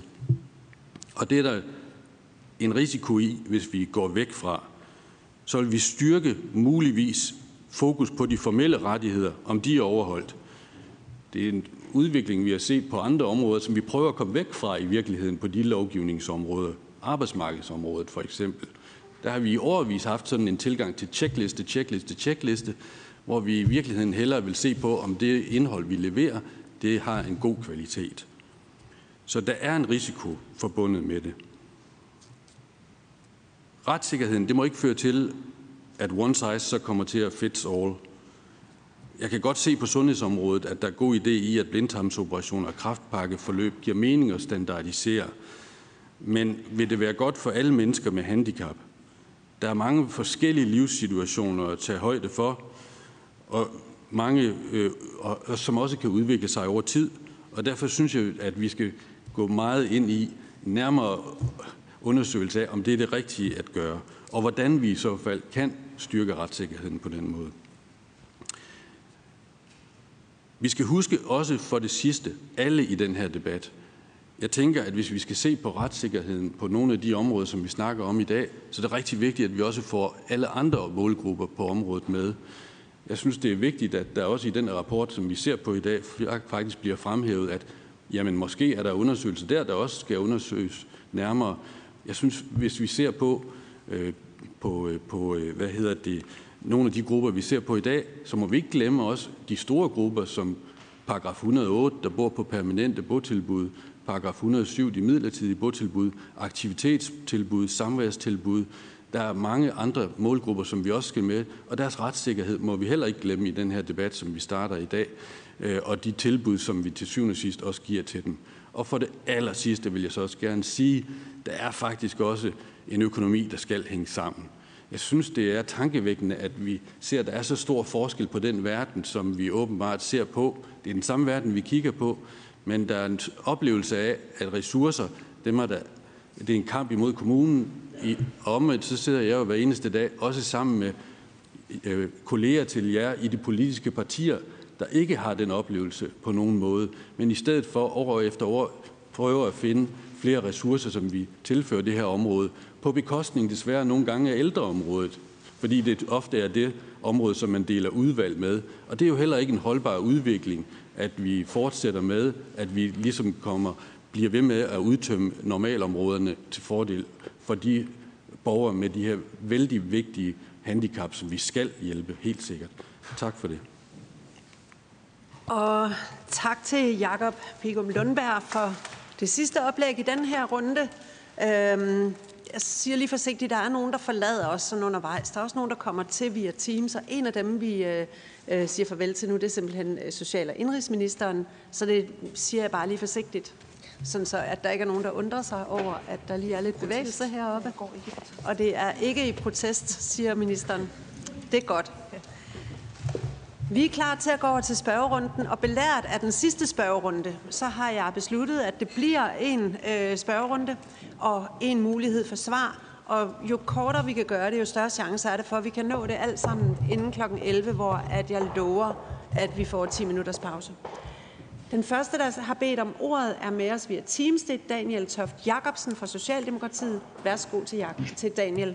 Og det er der en risiko i, hvis vi går væk fra. Så vil vi styrke muligvis fokus på de formelle rettigheder, om de er overholdt. Det er en udvikling, vi har set på andre områder, som vi prøver at komme væk fra i virkeligheden på de lovgivningsområder. Arbejdsmarkedsområdet for eksempel. Der har vi i årevis haft sådan en tilgang til checkliste, checkliste, checkliste, hvor vi i virkeligheden hellere vil se på, om det indhold, vi leverer, det har en god kvalitet. Så der er en risiko forbundet med det. Retssikkerheden, det må ikke føre til, at one size så kommer til at fits all. Jeg kan godt se på sundhedsområdet, at der er god idé i, at blindtarmsoperationer og kræftpakkeforløb giver mening at standardisere. Men vil det være godt for alle mennesker med handicap? Der er mange forskellige livssituationer at tage højde for, og mange, øh, og, som også kan udvikle sig over tid. Og derfor synes jeg, at vi skal gå meget ind i nærmere undersøgelse af, om det er det rigtige at gøre, og hvordan vi i så fald kan styrke retssikkerheden på den måde. Vi skal huske også for det sidste, alle i den her debat. Jeg tænker, at hvis vi skal se på retssikkerheden på nogle af de områder, som vi snakker om i dag, så er det rigtig vigtigt, at vi også får alle andre målgrupper på området med. Jeg synes, det er vigtigt, at der også i den rapport, som vi ser på i dag, faktisk bliver fremhævet, at jamen, måske er der undersøgelser der, der også skal undersøges nærmere. Jeg synes, hvis vi ser på, øh, på, på hvad hedder det, nogle af de grupper, vi ser på i dag, så må vi ikke glemme også de store grupper, som paragraf et hundrede og otte, der bor på permanente botilbud, paragraf et hundrede og syv, de midlertidige botilbud, aktivitetstilbud, samværstilbud. Der er mange andre målgrupper, som vi også skal med, og deres retssikkerhed må vi heller ikke glemme i den her debat, som vi starter i dag, og de tilbud, som vi til syvende og sidst også giver til dem. Og for det aller sidste vil jeg så også gerne sige, der er faktisk også en økonomi, der skal hænge sammen. Jeg synes, det er tankevækkende, at vi ser, at der er så stor forskel på den verden, som vi åbenbart ser på. Det er den samme verden, vi kigger på, men der er en oplevelse af, at ressourcer, dem er der, det er en kamp imod kommunen. I omvendt så sidder jeg jo hver eneste dag, også sammen med øh, kolleger til jer i de politiske partier, der ikke har den oplevelse på nogen måde, men i stedet for år efter år prøver at finde flere ressourcer, som vi tilfører det her område, på bekostning desværre nogle gange af ældreområdet, fordi det ofte er det område, som man deler udvalg med. Og det er jo heller ikke en holdbar udvikling, at vi fortsætter med, at vi ligesom kommer, bliver ved med at udtømme normalområderne til fordel for de borgere med de her vældig vigtige handicap, som vi skal hjælpe, helt sikkert. Tak for det. Og tak til Jakob Pigum Lundberg for det sidste oplæg i den her runde. Øhm, jeg siger lige forsigtigt, der er nogen, der forlader os sådan undervejs. Der er også nogen, der kommer til via Teams, og en af dem, vi øh, øh, siger farvel til nu, det er simpelthen social- og indrigsministeren. Så det siger jeg bare lige forsigtigt, sådan så at der ikke er nogen, der undrer sig over, at der lige er lidt bevægelse heroppe. Og det er ikke i protest, siger ministeren. Det er godt. Vi er klar til at gå over til spørgerunden, og belært af den sidste spørgerunde, så har jeg besluttet, at det bliver en øh, spørgerunde og en mulighed for svar. Og jo kortere vi kan gøre det, jo større chance er det for, at vi kan nå det alt sammen inden klokken elleve, hvor at jeg lover, at vi får ti minutters pause. Den første, der har bedt om ordet, er med os via Teams. Det er Daniel Toft Jakobsen fra Socialdemokratiet. Værsgo til, Jak- til Daniel.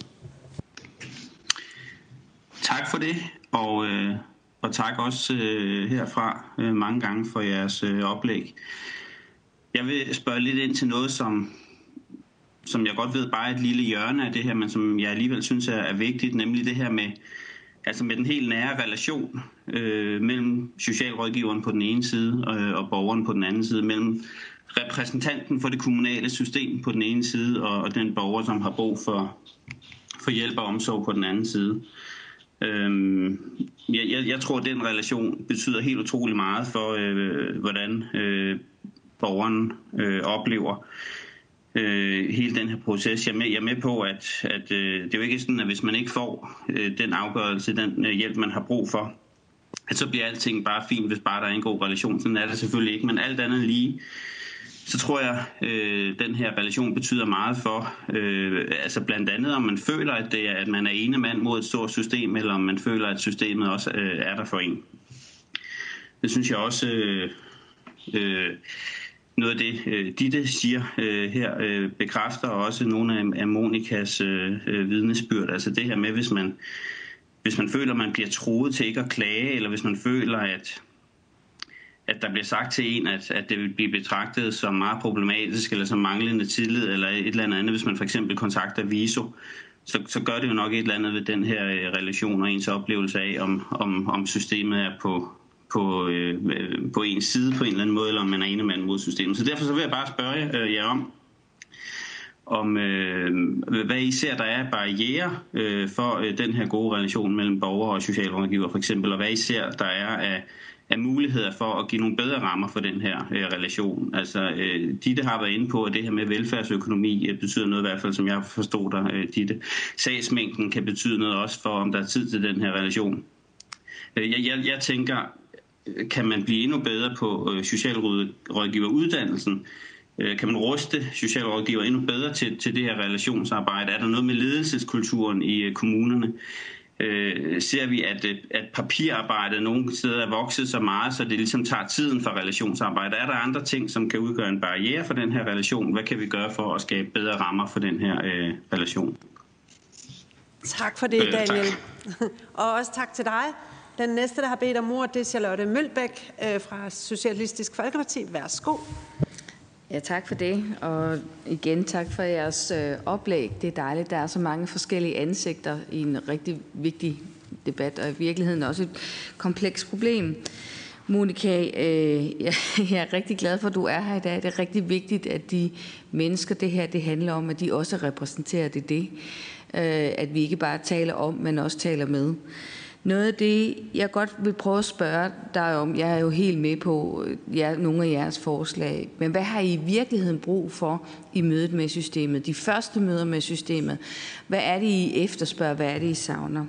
Tak for det, og... Øh Og tak også øh, herfra øh, mange gange for jeres øh, oplæg. Jeg vil spørge lidt ind til noget, som, som jeg godt ved bare er et lille hjørne af det her, men som jeg alligevel synes er, er vigtigt, nemlig det her med, altså med den helt nære relation øh, mellem socialrådgiveren på den ene side øh, og borgeren på den anden side, mellem repræsentanten for det kommunale system på den ene side og, og den borger, som har brug for, for hjælp og omsorg på den anden side. Øhm, jeg, jeg, jeg tror, at den relation betyder helt utrolig meget for, øh, hvordan øh, borgeren øh, oplever øh, hele den her proces. Jeg er med, jeg er med på, at, at øh, det er jo ikke sådan, at hvis man ikke får øh, den afgørelse, den øh, hjælp, man har brug for, at så bliver alting bare fint, hvis bare der er en god relation. Sådan er det selvfølgelig ikke, men alt andet lige, så tror jeg, øh, den her relation betyder meget for, øh, altså blandt andet om man føler, at, det er, at man er ene mand mod et stort system, eller om man føler, at systemet også øh, er der for en. Det synes jeg også, øh, øh, noget af det, øh, Ditte siger øh, her, øh, bekræfter også nogle af, af Monikas øh, øh, vidnesbyrd. Altså det her med, hvis man, hvis man føler, at man bliver truet til ikke at klage, eller hvis man føler, at at der bliver sagt til en, at, at det vil blive betragtet som meget problematisk, eller som manglende tillid, eller et eller andet, hvis man for eksempel kontakter VISO, så, så gør det jo nok et eller andet ved den her relation og ens oplevelse af, om, om, om systemet er på, på, øh, på ens side på en eller anden måde, eller om man er ene mand mod systemet. Så derfor så vil jeg bare spørge øh, jer om, om øh, hvad I ser, der er barrierer øh, for øh, den her gode relation mellem borgere og socialrådgiver for eksempel, og hvad I ser, der er af af muligheder for at give nogle bedre rammer for den her øh, relation. Altså, øh, Ditte har været inde på, at det her med velfærdsøkonomi øh, betyder noget, i hvert fald som jeg forstod dig, øh, Ditte. Sagsmængden kan betyde noget også for, om der er tid til den her relation. Øh, jeg, jeg, jeg tænker, kan man blive endnu bedre på øh, socialrådgiveruddannelsen, Kan man ruste socialrådgiver endnu bedre til, til det her relationsarbejde? Er der noget med ledelseskulturen i kommunerne? Øh, ser vi, at, at papirarbejdet nogle steder er vokset så meget, så det ligesom tager tiden for relationsarbejde? Er der andre ting, som kan udgøre en barriere for den her relation? Hvad kan vi gøre for at skabe bedre rammer for den her øh, relation? Tak for det, Daniel. Øh, tak. Og også tak til dig. Den næste, der har bedt om ordet, det er Charlotte Mølbæk øh, fra Socialistisk Folkeparti. Værsgo. Ja, tak for det. Og igen tak for jeres øh, oplæg. Det er dejligt, der er så mange forskellige ansigter i en rigtig vigtig debat, og i virkeligheden også et komplekst problem. Monika, øh, jeg, jeg er rigtig glad for, at du er her i dag. Det er rigtig vigtigt, at de mennesker, det her det handler om, at de også repræsenterer det. det. Øh, at vi ikke bare taler om, men også taler med. Noget af det, jeg godt vil prøve at spørge dig om, jeg er jo helt med på ja, nogle af jeres forslag, men hvad har I i virkeligheden brug for i mødet med systemet? De første møder med systemet. Hvad er det, I efterspørger? Hvad er det, I savner?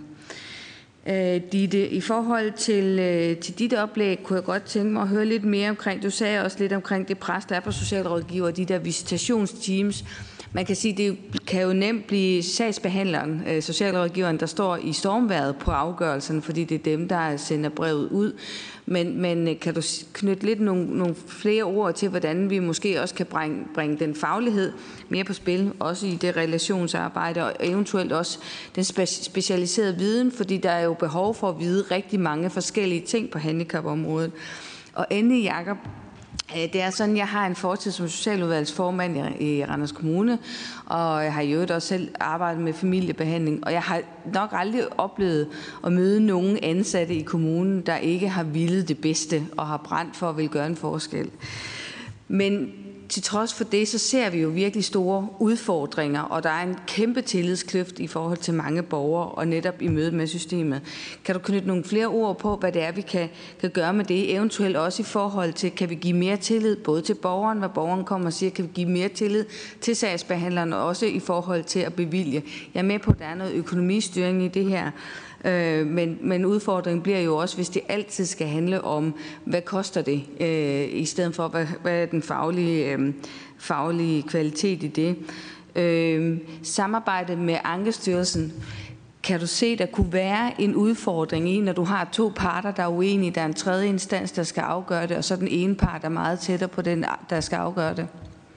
Øh, Ditte, i forhold til, øh, til dit oplæg, kunne jeg godt tænke mig at høre lidt mere omkring, du sagde også lidt omkring det pres, der er på socialrådgiver, de der visitationsteams. Man kan sige, at det kan jo nemt blive sagsbehandleren, øh, socialrådgiveren, der står i stormværet på afgørelsen, fordi det er dem, der sender brevet ud. Men, men kan du knytte lidt nogle, nogle flere ord til, hvordan vi måske også kan bringe, bringe den faglighed mere på spil, også i det relationsarbejde, og eventuelt også den spe- specialiserede viden, fordi der er jo behov for at vide rigtig mange forskellige ting på handicapområdet. Og endelig, Jakob, det er sådan, jeg har en fortid som socialudvalgsformand i Randers Kommune, og jeg har jo også selv arbejdet med familiebehandling, og jeg har nok aldrig oplevet at møde nogen ansatte i kommunen, der ikke har villet det bedste og har brændt for at ville gøre en forskel. Men til trods for det, så ser vi jo virkelig store udfordringer, og der er en kæmpe tillidskløft i forhold til mange borgere, og netop i mødet med systemet. Kan du knytte nogle flere ord på, hvad det er, vi kan, kan gøre med det? Eventuelt også i forhold til, kan vi give mere tillid, både til borgeren, hvad borgeren kommer og siger, kan vi give mere tillid til sagsbehandleren, og også i forhold til at bevilge. Jeg er med på, at der er noget økonomistyring i det her, Øh, men, men udfordringen bliver jo også, hvis det altid skal handle om, hvad koster det, øh, i stedet for, hvad, hvad er den faglige, øh, faglige kvalitet i det. Øh, samarbejde med Ankestyrelsen, kan du se, der kunne være en udfordring i, når du har to parter, der er uenige, der er en tredje instans, der skal afgøre det, og så den ene part er meget tættere på den, der skal afgøre det?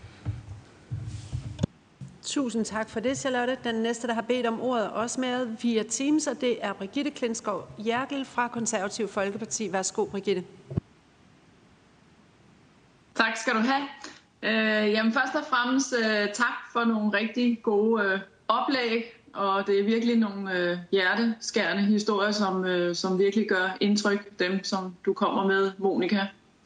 Tusind tak for det, Charlotte. Den næste, der har bedt om ordet, også med via Teams, og det er Brigitte Klintskov Jerkel fra Konservativ Folkeparti. Værsgo, Brigitte. Tak skal du have. Øh, jamen først og fremmest øh, tak for nogle rigtig gode øh, oplæg, og det er virkelig nogle øh, hjerteskærende historier, som, øh, som virkelig gør indtryk, dem som du kommer med, Monika.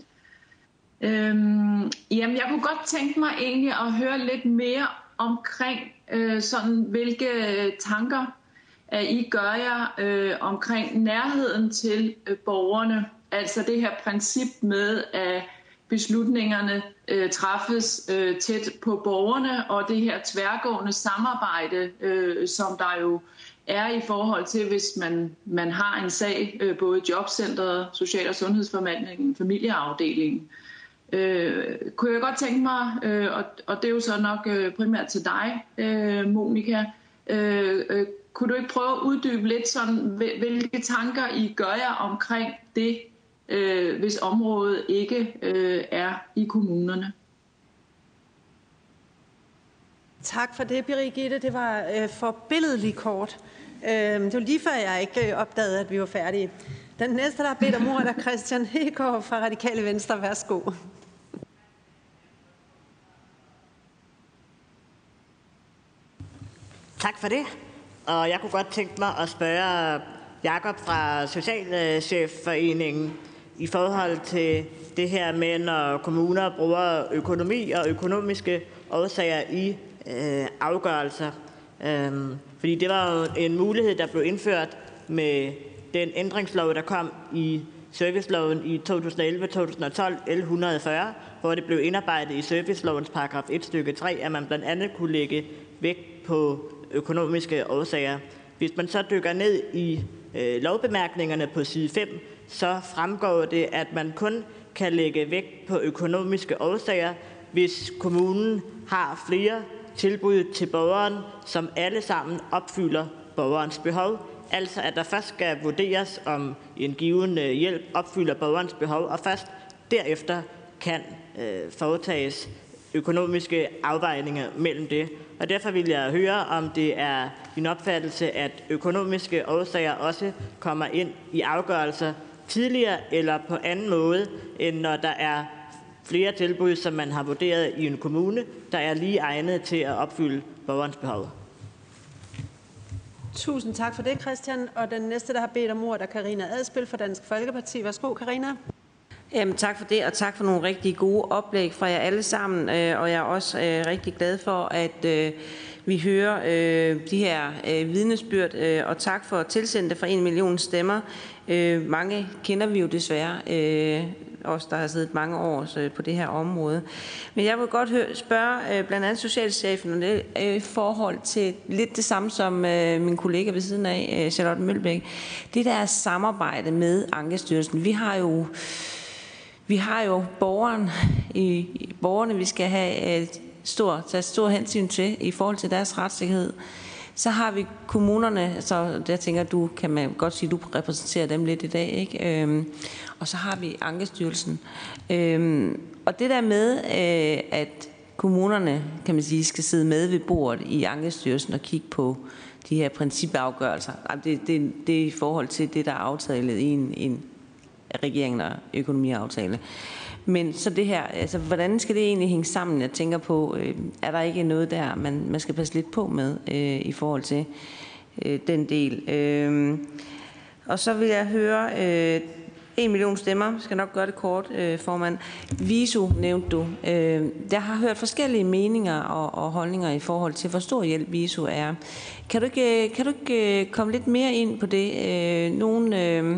Øhm, jamen jeg kunne godt tænke mig egentlig at høre lidt mere omkring øh, sådan, hvilke tanker at I gør jer øh, omkring nærheden til øh, borgerne. Altså det her princip med, at beslutningerne øh, træffes øh, tæt på borgerne, og det her tværgående samarbejde, øh, som der jo er i forhold til, hvis man, man har en sag, øh, både jobcentret, social- og sundhedsforvaltningen, familieafdelingen. Øh, kunne jeg godt tænke mig, øh, og, og det er jo så nok øh, primært til dig, øh, Monika, øh, øh, kunne du ikke prøve at uddybe lidt sådan, hvilke tanker I gør jer omkring det, øh, hvis området ikke øh, er i kommunerne? Tak for det, Brigitte. Det var øh, forbilledligt kort. Øh, det var lige før, jeg ikke opdagede, at vi var færdige. Den næste, der har bedt om ordet, er Christian Hegaard fra Radikale Venstre. Værsgo. Tak for det. Og jeg kunne godt tænke mig at spørge Jakob fra Socialchefforeningen i forhold til det her med, når kommuner bruger økonomi og økonomiske årsager i øh, afgørelser. Øhm, fordi det var jo en mulighed, der blev indført med den ændringslov, der kom i serviceloven i to tusind og elleve til to tusind og tolv, L et hundrede og fyrre, hvor det blev indarbejdet i servicelovens paragraf et stykke tre, at man blandt andet kunne lægge vægt på økonomiske årsager. Hvis man så dykker ned i øh, lovbemærkningerne på side fem, så fremgår det, at man kun kan lægge vægt på økonomiske årsager, hvis kommunen har flere tilbud til borgeren, som alle sammen opfylder borgerens behov. Altså at der først skal vurderes, om en given hjælp opfylder borgerens behov, og først derefter kan øh, foretages økonomiske afvejninger mellem det. Og derfor vil jeg høre, om det er din opfattelse, at økonomiske årsager også kommer ind i afgørelser tidligere eller på anden måde, end når der er flere tilbud, som man har vurderet i en kommune, der er lige egnet til at opfylde borgerens behov. Tusind tak for det, Christian. Og den næste, der har bedt om ordet, er Karina Adsbøl fra Dansk Folkeparti. Værsgo, Karina. Jamen, tak for det, og tak for nogle rigtig gode oplæg fra jer alle sammen. Og jeg er også øh, rigtig glad for, at øh, vi hører øh, de her øh, vidnesbyrd, øh, og tak for tilsendte for en million stemmer. Øh, mange kender vi jo desværre, øh, os der har siddet mange år øh, på det her område. Men jeg vil godt høre, spørge øh, blandt andet socialchefen om det øh, forhold til lidt det samme som øh, min kollega ved siden af, øh, Charlotte Mølbæk. Det der er samarbejde med Ankestyrelsen. Vi har jo Vi har jo borgeren, i, borgerne, vi skal have et stor, tage stor hensyn til i forhold til deres retssikkerhed. Så har vi kommunerne, så der tænker du, kan man godt sige, du repræsenterer dem lidt i dag, ikke? Øhm, og så har vi Ankestyrelsen. Øhm, og det der med, øh, at kommunerne, kan man sige, skal sidde med ved bordet i Ankestyrelsen og kigge på de her principafgørelser, det, det, det er i forhold til det, der er aftalt i en, en regeringen og økonomiaftale. Men så det her, altså hvordan skal det egentlig hænge sammen? Jeg tænker på, øh, er der ikke noget der, man, man skal passe lidt på med øh, i forhold til øh, den del? Øh, og så vil jeg høre, øh, en million stemmer, skal nok gøre det kort, øh, formand. Viso nævnte du. Øh, jeg har hørt forskellige meninger og, og holdninger i forhold til, hvor stor hjælp Viso er. Kan du ikke, kan du ikke komme lidt mere ind på det? Øh, nogen... Øh,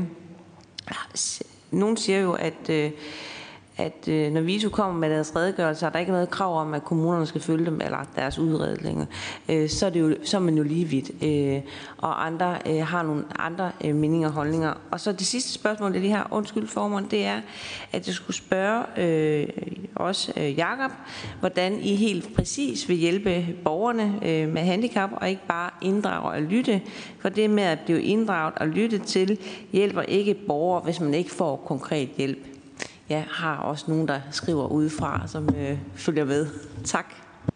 Nogle siger jo, at, øh, at øh, når Viso kommer med deres redegørelse, er der ikke noget krav om, at kommunerne skal følge dem, eller deres udredninger. Øh, så, er det jo, så er man jo lige vidt. Øh, og andre øh, har nogle andre øh, meninger og holdninger. Og så det sidste spørgsmål, det lige her, undskyld formand, det er, at jeg skulle spørge øh, også øh, Jakob, hvordan I helt præcis vil hjælpe borgerne øh, med handicap, og ikke bare inddrage og lytte. For det med at blive inddraget og lytte til, hjælper ikke borgere, hvis man ikke får konkret hjælp. Jeg har også nogen, der skriver udefra, som øh, følger med. Tak.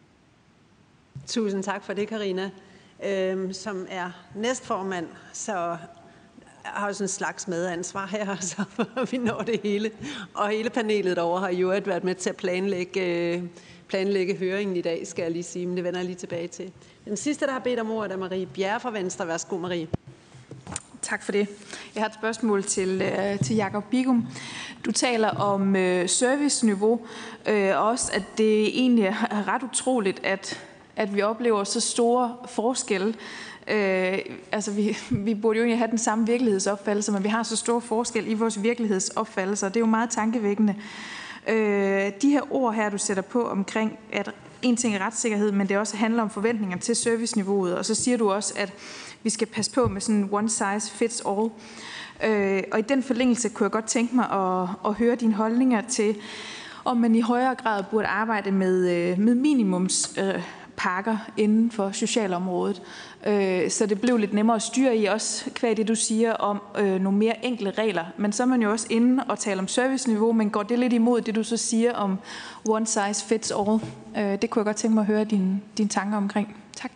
Tusind tak for det, Karina. Øhm, som er næstformand, så har jeg sådan en slags medansvar her, så vi når det hele. Og hele panelet derovre har jo været med til at planlægge, planlægge høringen i dag, skal jeg lige sige, men det vender jeg lige tilbage til. Den sidste, der har bedt om ordet, er Marie Bjerre fra Venstre. Værsgo, Marie. Tak for det. Jeg har et spørgsmål til, øh, til Jakob Bigum. Du taler om øh, serviceniveau, øh, også at det egentlig er ret utroligt, at, at vi oplever så store forskelle. Øh, altså vi, vi burde jo egentlig have den samme virkelighedsopfattelse, men vi har så store forskel i vores virkelighedsopfattelse, og det er jo meget tankevækkende. Øh, de her ord her, du sætter på omkring, at en ting er retssikkerhed, men det også handler om forventninger til serviceniveauet, og så siger du også, at vi skal passe på med sådan one size fits all. Øh, og i den forlængelse kunne jeg godt tænke mig at, at høre dine holdninger til, om man i højere grad burde arbejde med, med minimumspakker øh, inden for socialområdet, øh, så det blev lidt nemmere at styre i, også qua det, du siger om øh, nogle mere enkle regler. Men så er man jo også inde og tale om serviceniveau, men går det lidt imod det, du så siger om one size fits all? Øh, det kunne jeg godt tænke mig at høre dine, dine tanker omkring. Tak.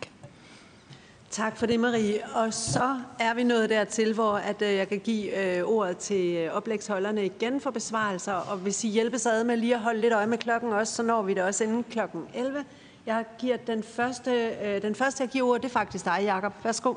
Tak for det, Marie. Og så er vi nået dertil, hvor at, øh, jeg kan give øh, ordet til oplægsholderne igen for besvarelser. Og hvis I hjælpes ad med lige at holde lidt øje med klokken også, så når vi det også inden klokken elleve. Jeg giver den første, øh, den første jeg giver ordet, det er faktisk dig, Jakob. Værsgo.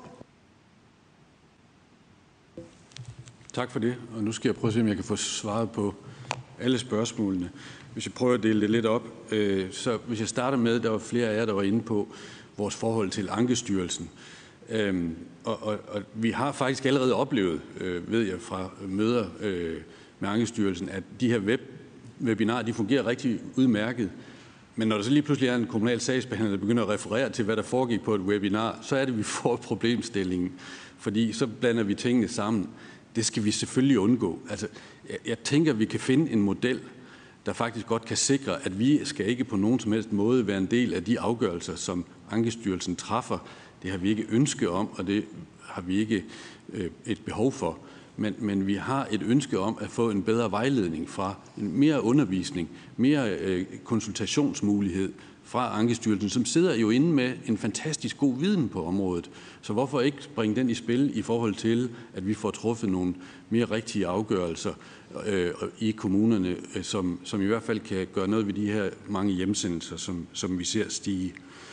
Tak for det. Og nu skal jeg prøve at se, om jeg kan få svaret på alle spørgsmålene. Hvis jeg prøver at dele det lidt op, øh, så hvis jeg starter med, der var flere af jer, der var inde på vores forhold til Ankestyrelsen. Øhm, og, og, og vi har faktisk allerede oplevet, øh, ved jeg fra møder øh, med Ankestyrelsen, at de her web webinarer, de fungerer rigtig udmærket. Men når der så lige pludselig er en kommunal sagsbehandler, der begynder at referere til, hvad der foregik på et webinar, så er det, vi får problemstillingen. Fordi så blander vi tingene sammen. Det skal vi selvfølgelig undgå. Altså, jeg, jeg tænker, at vi kan finde en model, der faktisk godt kan sikre, at vi skal ikke på nogen som helst måde være en del af de afgørelser, som Ankestyrelsen træffer. Det har vi ikke ønske om, og det har vi ikke øh, et behov for. Men, men vi har et ønske om at få en bedre vejledning fra, en mere undervisning, mere øh, konsultationsmulighed fra Ankestyrelsen, som sidder jo inde med en fantastisk god viden på området. Så hvorfor ikke bringe den i spil i forhold til, at vi får truffet nogle mere rigtige afgørelser øh, i kommunerne, øh, som, som i hvert fald kan gøre noget ved de her mange hjemsendelser, som, som vi ser stige.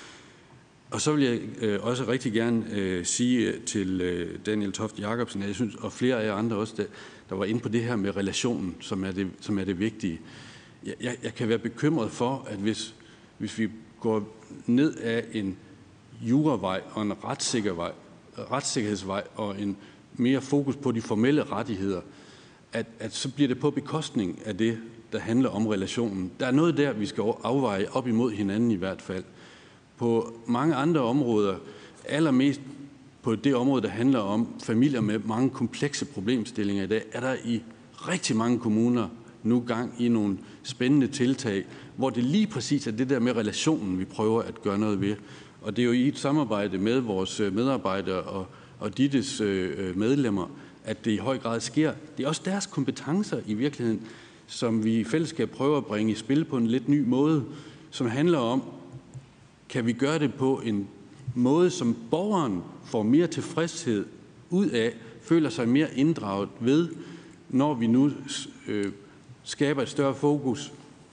Og så vil jeg øh, også rigtig gerne øh, sige til øh, Daniel Toft Jakobsen, jeg synes, og flere af jer andre også, der, der var inde på det her med relationen, som er det, som er det vigtige. Jeg, jeg, jeg kan være bekymret for, at hvis, hvis vi går ned af en juravej og en retssikker vej, retssikkerhedsvej og en mere fokus på de formelle rettigheder, at, at så bliver det på bekostning af det, der handler om relationen. Der er noget der, vi skal afveje op imod hinanden i hvert fald. På mange andre områder, allermest på det område, der handler om familier med mange komplekse problemstillinger i dag, er der i rigtig mange kommuner nu gang i nogle spændende tiltag, hvor det lige præcis er det der med relationen, vi prøver at gøre noget ved. Og det er jo i et samarbejde med vores medarbejdere og, og dittes øh, medlemmer, at det i høj grad sker. Det er også deres kompetencer i virkeligheden, som vi i fællesskab prøver at bringe i spil på en lidt ny måde, som handler om, kan vi gøre det på en måde, som borgeren får mere tilfredshed ud af, føler sig mere inddraget ved, når vi nu øh, skaber et større fokus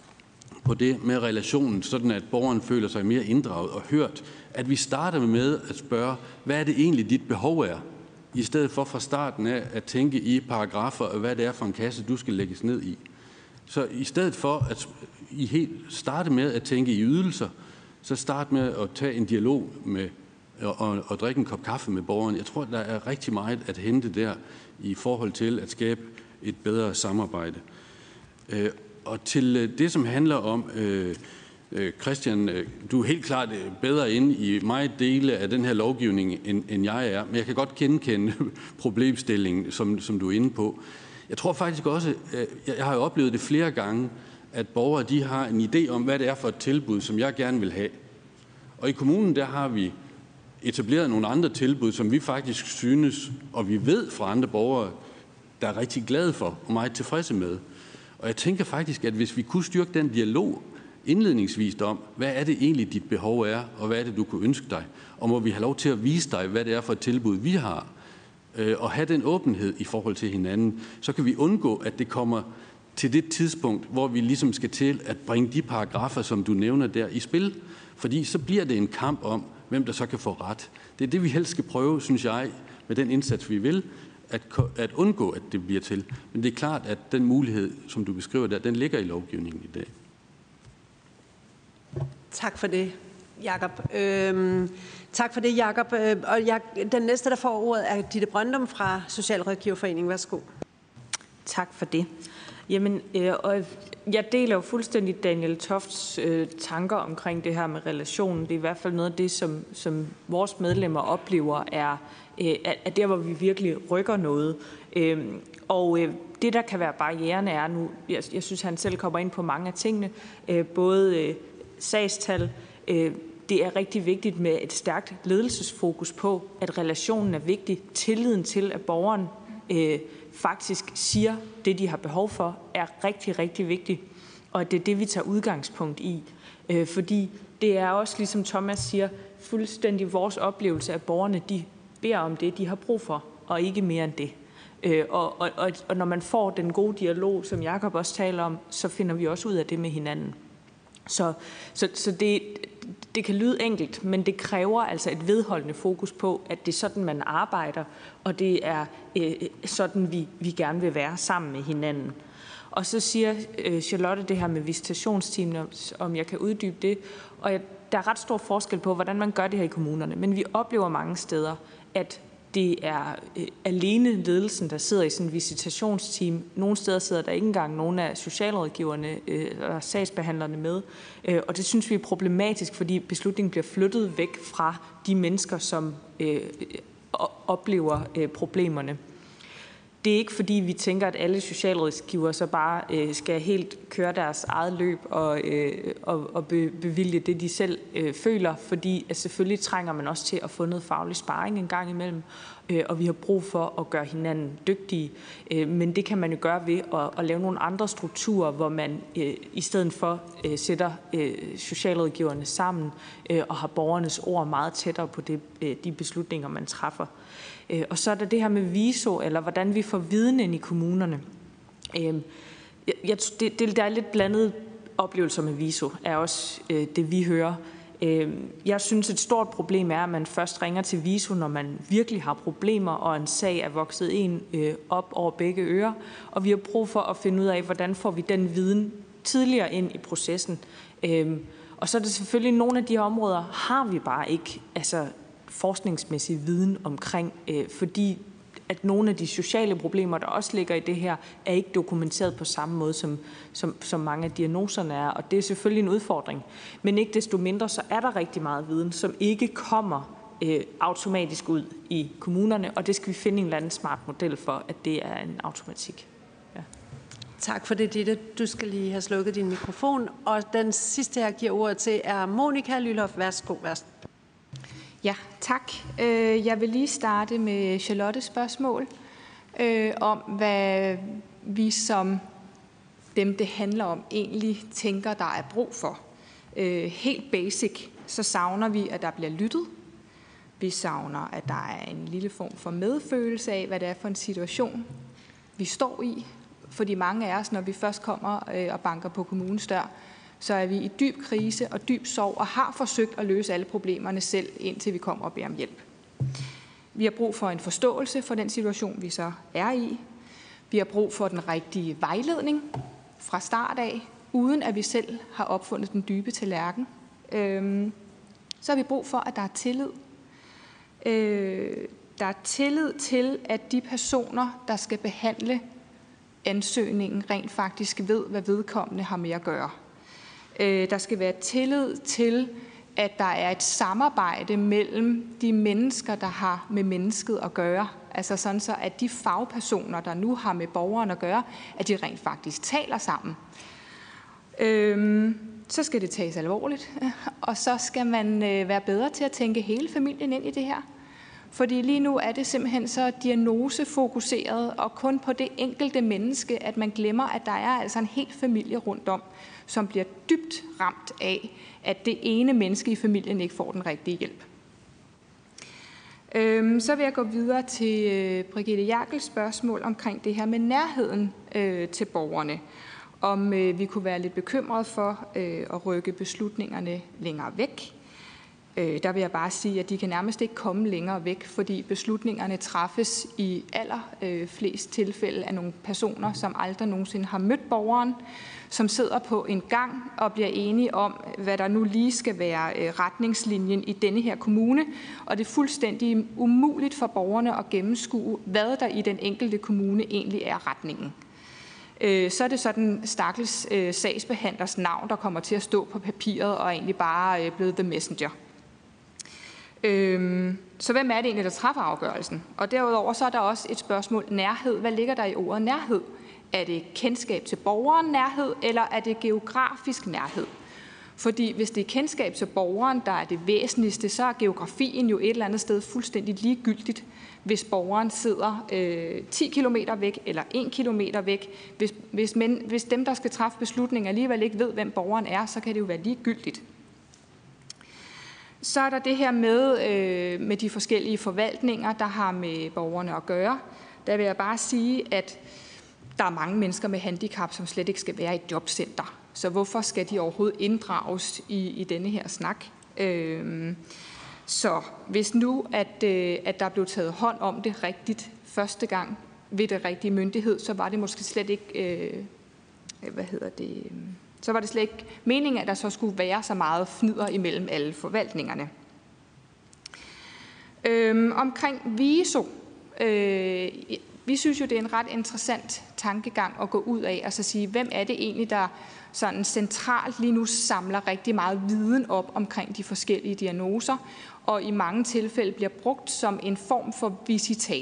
på det med relationen, sådan at borgeren føler sig mere inddraget og hørt, at vi starter med at spørge, hvad er det egentlig dit behov er, i stedet for fra starten af at tænke i paragrafer, og hvad det er for en kasse, du skal lægges ned i. Så i stedet for at I helt starte med at tænke i ydelser, så start med at tage en dialog med og, og drikke en kop kaffe med borgeren. Jeg tror, der er rigtig meget at hente der i forhold til at skabe et bedre samarbejde. Øh, og til det, som handler om, øh, øh, Christian, øh, du er helt klart bedre inde i meget dele af den her lovgivning, end, end jeg er, men jeg kan godt genkende problemstillingen, som, som du er inde på. Jeg tror faktisk også, øh, jeg har jo oplevet det flere gange, at borgere de har en idé om, hvad det er for et tilbud, som jeg gerne vil have. Og i kommunen, der har vi etableret nogle andre tilbud, som vi faktisk synes, og vi ved fra andre borgere, der er rigtig glade for og meget tilfredse med. Og jeg tænker faktisk, at hvis vi kunne styrke den dialog indledningsvis om, hvad er det egentlig, dit behov er, og hvad er det, du kunne ønske dig, og må vi have lov til at vise dig, hvad det er for et tilbud, vi har, og have den åbenhed i forhold til hinanden, så kan vi undgå, at det kommer til det tidspunkt, hvor vi ligesom skal til at bringe de paragrafer, som du nævner der, i spil. Fordi så bliver det en kamp om, hvem der så kan få ret. Det er det, vi helst skal prøve, synes jeg, med den indsats, vi vil, at, at undgå, at det bliver til. Men det er klart, at den mulighed, som du beskriver der, den ligger i lovgivningen i dag. Tak for det, Jakob. Øhm, tak for det, Jakob. Og jeg, den næste, der får ordet, er Ditte Brøndum fra Socialrådgiverforeningen. Værsgo. Tak for det. Jamen, øh, og jeg deler jo fuldstændig Daniel Tofts øh, tanker omkring det her med relationen. Det er i hvert fald noget af det, som, som vores medlemmer oplever, er, øh, er der, hvor vi virkelig rykker noget. Øh, og øh, det, der kan være barriererne, er nu, jeg, jeg synes, han selv kommer ind på mange af tingene, øh, både øh, sagstal, øh, det er rigtig vigtigt med et stærkt ledelsesfokus på, at relationen er vigtig, tilliden til, at borgeren øh, faktisk siger, det de har behov for, er rigtig, rigtig vigtigt. Og det er det, vi tager udgangspunkt i. Øh, fordi det er også, ligesom Thomas siger, fuldstændig vores oplevelse, at borgerne de beder om det, de har brug for, og ikke mere end det. Øh, og, og, og, og når man får den gode dialog, som Jakob også taler om, så finder vi også ud af det med hinanden. Så, så, så det, det kan lyde enkelt, men det kræver altså et vedholdende fokus på, at det er sådan, man arbejder, og det er øh, sådan, vi, vi gerne vil være sammen med hinanden. Og så siger øh, Charlotte det her med visitationsteamene, om jeg kan uddybe det. Og jeg, der er ret stor forskel på, hvordan man gør det her i kommunerne, men vi oplever mange steder, at det er øh, alene ledelsen, der sidder i sådan et visitationsteam. Nogle steder sidder der ikke engang nogen af socialrådgiverne øh, og sagsbehandlerne med. Øh, og det synes vi er problematisk, fordi beslutningen bliver flyttet væk fra de mennesker, som øh, oplever øh, problemerne. Det er ikke fordi, vi tænker, at alle socialrådgivere så bare øh, skal helt køre deres eget løb og, øh, og, og be, bevilge det, de selv øh, føler, fordi at selvfølgelig trænger man også til at få noget faglig sparring en gang imellem, øh, og vi har brug for at gøre hinanden dygtige. Øh, men det kan man jo gøre ved at, at lave nogle andre strukturer, hvor man øh, i stedet for øh, sætter øh, socialrådgiverne sammen øh, og har borgernes ord meget tættere på det, øh, de beslutninger, man træffer. Og så er der det her med viso, eller hvordan vi får viden ind i kommunerne. Jeg, det, det, der er lidt blandet oplevelser med viso, er også det, vi hører. Jeg synes, et stort problem er, at man først ringer til viso, når man virkelig har problemer, og en sag er vokset en op over begge ører. Og vi har brug for at finde ud af, hvordan får vi den viden tidligere ind i processen. Og så er det selvfølgelig nogle af de her områder, har vi bare ikke altså forskningsmæssig viden omkring, øh, fordi at nogle af de sociale problemer, der også ligger i det her, er ikke dokumenteret på samme måde, som, som, som mange af diagnoserne er, og det er selvfølgelig en udfordring. Men ikke desto mindre, så er der rigtig meget viden, som ikke kommer øh, automatisk ud i kommunerne, og det skal vi finde en eller anden smart model for, at det er en automatik. Ja. Tak for det, Ditte. Du skal lige have slukket din mikrofon, og den sidste, jeg giver ordet til, er Monika Lylhoff. Værsgo, værsgo. Ja, tak. Jeg vil lige starte med Charlottes spørgsmål øh, om, hvad vi som dem, det handler om, egentlig tænker, der er brug for. Øh, helt basic, så savner vi, at der bliver lyttet. Vi savner, at der er en lille form for medfølelse af, hvad det er for en situation, vi står i. Fordi mange af os, når vi først kommer øh, og banker på kommunens dør, så er vi i dyb krise og dyb sorg og har forsøgt at løse alle problemerne selv, indtil vi kommer og beder om hjælp. Vi har brug for en forståelse for den situation, vi så er i. Vi har brug for den rigtige vejledning fra start af, uden at vi selv har opfundet den dybe tallerken. Så har vi brug for, at der er tillid. Der er tillid til, at de personer, der skal behandle ansøgningen, rent faktisk ved, hvad vedkommende har med at gøre. Der skal være tillid til, at der er et samarbejde mellem de mennesker, der har med mennesket at gøre. Altså sådan så, at de fagpersoner, der nu har med borgeren at gøre, at de rent faktisk taler sammen. Øhm, så skal det tages alvorligt, og så skal man være bedre til at tænke hele familien ind i det her. Fordi lige nu er det simpelthen så diagnosefokuseret, og kun på det enkelte menneske, at man glemmer, at der er altså en hel familie rundt om, som bliver dybt ramt af, at det ene menneske i familien ikke får den rigtige hjælp. Øhm, så vil jeg gå videre til øh, Brigitte Jerkels spørgsmål omkring det her med nærheden øh, til borgerne. Om øh, vi kunne være lidt bekymrede for øh, at rykke beslutningerne længere væk. Øh, der vil jeg bare sige, at de kan nærmest ikke komme længere væk, fordi beslutningerne træffes i aller øh, flest tilfælde af nogle personer, som aldrig nogensinde har mødt borgeren, som sidder på en gang og bliver enige om, hvad der nu lige skal være øh, retningslinjen i denne her kommune, og det er fuldstændig umuligt for borgerne at gennemskue, hvad der i den enkelte kommune egentlig er retningen. Øh, så er det sådan stakkels øh, sagsbehandlers navn, der kommer til at stå på papiret og egentlig bare øh, blevet the messenger. Øhm, så hvem er det egentlig, der træffer afgørelsen? Og derudover så er der også et spørgsmål nærhed. Hvad ligger der i ordet nærhed? Er det kendskab til borgeren nærhed, eller er det geografisk nærhed? Fordi hvis det er kendskab til borgeren, der er det væsentligste, så er geografien jo et eller andet sted fuldstændig ligegyldigt, hvis borgeren sidder øh, ti kilometer væk eller en kilometer væk. Hvis, hvis, men, hvis dem, der skal træffe beslutninger, alligevel ikke ved, hvem borgeren er, så kan det jo være ligegyldigt. Så er der det her med, øh, med de forskellige forvaltninger, der har med borgerne at gøre. Der vil jeg bare sige, at der er mange mennesker med handicap, som slet ikke skal være i et jobcenter. Så hvorfor skal de overhovedet inddrages i, i denne her snak? Øh, så hvis nu, at, øh, at der blev taget hånd om det rigtigt første gang ved det rigtige myndighed, så var det måske slet ikke, øh, hvad hedder det... Øh, så var det slet ikke meningen, at der så skulle være så meget fnider imellem alle forvaltningerne. Øhm, omkring viso. Øh, vi synes jo, det er en ret interessant tankegang at gå ud af og så sige, hvem er det egentlig, der sådan centralt lige nu samler rigtig meget viden op omkring de forskellige diagnoser, og i mange tilfælde bliver brugt som en form for visitator.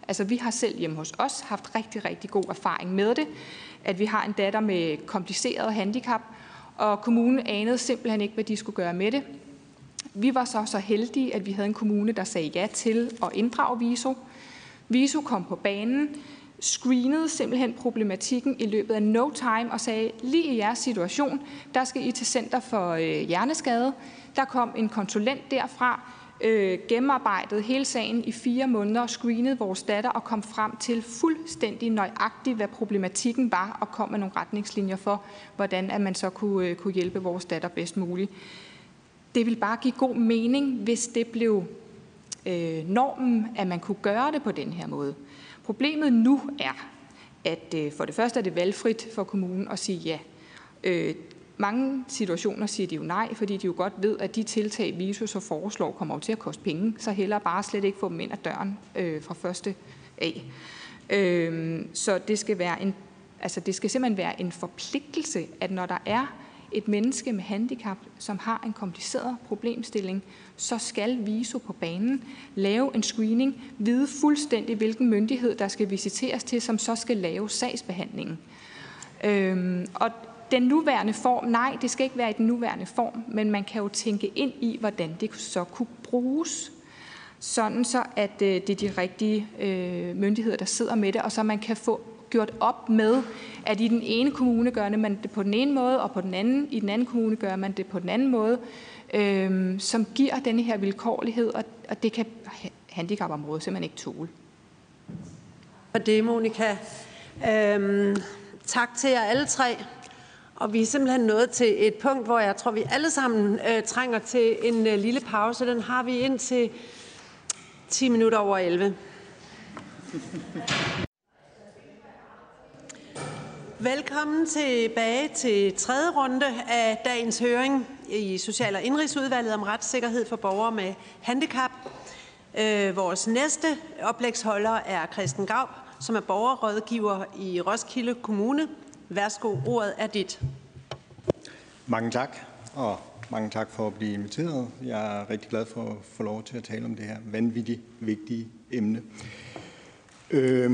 Altså, vi har selv hjemme hos os haft rigtig, rigtig god erfaring med det, at vi har en datter med kompliceret handicap, og kommunen anede simpelthen ikke, hvad de skulle gøre med det. Vi var så så heldige, at vi havde en kommune, der sagde ja til at inddrage VISO. VISO kom på banen, screenede simpelthen problematikken i løbet af no time og sagde, lige i jeres situation, der skal I til Center for øh, Hjerneskade. Der kom en konsulent derfra, øh, gennemarbejdede hele sagen i fire måneder, screenede vores datter og kom frem til fuldstændig nøjagtigt, hvad problematikken var, og kom med nogle retningslinjer for, hvordan at man så kunne, øh, kunne hjælpe vores datter bedst muligt. Det vil bare give god mening, hvis det blev øh, normen, at man kunne gøre det på den her måde. Problemet nu er, at øh, for det første er det valgfrit for kommunen at sige ja. Øh, mange situationer siger de jo nej, fordi de jo godt ved, at de tiltag, VISO så foreslår, kommer til at koste penge, så hellere bare slet ikke få dem ind ad døren øh, fra første af. Øh, så det skal, være en, altså det skal simpelthen være en forpligtelse, at når der er et menneske med handicap, som har en kompliceret problemstilling, så skal VISO på banen lave en screening, vide fuldstændig, hvilken myndighed, der skal visiteres til, som så skal lave sagsbehandlingen. Øhm, og den nuværende form, nej, det skal ikke være i den nuværende form, men man kan jo tænke ind i, hvordan det så kunne bruges, sådan så, at øh, det er de rigtige øh, myndigheder, der sidder med det, og så man kan få gjort op med, at i den ene kommune gør man det på den ene måde, og på den anden, i den anden kommune gør man det på den anden måde, øhm, som giver denne her vilkårlighed, og, og det kan handicapområdet simpelthen ikke tåle. Og det, Monika. Øhm, tak til jer alle tre. Og vi er simpelthen nået til et punkt, hvor jeg tror, vi alle sammen øh, trænger til en øh, lille pause. Den har vi indtil ti minutter over elleve. Velkommen tilbage til tredje runde af dagens høring i Social- og Indenrigsudvalget om retssikkerhed for borgere med handicap. Øh, vores næste oplægsholder er Christen Gaup, som er borgerrådgiver i Roskilde Kommune. Værsgo, ordet er dit. Mange tak, og mange tak for at blive inviteret. Jeg er rigtig glad for at få lov til at tale om det her vanvittigt vigtige emne. Øh,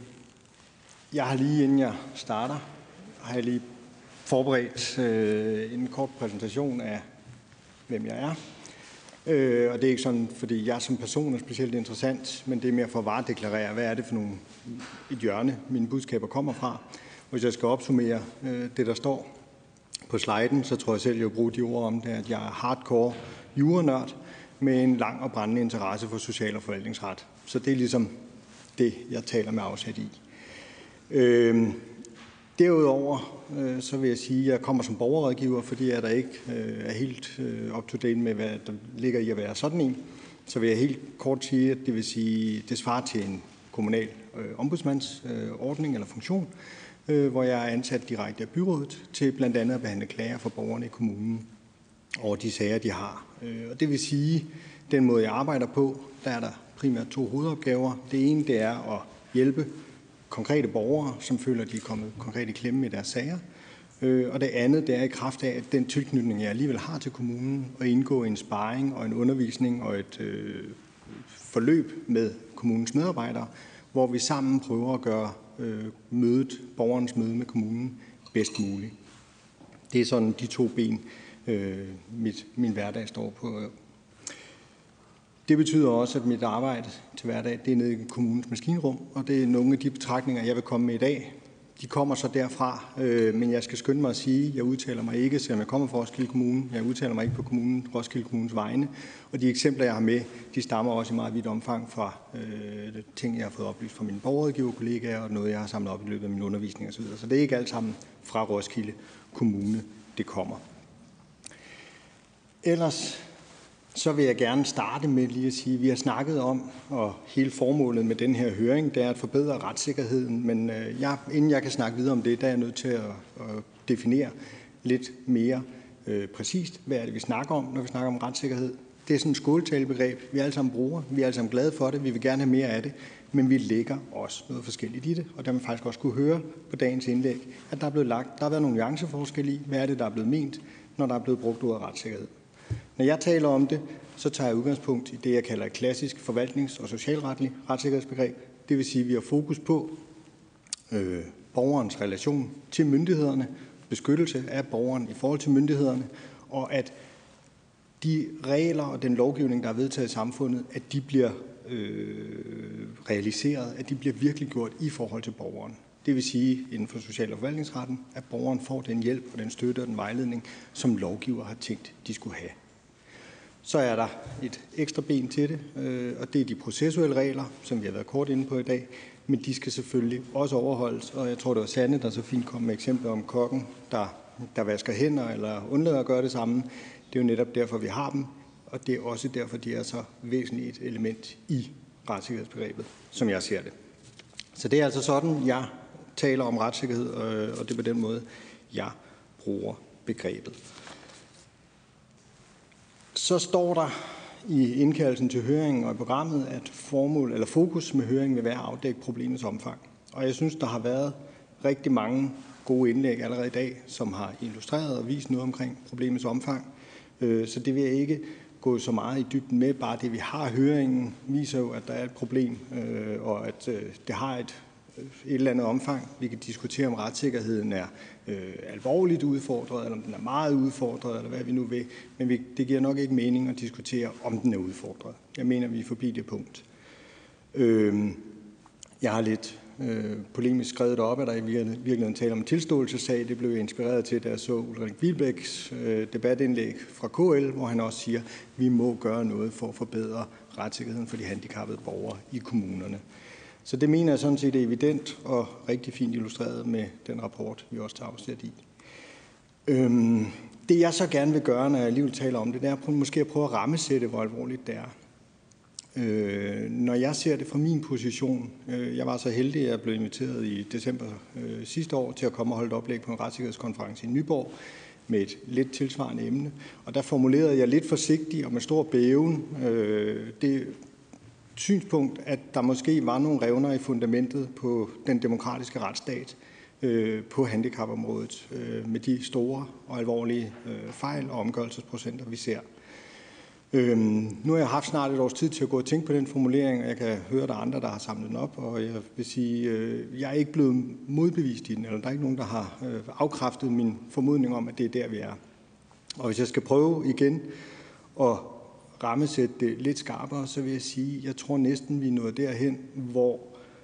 Jeg har lige, inden jeg starter, har jeg lige forberedt øh, en kort præsentation af, hvem jeg er. Øh, og det er ikke sådan, fordi jeg som person er specielt interessant, men det er mere for at varedeklarere, hvad er det for nogle, et hjørne, mine budskaber kommer fra. Hvis jeg skal opsummere øh, det, der står på sliden, så tror jeg selv, jeg vil bruge de ord om det, at jeg er hardcore jurenørd med en lang og brændende interesse for social- og forvaltningsret. Så det er ligesom det, jeg taler med afsæt i. Øh, derudover øh, så vil jeg sige, at jeg kommer som borgerrådgiver, fordi jeg der ikke øh, er helt øh, up to date med, hvad der ligger i at være sådan en. Så vil jeg helt kort sige, at det vil sige, det svarer til en kommunal øh, ombudsmandsordning øh, eller funktion, øh, hvor jeg er ansat direkte af byrådet til blandt andet at behandle klager for borgerne i kommunen over de sager, de har. Øh, og det vil sige, den måde jeg arbejder på, der er der primært to hovedopgaver. Det ene, det er at hjælpe konkrete borgere, som føler, at de er kommet konkret i klemme i deres sager. Og det andet, det er i kraft af, at den tilknytning, jeg alligevel har til kommunen, at indgå i en sparring og en undervisning og et øh, forløb med kommunens medarbejdere, hvor vi sammen prøver at gøre øh, mødet, borgerens møde med kommunen bedst muligt. Det er sådan de to ben, øh, mit, min hverdag står på. Det betyder også, at mit arbejde til hverdag, det er nede i kommunens maskinrum, og det er nogle af de betragtninger, jeg vil komme med i dag. De kommer så derfra, øh, men jeg skal skynde mig at sige, at jeg udtaler mig ikke, selvom jeg kommer fra Roskilde Kommune. Jeg udtaler mig ikke på kommunen, Roskilde Kommunes vegne. Og de eksempler, jeg har med, de stammer også i meget vidt omfang fra øh, ting, jeg har fået oplyst fra mine borgerrådgiverkollegaer, og noget, jeg har samlet op i løbet af min undervisning osv. Så det er ikke alt sammen fra Roskilde Kommune, det kommer. Ellers så vil jeg gerne starte med lige at sige, at vi har snakket om, og hele formålet med den her høring, det er at forbedre retssikkerheden. Men øh, jeg, inden jeg kan snakke videre om det, der er jeg nødt til at, at definere lidt mere øh, præcist, hvad er det, vi snakker om, når vi snakker om retssikkerhed. Det er sådan et skåltalebegreb, vi alle sammen bruger, vi er alle sammen glade for det, vi vil gerne have mere af det, men vi lægger også noget forskelligt i det, og der man faktisk også kunne høre på dagens indlæg, at der er blevet lagt, der har været nogle nuanceforskel i, hvad er det, der er blevet ment, når der er blevet brugt ordet retssikkerhed. Når jeg taler om det, så tager jeg udgangspunkt i det, jeg kalder et klassisk forvaltnings- og socialretlig retssikkerhedsbegreb. Det vil sige, at vi har fokus på øh, borgerens relation til myndighederne, beskyttelse af borgeren i forhold til myndighederne, og at de regler og den lovgivning, der er vedtaget i samfundet, at de bliver øh, realiseret, at de bliver virkelig gjort i forhold til borgeren. Det vil sige, inden for social- og forvaltningsretten, at borgeren får den hjælp og den støtte og den vejledning, som lovgiver har tænkt, de skulle have. Så er der et ekstra ben til det, øh, og det er de processuelle regler, som vi har været kort inde på i dag, men de skal selvfølgelig også overholdes, og jeg tror, det var Sanne, der så fint kom med eksempler om kokken, der, der vasker hænder eller undlader at gøre det samme. Det er jo netop derfor, vi har dem, og det er også derfor, de er så væsentligt et element i retssikkerhedsbegrebet, som jeg ser det. Så det er altså sådan, jeg taler om retssikkerhed, og det er på den måde, jeg bruger begrebet. Så står der i indkaldelsen til høringen og i programmet, at formål eller fokus med høringen vil være at afdække problemets omfang. Og jeg synes, der har været rigtig mange gode indlæg allerede i dag, som har illustreret og vist noget omkring problemets omfang. Så det vil jeg ikke gå så meget i dybden med. Bare det, vi har høringen, viser jo, at der er et problem, og at det har et, et eller andet omfang. Vi kan diskutere, om retssikkerheden er øh, alvorligt udfordret, eller om den er meget udfordret, eller hvad vi nu vil. Men vi, det giver nok ikke mening at diskutere, om den er udfordret. Jeg mener, vi er forbi det punkt. Øh, jeg har lidt øh, polemisk skrevet op, at der i virkeligheden taler om en tilståelsessag. Det blev jeg inspireret til, da jeg så Ulrik Wilbæks øh, debatindlæg fra K L, hvor han også siger, at vi må gøre noget for at forbedre retssikkerheden for de handicappede borgere i kommunerne. Så det mener jeg sådan set er evident og rigtig fint illustreret med den rapport, vi også tager afsæt i. Øhm, det jeg så gerne vil gøre, når jeg alligevel taler om det, det er at måske at prøve at rammesætte, hvor alvorligt det er. Øh, når jeg ser det fra min position, øh, jeg var så heldig, at jeg blev inviteret i december øh, sidste år til at komme og holde et oplæg på en retssikkerhedskonference i Nyborg med et lidt tilsvarende emne. Og der formulerede jeg lidt forsigtigt og med stor bæven øh, det synspunkt, at der måske var nogle revner i fundamentet på den demokratiske retsstat øh, på handicapområdet øh, med de store og alvorlige øh, fejl og omgørelsesprocenter, vi ser. Øhm, nu har jeg haft snart et års tid til at gå og tænke på den formulering, og jeg kan høre, at der er andre, der har samlet den op, og jeg vil sige, øh, jeg er ikke blevet modbevist i den, eller der er ikke nogen, der har øh, afkræftet min formodning om, at det er der, vi er. Og hvis jeg skal prøve igen at rammesætte det lidt skarpere, så vil jeg sige, at jeg tror næsten, vi er nået derhen, hvor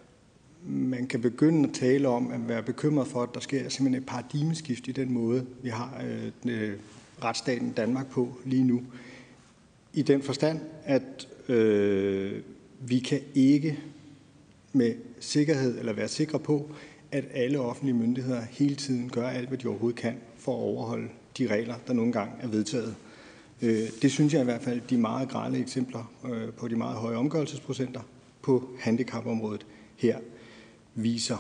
man kan begynde at tale om at være bekymret for, at der sker simpelthen et paradigmeskift i den måde, vi har øh, retsstaten Danmark på lige nu. I den forstand, at øh, vi kan ikke med sikkerhed eller være sikre på, at alle offentlige myndigheder hele tiden gør alt, hvad de overhovedet kan for at overholde de regler, der nogle gange er vedtaget. Det synes jeg i hvert fald, de meget grelle eksempler på de meget høje omgørelsesprocenter på handicapområdet her viser.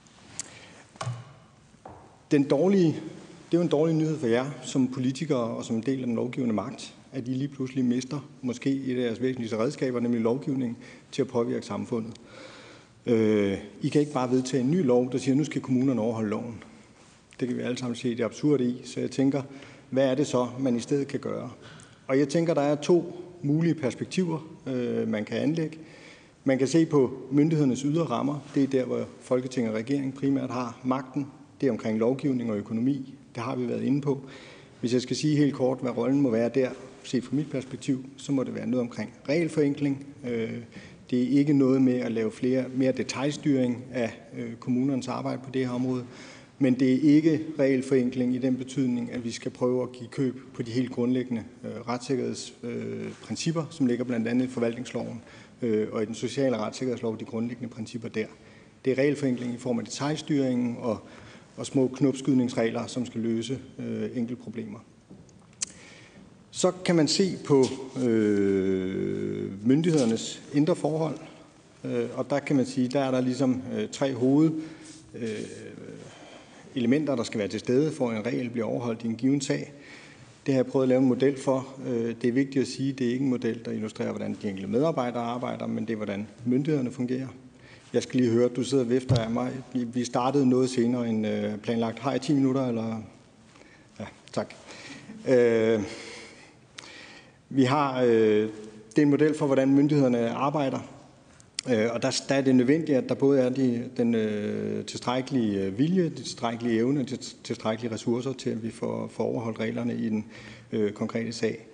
Den dårlige, det er jo en dårlig nyhed for jer som politikere og som en del af den lovgivende magt, at I lige pludselig mister måske et af jeres væsentligste redskaber, nemlig lovgivning, til at påvirke samfundet. I kan ikke bare vedtage en ny lov, der siger, at nu skal kommunerne overholde loven. Det kan vi alle sammen se det absurde i, så jeg tænker, hvad er det så, man i stedet kan gøre? Og jeg tænker, der er to mulige perspektiver, øh, man kan anlægge. Man kan se på myndighedernes ydre rammer. Det er der, hvor Folketinget og regeringen primært har magten. Det er omkring lovgivning og økonomi. Det har vi været inde på. Hvis jeg skal sige helt kort, hvad rollen må være der, set fra mit perspektiv, så må det være noget omkring regelforenkling. Øh, det er ikke noget med at lave flere, mere detaljstyring af øh, kommunernes arbejde på det her område. Men det er ikke regelforenkling i den betydning, at vi skal prøve at give køb på de helt grundlæggende øh, retssikkerhedsprincipper, øh, som ligger blandt andet i forvaltningsloven øh, og i den sociale retssikkerhedslov, de grundlæggende principper der. Det er regelforenkling i form af detaljstyring og, og små knopskydningsregler, som skal løse øh, enkelte problemer. Så kan man se på øh, myndighedernes indre forhold, øh, og der kan man sige, der er der ligesom øh, tre hoved øh, elementer, der skal være til stede, for at en regel bliver overholdt i en given sag. Det har jeg prøvet at lave en model for. Det er vigtigt at sige, at det er ikke en model, der illustrerer, hvordan de enkelte medarbejdere arbejder, men det er, hvordan myndighederne fungerer. Jeg skal lige høre, at du sidder og vifter af mig. Vi startede noget senere end planlagt. Har jeg ti minutter? Eller? Ja, tak. Øh, vi har, øh, det er en model for, hvordan myndighederne arbejder. Og der, der er det nødvendigt, at der både er de, den øh, tilstrækkelige vilje, de tilstrækkelige evne og de tilstrækkelige ressourcer til, at vi får, får overholdt reglerne i den øh, konkrete sag.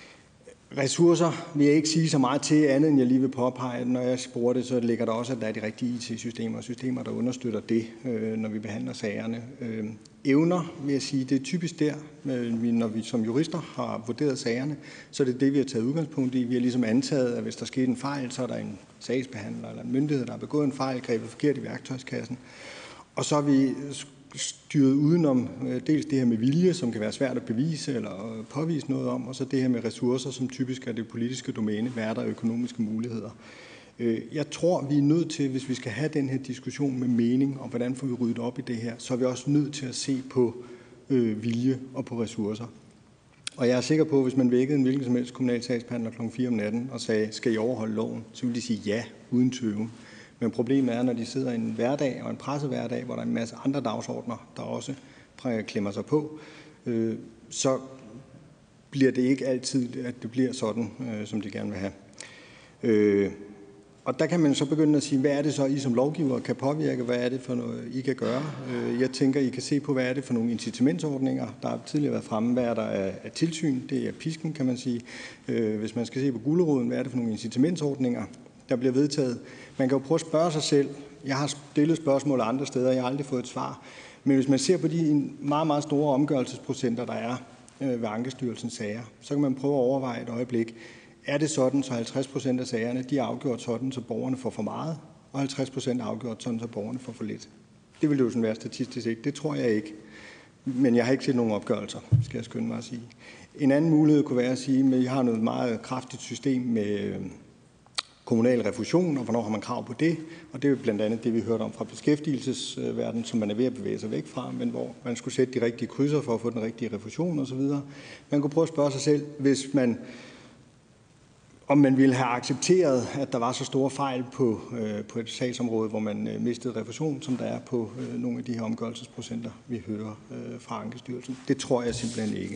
Ressourcer vil jeg ikke sige så meget til andet, end jeg lige vil påpege. Når jeg bruger det, så ligger der også, at der er de rigtige I T-systemer og systemer, der understøtter det, øh, når vi behandler sagerne. Øh, evner, vil jeg sige, det er typisk der, øh, når vi som jurister har vurderet sagerne, så er det det, vi har taget udgangspunkt i. Vi har ligesom antaget, at hvis der skete en fejl, så er der en sagsbehandler eller en myndighed, der har begået en fejl, grebet forkert i værktøjskassen. Og så har vi styret udenom dels det her med vilje, som kan være svært at bevise eller påvise noget om, og så det her med ressourcer, som typisk er det politiske domæne, hvad er der økonomiske muligheder. Jeg tror, vi er nødt til, hvis vi skal have den her diskussion med mening om, hvordan får vi ryddet op i det her, så er vi også nødt til at se på øh, vilje og på ressourcer. Og jeg er sikker på, at hvis man vækkede en hvilken som helst kommunal sagsbehandler klokken fire om natten og sagde, skal I overholde loven, så ville de sige ja, uden tøven. Men problemet er, når de sidder i en hverdag og en pressehverdag, hvor der er en masse andre dagsordner, der også klemmer sig på, øh, så bliver det ikke altid, at det bliver sådan, øh, som de gerne vil have. Øh, og der kan man så begynde at sige, hvad er det så, I som lovgiver kan påvirke? Hvad er det for noget, I kan gøre? Øh, jeg tænker, I kan se på, hvad er det for nogle incitamentsordninger, der har tidligere været fremme. Hvad er der af, af tilsyn? Det er pisken, kan man sige. Øh, hvis man skal se på guleroden, hvad er det for nogle incitamentsordninger, der bliver vedtaget? Man kan jo prøve at spørge sig selv. Jeg har stillet spørgsmål andre steder, jeg har aldrig fået et svar. Men hvis man ser på de meget, meget store omgørelsesprocenter, der er øh, ved Ankestyrelsens sager, så kan man prøve at overveje et øjeblik. Er det sådan, så halvtreds procent af sagerne de er afgjort sådan, så borgerne får for meget, og halvtreds procent er afgjort sådan, så borgerne får for lidt? Det vil det jo sådan være statistisk ikke. Det tror jeg ikke. Men jeg har ikke set nogen opgørelser, skal jeg skynde mig at sige. En anden mulighed kunne være at sige, at I har noget meget kraftigt system med kommunal refusion, og hvornår har man krav på det? Og det er jo blandt andet det, vi hørte om fra beskæftigelsesverdenen, som man er ved at bevæge sig væk fra, men hvor man skulle sætte de rigtige krydser for at få den rigtige refusion osv. Man kunne prøve at spørge sig selv, hvis man, om man ville have accepteret, at der var så store fejl på, øh, på et sagsområde, hvor man øh, mistede refusion, som der er på øh, nogle af de her omgørelsesprocenter, vi hører øh, fra Ankestyrelsen. Det tror jeg simpelthen ikke.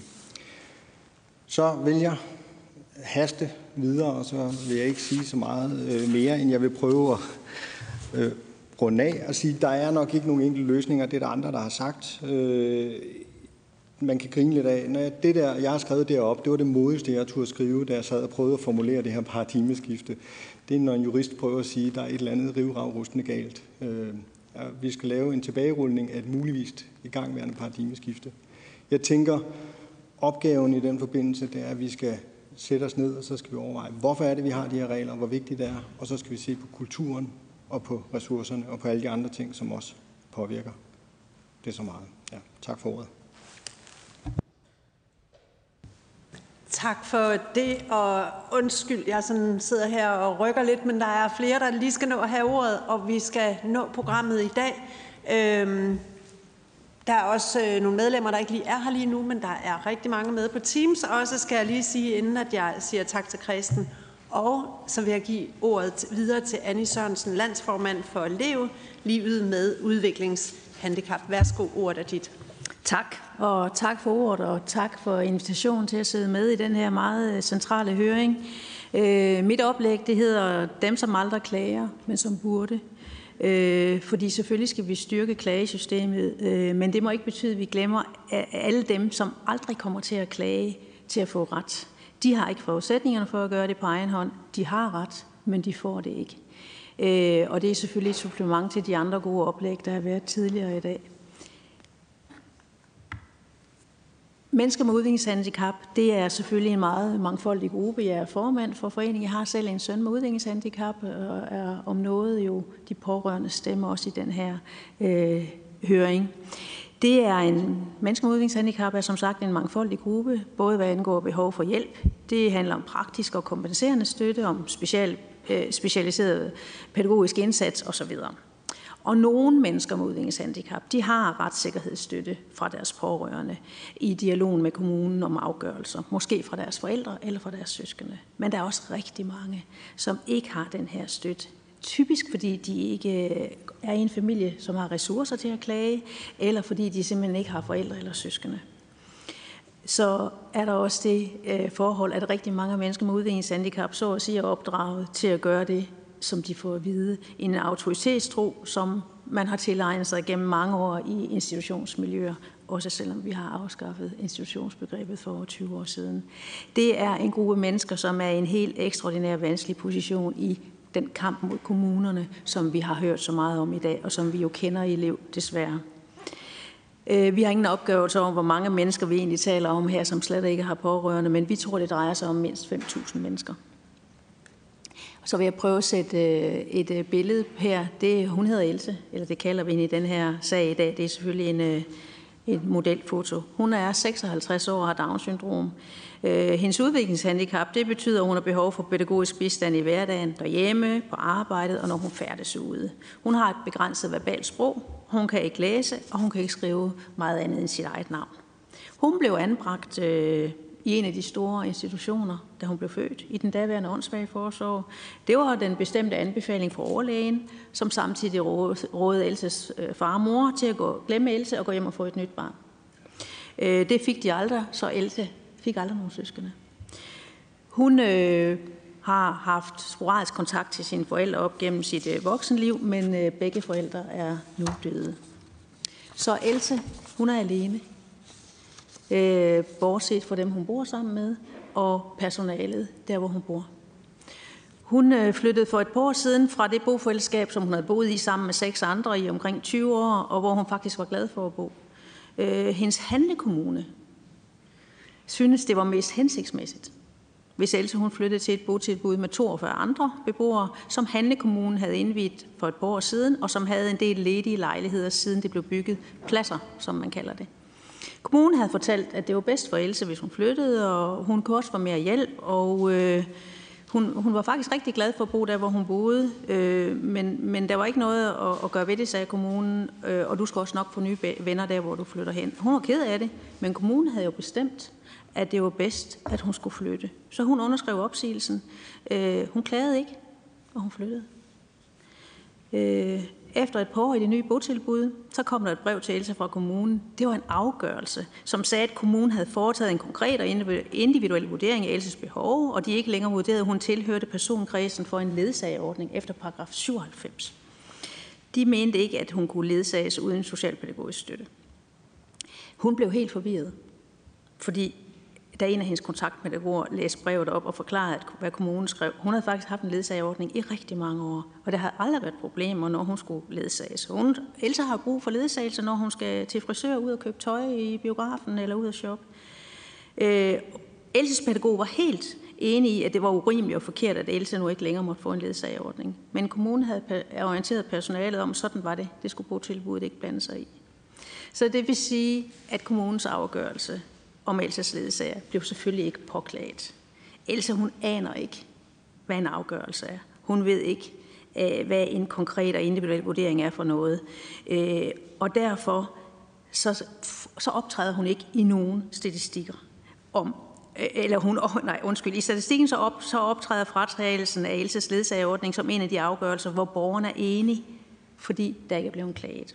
Så vil jeg haste videre, og så vil jeg ikke sige så meget øh, mere, end jeg vil prøve at øh, runde af og sige, at der er nok ikke nogen enkelte løsninger. Det er der andre, der har sagt. Øh, man kan grine lidt af. Når jeg, det der, jeg har skrevet deroppe, det var det modigste, jeg turde skrive, da jeg sad og prøvede at formulere det her paradigmeskifte. Det er, når en jurist prøver at sige, at der er et eller andet rivravrustende galt. Øh, vi skal lave en tilbagerulning af et muligvist i gangværende paradigmeskifte. Jeg tænker, opgaven i den forbindelse, det er, at vi skal sætte os ned, og så skal vi overveje, hvorfor er det, vi har de her regler, hvor vigtigt det er, og så skal vi se på kulturen og på ressourcerne og på alle de andre ting, som også påvirker. Det er så meget. Ja, tak for ordet. Tak for det, og undskyld, jeg sådan sidder her og rykker lidt, men der er flere, der lige skal nå at have ordet, og vi skal nå programmet i dag. Øhm, der er også øh, nogle medlemmer, der ikke lige er her lige nu, men der er rigtig mange med på Teams, og så skal jeg lige sige, inden at jeg siger tak til Kristen, og så vil jeg give ordet videre til Annie Sørensen, landsformand for LEV, Livet med Udviklingshandicap. Værsgo, ordet er dit. Tak, og tak for ordet, og tak for invitationen til at sidde med i den her meget centrale høring. Øh, mit oplæg, det hedder Dem, som aldrig klager, men som burde. Øh, fordi selvfølgelig skal vi styrke klagesystemet, øh, men det må ikke betyde, at vi glemmer alle dem, som aldrig kommer til at klage, til at få ret. De har ikke forudsætningerne for at gøre det på egen hånd. De har ret, men de får det ikke. Øh, og det er selvfølgelig et supplement til de andre gode oplæg, der har været tidligere i dag. Mennesker med udviklingshandicap, det er selvfølgelig en meget mangfoldig gruppe. Jeg er formand for foreningen. Jeg har selv en søn med udviklingshandicap, og er om noget jo de pårørende stemmer også i den her øh, høring. Det er en mennesker med udviklingshandicap er som sagt en mangfoldig gruppe, både hvad angår behov for hjælp. Det handler om praktisk og kompenserende støtte, om special, øh, specialiseret pædagogisk indsats osv. Og nogle mennesker med udviklingshandicap, de har retssikkerhedsstøtte fra deres pårørende i dialogen med kommunen om afgørelser. Måske fra deres forældre eller fra deres søskende. Men der er også rigtig mange, som ikke har den her støtte. Typisk fordi de ikke er i en familie, som har ressourcer til at klage, eller fordi de simpelthen ikke har forældre eller søskende. Så er der også det øh, forhold, at rigtig mange mennesker med udviklingshandicap så at sige er opdraget til at gøre det, som de får at vide. En autoritetstro, som man har tilegnet sig gennem mange år i institutionsmiljøer, også selvom vi har afskaffet institutionsbegrebet for over tyve år siden. Det er en gruppe mennesker, som er i en helt ekstraordinær vanskelig position i den kamp mod kommunerne, som vi har hørt så meget om i dag, og som vi jo kender i elev, desværre. Vi har ingen opgørelse om, hvor mange mennesker vi egentlig taler om her, som slet ikke har pårørende, men vi tror, det drejer sig om mindst fem tusind mennesker. Så vil jeg prøve at sætte et billede her. Det, hun hedder Else, eller det kalder vi hende i den her sag i dag. Det er selvfølgelig en, et modelfoto. Hun er seksoghalvtreds år og har Down-syndrom. Hendes udviklingshandicap, det betyder, at hun har behov for pædagogisk bistand i hverdagen, derhjemme, på arbejdet og når hun færdes ude. Hun har et begrænset verbalt sprog. Hun kan ikke læse, og hun kan ikke skrive meget andet end sit eget navn. Hun blev anbragt øh, i en af de store institutioner, da hun blev født, i den daværende åndssvageforsorg. Det var den bestemte anbefaling fra overlægen, som samtidig rådede Elses øh, far og mor til at gå, glemme Else og gå hjem og få et nyt barn. Øh, det fik de aldrig, så Else fik aldrig nogen søskende. Hun øh, har haft sporadisk kontakt til sine forældre op gennem sit øh, voksenliv, men øh, begge forældre er nu døde. Så Else, hun er alene, øh, bortset fra dem, hun bor sammen med, og personalet, der hvor hun bor. Hun øh, flyttede for et par år siden fra det bofællesskab, som hun havde boet i sammen med seks andre i omkring tyve år, og hvor hun faktisk var glad for at bo. Øh, hendes handlekommune synes, det var mest hensigtsmæssigt, hvis Else hun flyttede til et botilbud med toogfyrre andre beboere, som handlekommunen havde indviet for et par år siden, og som havde en del ledige lejligheder, siden det blev bygget. Pladser, som man kalder det. Kommunen havde fortalt, at det var bedst for Else, hvis hun flyttede, og hun kunne også få mere hjælp, og øh, hun, hun var faktisk rigtig glad for at bo der, hvor hun boede, øh, men, men der var ikke noget at, at gøre ved det, sagde kommunen, øh, og du skal også nok få nye venner der, hvor du flytter hen. Hun var ked af det, men kommunen havde jo bestemt, at det var bedst, at hun skulle flytte. Så hun underskrev opsigelsen. Øh, hun klagede ikke, og hun flyttede. Øh, efter et par år i det nye botilbud, så kom der et brev til Else fra kommunen. Det var en afgørelse, som sagde, at kommunen havde foretaget en konkret og individuel vurdering af Elses behov, og de ikke længere vurderede, at hun tilhørte personkredsen for en ledsageordning efter paragraf syvoghalvfems. De mente ikke, at hun kunne ledsages uden socialpædagogisk støtte. Hun blev helt forvirret, fordi da en af hendes kontaktpædagoger læste brevet op og forklarede, hvad kommunen skrev. Hun havde faktisk haft en ledsageordning i rigtig mange år, og der havde aldrig været problemer, når hun skulle ledsages. Hun, Else har brug for ledsagelse, når hun skal til frisør, ud og købe tøj i biografen eller ud og shoppe. Øh, Elses pædagog var helt enig i, at det var urimeligt og forkert, at Else nu ikke længere måtte få en ledsageordning. Men kommunen havde orienteret personalet om, sådan var det. Det skulle botilbuddet ikke blande sig i. Så det vil sige, at kommunens afgørelse om Elses ledsager blev selvfølgelig ikke påklaget. Else, hun aner ikke, hvad en afgørelse er. Hun ved ikke, hvad en konkret og individuel vurdering er for noget. Og derfor så, så optræder hun ikke i nogen statistikker om, eller hun, nej, undskyld, i statistikken så, op, så optræder fratagelsen af Elses ledsagerordning som en af de afgørelser, hvor borgerne er enige, fordi der ikke er blevet klaget.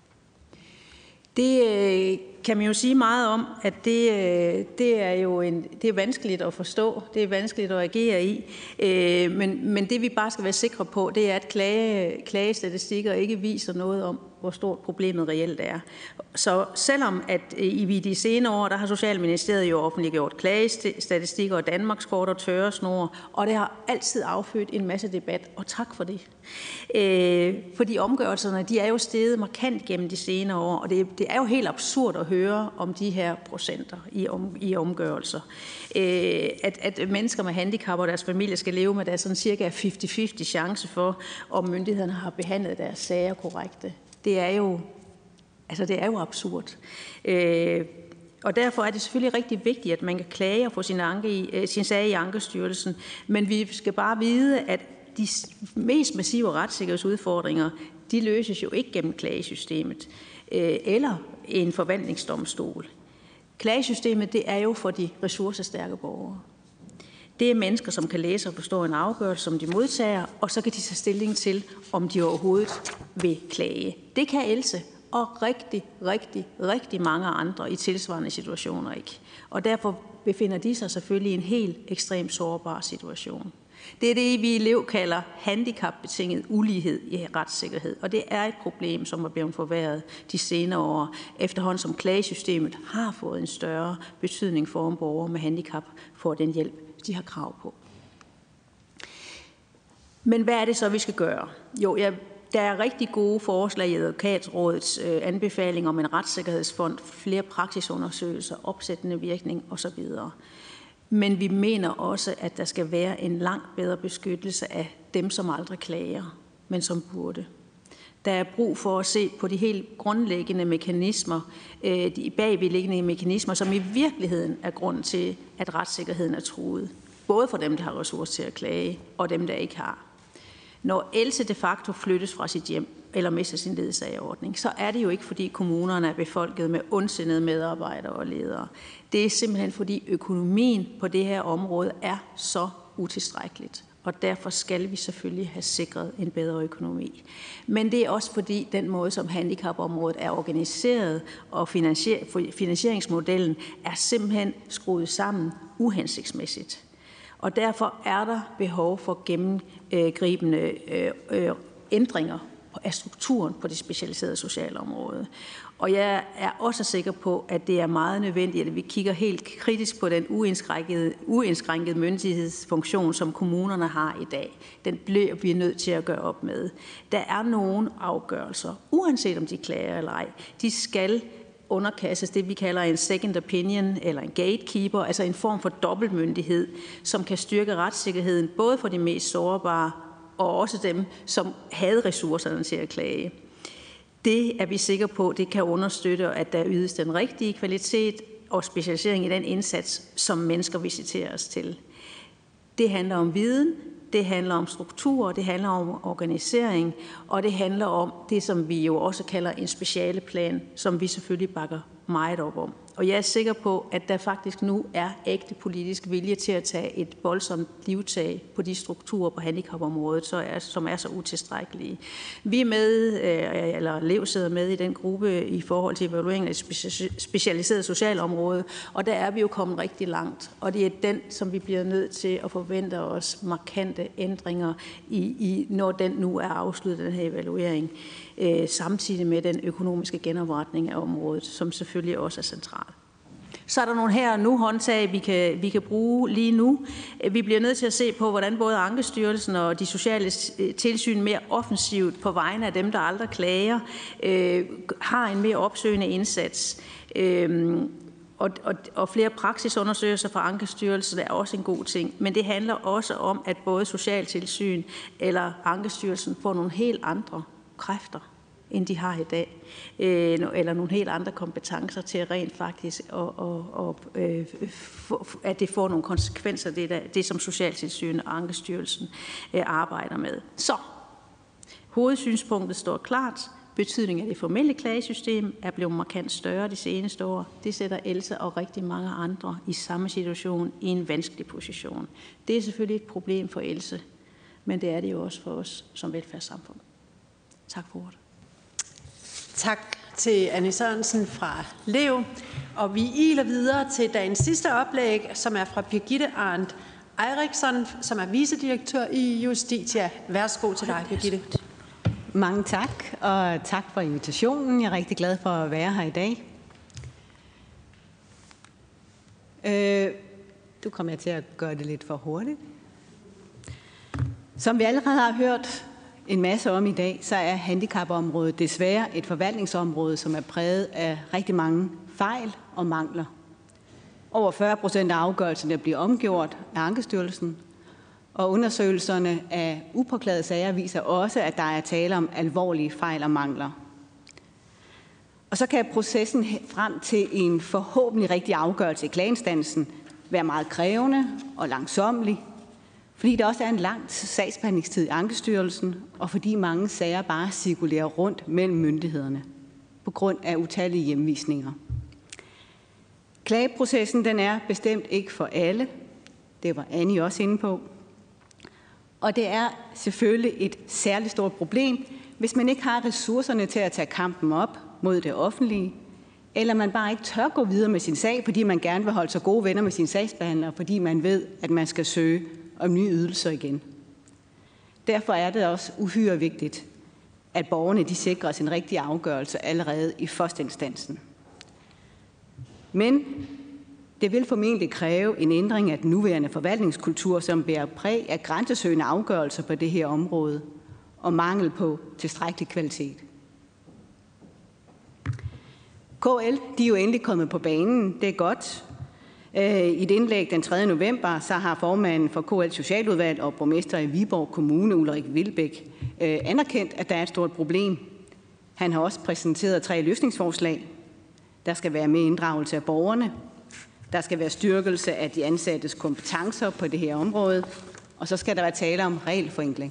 Det øh, kan man jo sige meget om, at det, øh, det er jo en, det er vanskeligt at forstå, det er vanskeligt at agere i, øh, men, men det vi bare skal være sikre på, det er, at klage, klagestatistikker ikke viser noget om, hvor stort problemet reelt er. Så selvom at i de senere år, der har Socialministeriet jo offentliggjort klagestatistikker og Danmarkskort og tørresnore, og det har altid affødt en masse debat, og tak for det. Øh, fordi omgørelserne, de er jo steget markant gennem de senere år, og det, det er jo helt absurd at høre om de her procenter i, om, i omgørelser. Øh, at, at mennesker med handicap og deres familie skal leve med, der er sådan cirka halvtreds halvtreds chance for, om myndighederne har behandlet deres sager korrekte. Det er jo, altså det er jo absurd. Øh, og derfor er det selvfølgelig rigtig vigtigt, at man kan klage og få sin, anke i, øh, sin sag i Ankestyrelsen. Men vi skal bare vide, at de mest massive retssikkerhedsudfordringer, de løses jo ikke gennem klagesystemet øh, eller en forvaltningsdomstol. Klagesystemet, det er jo for de ressourcestærke borgere. Det er mennesker, som kan læse og forstå en afgørelse, som de modtager, og så kan de tage stilling til, om de overhovedet vil klage. Det kan Else og rigtig, rigtig, rigtig mange andre i tilsvarende situationer ikke. Og derfor befinder de sig selvfølgelig i en helt ekstremt sårbar situation. Det er det, vi i Lev kalder handicapbetinget ulighed i retssikkerhed, og det er et problem, som er blevet forværret de senere år, efterhånden som klagesystemet har fået en større betydning for, om borgere med handicap får den hjælp, de har krav på. Men hvad er det så, vi skal gøre? Jo, jeg Der er rigtig gode forslag i Advokatrådets øh, anbefaling om en retssikkerhedsfond, flere praksisundersøgelser, opsættende virkning osv. Men vi mener også, at der skal være en langt bedre beskyttelse af dem, som aldrig klager, men som burde. Der er brug for at se på de helt grundlæggende mekanismer, øh, de bagvedliggende mekanismer, som i virkeligheden er grund til, at retssikkerheden er truet. Både for dem, der har ressourcer til at klage, og dem, der ikke har. Når Else de facto flyttes fra sit hjem eller mister sin ledsagerordning, så er det jo ikke, fordi kommunerne er befolket med ondsindede medarbejdere og ledere. Det er simpelthen, fordi økonomien på det her område er så utilstrækkeligt. Og derfor skal vi selvfølgelig have sikret en bedre økonomi. Men det er også fordi den måde, som handicapområdet er organiseret, og finansier- finansieringsmodellen er simpelthen skruet sammen uhensigtsmæssigt. Og derfor er der behov for gennemgribende øh, øh, ændringer af strukturen på det specialiserede sociale område. Og jeg er også sikker på, at det er meget nødvendigt, at vi kigger helt kritisk på den uindskrænkede, uindskrænkede myndighedsfunktion, som kommunerne har i dag. Den bliver vi nødt til at gøre op med. Der er nogle afgørelser, uanset om de klager eller ej, de skal underkastes det, vi kalder en second opinion eller en gatekeeper, altså en form for dobbeltmyndighed, som kan styrke retssikkerheden både for de mest sårbare og også dem, som havde ressourcerne til at klage. Det er vi sikre på, det kan understøtte, at der ydes den rigtige kvalitet og specialisering i den indsats, som mennesker visiteres til. Det handler om viden, det handler om struktur, det handler om organisering, og det handler om det, som vi jo også kalder en speciale plan, som vi selvfølgelig bakker meget op om. Og jeg er sikker på, at der faktisk nu er ægte politisk vilje til at tage et voldsomt livtag på de strukturer på handicapområdet, som er så utilstrækkelige. Vi er med, eller Lev sidder med i den gruppe i forhold til evalueringen af det specialiserede socialområde, og der er vi jo kommet rigtig langt. Og det er den, som vi bliver nødt til at forvente os markante ændringer i, i når den nu er afsluttet, den her evaluering, øh, samtidig med den økonomiske genopretning af området, som selvfølgelig også er central. Så er der nogle her nu håndtag, vi kan, vi kan bruge lige nu. Vi bliver nødt til at se på, hvordan både Ankestyrelsen og de sociale tilsyn mere offensivt på vegne af dem, der aldrig klager, øh, har en mere opsøgende indsats. Øh, og, og, og flere praksisundersøgelser fra Ankestyrelsen er også en god ting. Men det handler også om, at både socialtilsyn eller Ankestyrelsen får nogle helt andre kræfter, end de har i dag, øh, eller nogle helt andre kompetencer til at rent faktisk, og, og, og, øh, for, at det får nogle konsekvenser, det, der, det som Socialtilsynet og Ankestyrelsen øh, arbejder med. Så, hovedsynspunktet står klart. Betydningen af det formelle klagesystem er blevet markant større de seneste år. Det sætter Else og rigtig mange andre i samme situation i en vanskelig position. Det er selvfølgelig et problem for Else, men det er det jo også for os som velfærdssamfund. Tak for ordet. Tak til Anne Sørensen fra Lev. Og vi iler videre til dagens sidste oplæg, som er fra Birgitte Arndt Eriksson, som er vicedirektør i Justitia. Værsgo til dig, Birgitte. Mange tak, og tak for invitationen. Jeg er rigtig glad for at være her i dag. Øh, du kommer jeg til at gøre det lidt for hurtigt. Som vi allerede har hørt en masse om i dag, så er handicapområdet desværre et forvaltningsområde, som er præget af rigtig mange fejl og mangler. Over fyrre procent af afgørelserne bliver omgjort af Ankestyrelsen, og undersøgelserne af upåklagede sager viser også, at der er tale om alvorlige fejl og mangler. Og så kan processen frem til en forhåbentlig rigtig afgørelse i klageinstansen være meget krævende og langsomlig, fordi der også er en lang sagsbehandlingstid i Ankestyrelsen, og fordi mange sager bare cirkulerer rundt mellem myndighederne på grund af utallige hjemvisninger. Klageprocessen den er bestemt ikke for alle. Det var Annie også inde på. Og det er selvfølgelig et særligt stort problem, hvis man ikke har ressourcerne til at tage kampen op mod det offentlige, eller man bare ikke tør gå videre med sin sag, fordi man gerne vil holde sig gode venner med sine sagsbehandlere, fordi man ved, at man skal søge om nye ydelser igen. Derfor er det også uhyre vigtigt, at borgerne de sikres en rigtig afgørelse allerede i første instansen. Men det vil formentlig kræve en ændring af den nuværende forvaltningskultur, som bærer præg af grænsesøgende afgørelser på det her område og mangel på tilstrækkelig kvalitet. K L de er jo endelig kommet på banen. Det er godt. I et indlæg den tredje november så har formanden for K L's Socialudvalg og borgmester i Viborg Kommune, Ulrik Wilbæk, anerkendt, at der er et stort problem. Han har også præsenteret tre løsningsforslag. Der skal være mere inddragelse af borgerne. Der skal være styrkelse af de ansattes kompetencer på det her område. Og så skal der være tale om regelforenkling.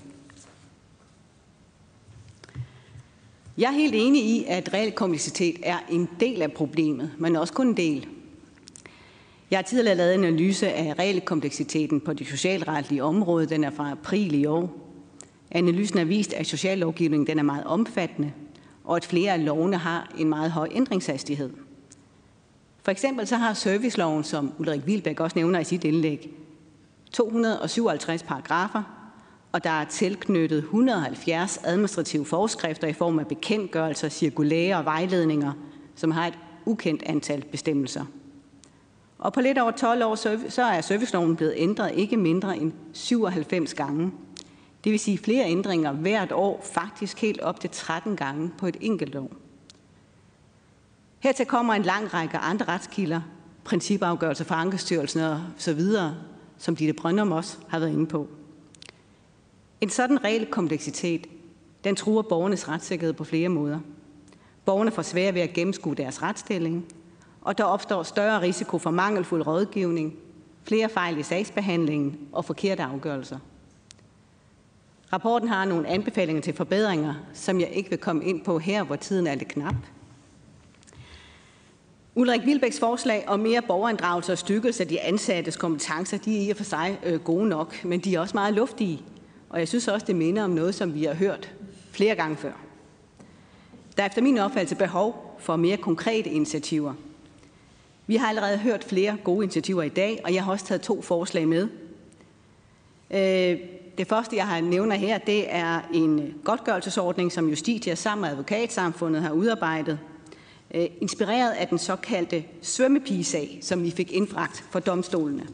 Jeg er helt enig i, at regelkompleksitet er en del af problemet, men også kun en del. Jeg har tidligere lavet en analyse af regelkompleksiteten på det socialretlige område. Den er fra april i år. Analysen har vist, at sociallovgivningen den er meget omfattende, og at flere af lovene har en meget høj ændringshastighed. For eksempel så har serviceloven, som Ulrik Wilbæk også nævner i sit indlæg, to hundrede og syvoghalvtreds paragrafer, og der er tilknyttet et hundrede og halvfjerds administrative forskrifter i form af bekendtgørelser, cirkulærer og vejledninger, som har et ukendt antal bestemmelser. Og på lidt over tolv år, så er serviceloven blevet ændret ikke mindre end syvoghalvfems gange. Det vil sige flere ændringer hvert år, faktisk helt op til tretten gange på et enkelt år. Hertil kommer en lang række andre retskilder, principafgørelser fra Ankestyrelsen og så videre, som Ditte Brøndum også har været inde på. En sådan regelkompleksitet, den truer borgernes retssikkerhed på flere måder. Borgerne får svært ved at gennemskue deres retsstilling, og der opstår større risiko for mangelfuld rådgivning, flere fejl i sagsbehandlingen og forkerte afgørelser. Rapporten har nogle anbefalinger til forbedringer, som jeg ikke vil komme ind på her, hvor tiden er lidt knap. Ulrik Wilbæks forslag om mere borgerinddragelse og styrkelse af de ansattes kompetencer, de er i og for sig øh, gode nok, men de er også meget luftige. Og jeg synes også, det minder om noget, som vi har hørt flere gange før. Der er efter min opfattelse behov for mere konkrete initiativer. Vi har allerede hørt flere gode initiativer i dag, og jeg har også taget to forslag med. Øh, Det første, jeg har nævner her, det er en godtgørelsesordning, som Justitia sammen med Advokatsamfundet har udarbejdet, inspireret af den såkaldte svømmepigesag, som vi fik indbragt for domstolene.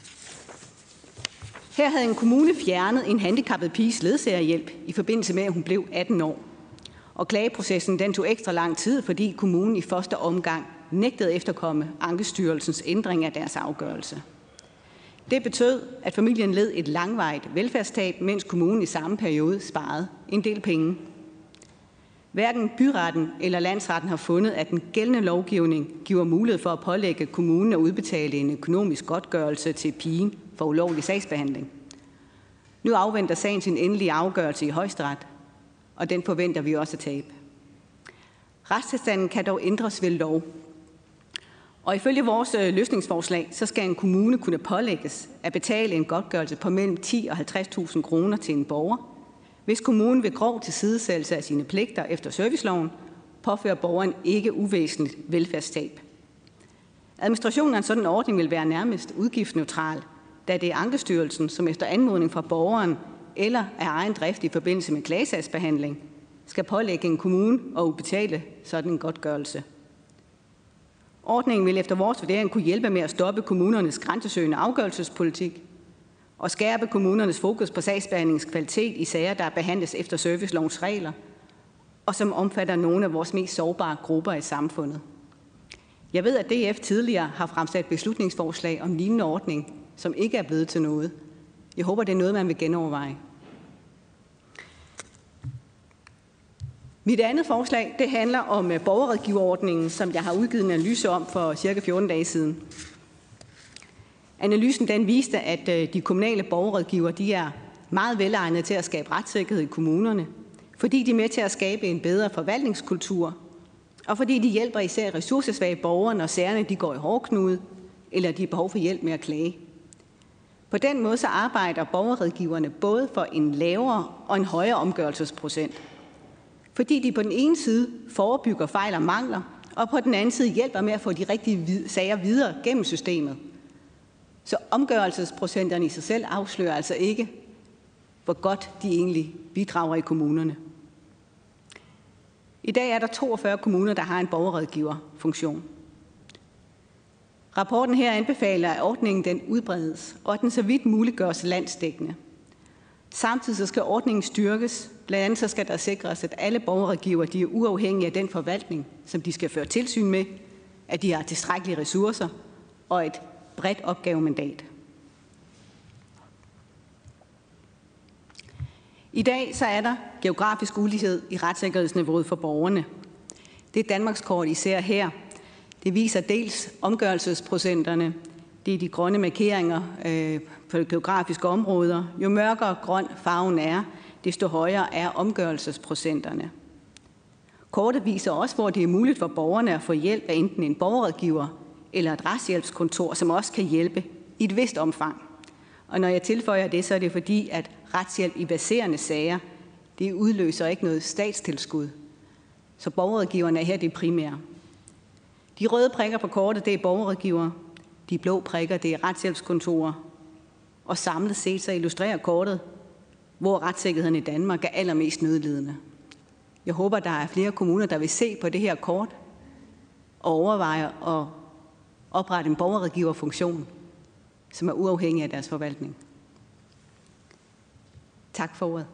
Her havde en kommune fjernet en handicappet piges ledsagerhjælp i forbindelse med, at hun blev atten år. Og klageprocessen den tog ekstra lang tid, fordi kommunen i første omgang nægtede efterkomme Ankestyrelsens ændring af deres afgørelse. Det betød, at familien led et langvarigt velfærdstab, mens kommunen i samme periode sparede en del penge. Hverken byretten eller landsretten har fundet, at den gældende lovgivning giver mulighed for at pålægge kommunen at udbetale en økonomisk godtgørelse til pigen for ulovlig sagsbehandling. Nu afventer sagen sin endelige afgørelse i Højesteret, og den forventer vi også at tabe. Retstilstanden kan dog ændres ved lov. Og ifølge vores løsningsforslag, så skal en kommune kunne pålægges at betale en godtgørelse på mellem ti og halvtreds tusind kroner til en borger, hvis kommunen ved grov tilsidesættelse af sine pligter efter serviceloven påfører borgeren ikke uvæsentligt velfærdstab. Administrationen af en sådan ordning vil være nærmest udgiftsneutral, da det er Ankestyrelsen, som efter anmodning fra borgeren eller af egen drift i forbindelse med klagesagsbehandling, skal pålægge en kommune at udbetale sådan en godtgørelse. Ordningen vil efter vores vurdering kunne hjælpe med at stoppe kommunernes grænsesøgende afgørelsespolitik og skærpe kommunernes fokus på sagsbehandlingskvalitet i sager, der behandles efter servicelovens regler, og som omfatter nogle af vores mest sårbare grupper i samfundet. Jeg ved, at D F tidligere har fremsat beslutningsforslag om lignende ordning, som ikke er blevet til noget. Jeg håber, det er noget, man vil genoverveje. Mit andet forslag det handler om borgerrådgiverordningen, som jeg har udgivet en analyse om for cirka fjorten dage siden. Analysen den viste, at de kommunale borgerrådgivere de er meget velegnede til at skabe retssikkerhed i kommunerne, fordi de er med til at skabe en bedre forvaltningskultur, og fordi de hjælper især ressourcesvage borgere, når sagerne de går i hårdknude, eller de har behov for hjælp med at klage. På den måde så arbejder borgerrådgiverne både for en lavere og en højere omgørelsesprocent, fordi de på den ene side forebygger fejl og mangler, og på den anden side hjælper med at få de rigtige sager videre gennem systemet, Så omgørelsesprocenterne i sig selv afslører altså ikke, hvor godt de egentlig bidrager i kommunerne. I dag er der toogfyrre kommuner, der har en borgerrådgiverfunktion. Rapporten her anbefaler, at ordningen den udbredes, og at den så vidt muligt gøres landsdækkende. Samtidig så skal ordningen styrkes. Blandt andet så skal der sikres, at alle borgerrådgivere de er uafhængige af den forvaltning, som de skal føre tilsyn med, at de har tilstrækkelige ressourcer og et bredt opgavemandat. I dag så er der geografisk ulighed i retssikkerhedsniveauet for borgerne. Det er Danmarkskort, I ser her. Det viser dels omgørelsesprocenterne. Det er de grønne markeringer øh, på de geografiske områder. Jo mørkere grøn farven er, desto højere er omgørelsesprocenterne. Kortet viser også, hvor det er muligt for borgerne at få hjælp af enten en borgerrådgiver eller et retshjælpskontor, som også kan hjælpe i et vist omfang. Og når jeg tilføjer det, så er det fordi, at retshjælp i baserende sager, det udløser ikke noget statstilskud. Så borgerrådgiverne er her det primære. De røde prikker på kortet, det er borgerrådgivere. De blå prikker, det er retshjælpskontorer. Og samlet set så illustrerer kortet, hvor retssikkerheden i Danmark er allermest nødlidende. Jeg håber, der er flere kommuner, der vil se på det her kort og overveje at oprette en borgerrådgiverfunktion, som er uafhængig af deres forvaltning. Tak for ordet.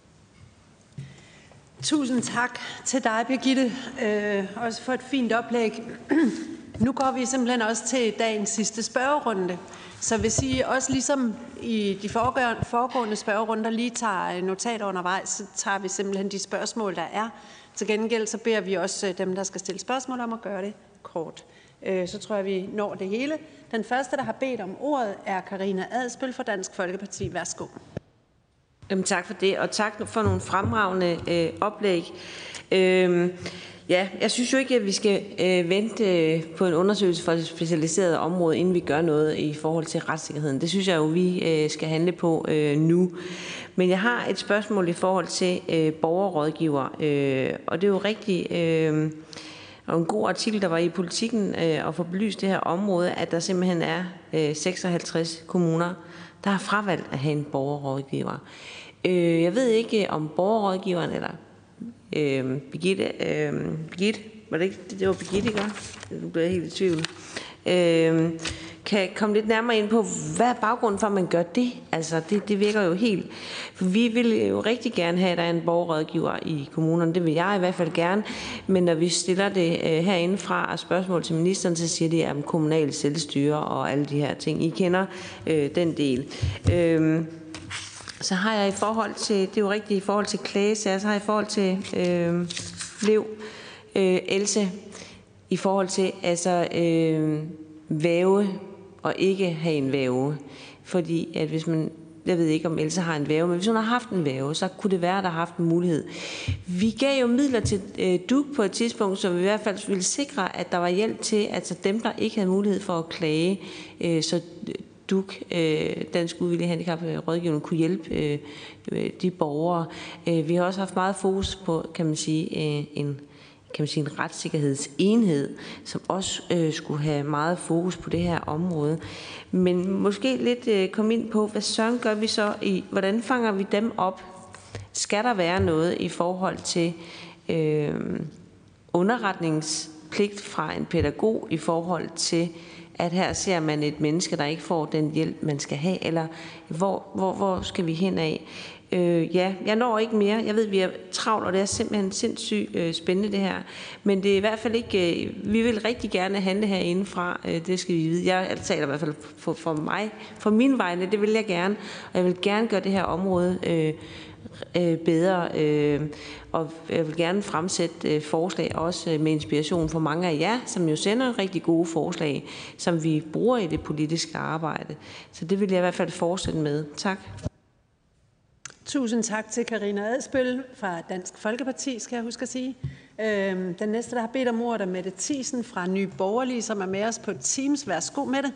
Tusind tak til dig, Birgitte, øh, også for et fint oplæg. Nu går vi simpelthen også til dagens sidste spørgerunde. Så hvis I også ligesom i de foregående spørgerunder lige tager notater undervejs, så tager vi simpelthen de spørgsmål, der er. Til gengæld så beder vi også dem, der skal stille spørgsmål, om at gøre det kort. Så tror jeg, vi når det hele. Den første, der har bedt om ordet, er Karina Adsbøl fra Dansk Folkeparti. Værsgo. Jamen, tak for det, og tak for nogle fremragende øh, oplæg. Øhm, ja, jeg synes jo ikke, at vi skal øh, vente øh, på en undersøgelse for det specialiserede område, inden vi gør noget i forhold til retssikkerheden. Det synes jeg jo, vi øh, skal handle på øh, nu. Men jeg har et spørgsmål i forhold til øh, borgerrådgiver, øh, og det er jo rigtig... Øh, og en god artikel, der var i Politikken øh, og få belyst det her område, at der simpelthen er øh, seksoghalvtreds kommuner, der har fravalgt at have en borgerrådgiver. Øh, jeg ved ikke om borgerrådgiveren eller øh, Birgitte, øh, Birgitte, var det ikke, det var Birgitte, ikke? Nu bliver jeg helt i tvivl. Øh, kan komme lidt nærmere ind på, hvad er baggrunden for, at man gør det? Altså, det, det virker jo helt... For vi vil jo rigtig gerne have, at der er en borgerrådgiver i kommunerne. Det vil jeg i hvert fald gerne. Men når vi stiller det øh, herindefra og spørgsmål til ministeren, så siger de om kommunale selvstyre og alle de her ting. I kender øh, den del. Øh, så har jeg i forhold til... Det er jo rigtigt i forhold til klagesager. Så har jeg i forhold til øh, Lev, øh, Else, i forhold til altså øh, væve og ikke have en væve. Fordi at hvis man, jeg ved ikke om Else har en væve, men hvis hun har haft en væve, så kunne det være, at der har haft en mulighed. Vi gav jo midler til øh, D U C på et tidspunkt, så vi i hvert fald ville sikre, at der var hjælp til, altså dem, der ikke havde mulighed for at klage, øh, så D U C, øh, Dansk Udvikling Handicap Rådgivning, kunne hjælpe øh, de borgere. Øh, vi har også haft meget fokus på, kan man sige, øh, en kan man sige, en retssikkerhedsenhed, som også øh, skulle have meget fokus på det her område. Men måske lidt øh, komme ind på, hvad søren gør vi så i, hvordan fanger vi dem op? Skal der være noget i forhold til øh, underretningspligt fra en pædagog i forhold til, at her ser man et menneske, der ikke får den hjælp, man skal have, eller hvor, hvor, hvor skal vi hen af? Øh, ja, jeg når ikke mere. Jeg ved, vi er travlt, og det er simpelthen sindssygt øh, spændende det her. Men det er i hvert fald ikke... Øh, vi vil rigtig gerne handle herindefra. Øh, det skal vi vide. Jeg taler i hvert fald for, for mig, for min vegne. Det vil jeg gerne. Og jeg vil gerne gøre det her område øh, øh, bedre. Øh, og jeg vil gerne fremsætte øh, forslag også med inspiration for mange af jer, som jo sender rigtig gode forslag, som vi bruger i det politiske arbejde. Så det vil jeg i hvert fald fortsætte med. Tak. Tusind tak til Karina Adsbøl fra Dansk Folkeparti, skal jeg huske at sige. Øhm, den næste, der har bedt om ordet, er Mette Thiesen fra Nye Borgerlige, som er med os på Teams. Værsgo, Mette.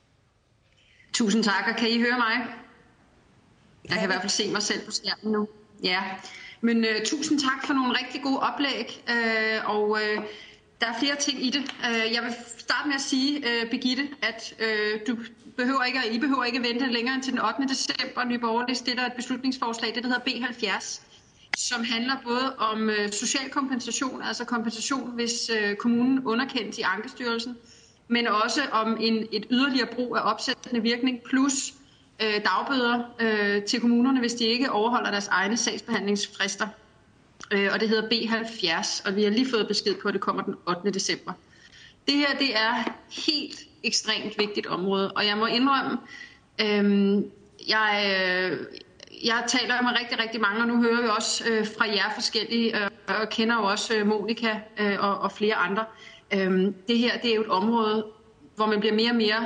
Tusind tak, og kan I høre mig? Jeg kan i hvert fald se mig selv på skærmen nu. Ja, men uh, tusind tak for nogle rigtig gode oplæg, uh, og uh, Der er flere ting i det. Jeg vil starte med at sige, Birgitte, at du behøver ikke, I behøver ikke vente længere end til den ottende december. Nye Borgerlige stiller et beslutningsforslag, det der hedder B halvfjerds, som handler både om social kompensation, altså kompensation, hvis kommunen underkendes i Ankestyrelsen, men også om en, et yderligere brug af opsættende virkning, plus øh, dagbøder øh, til kommunerne, hvis de ikke overholder deres egne sagsbehandlingsfrister. Øh, og det hedder B halvfjerds, og vi har lige fået besked på, at det kommer den ottende december. Det her, det er helt ekstremt vigtigt område, og jeg må indrømme, øh, jeg, øh, jeg taler med rigtig, rigtig mange, og nu hører vi også øh, fra jer forskellige, øh, og kender jo også øh, Monika øh, og, og flere andre. Øhm, det her, det er jo et område, hvor man bliver mere og mere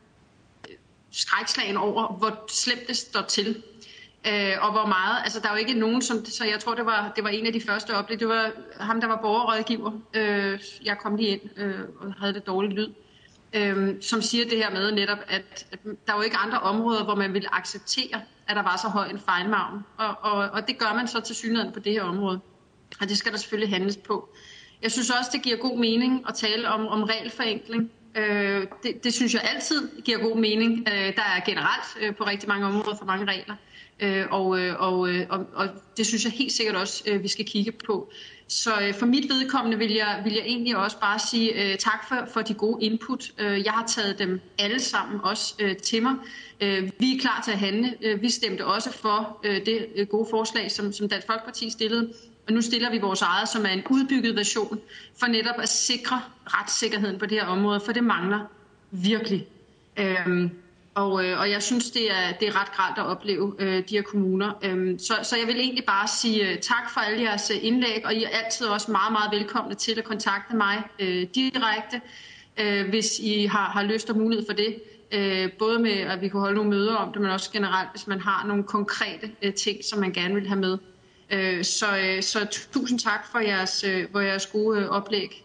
skrækslagen over, hvor slemt det står til. Øh, og hvor meget, altså der er jo ikke nogen, som, så jeg tror, det var, det var en af de første oplæg, det var ham, der var borgerrådgiver. Øh, jeg kom lige ind øh, og havde det dårligt lyd. Øh, som siger det her med netop, at, at der er jo ikke andre områder, hvor man ville acceptere, at der var så høj en fejlmargen. Og, og, og det gør man så til synligheden på det her område. Og det skal der selvfølgelig handles på. Jeg synes også, det giver god mening at tale om, om regelforenkling. Øh, det, det synes jeg altid giver god mening. Øh, der er generelt øh, på rigtig mange områder for mange regler. Øh, og, og, og, og det synes jeg helt sikkert også, øh, vi skal kigge på. Så øh, for mit vedkommende vil jeg, vil jeg egentlig også bare sige øh, tak for, for de gode input. Øh, jeg har taget dem alle sammen også øh, til mig. Øh, vi er klar til at handle. Øh, vi stemte også for øh, det øh, gode forslag, som, som Dansk Folkeparti stillede. Og nu stiller vi vores eget, som er en udbygget version, for netop at sikre retssikkerheden på det her område, for det mangler virkelig. Øhm, og, og jeg synes, det er, det er ret grelt at opleve øh, de her kommuner. Øhm, så, så jeg vil egentlig bare sige tak for alle jeres indlæg, og I er altid også meget, meget velkomne til at kontakte mig øh, direkte, øh, hvis I har, har lyst og mulighed for det. Øh, både med, at vi kan holde nogle møder om det, men også generelt, hvis man har nogle konkrete øh, ting, som man gerne vil have med. Så, så tusind tak for jeres, for jeres gode oplæg.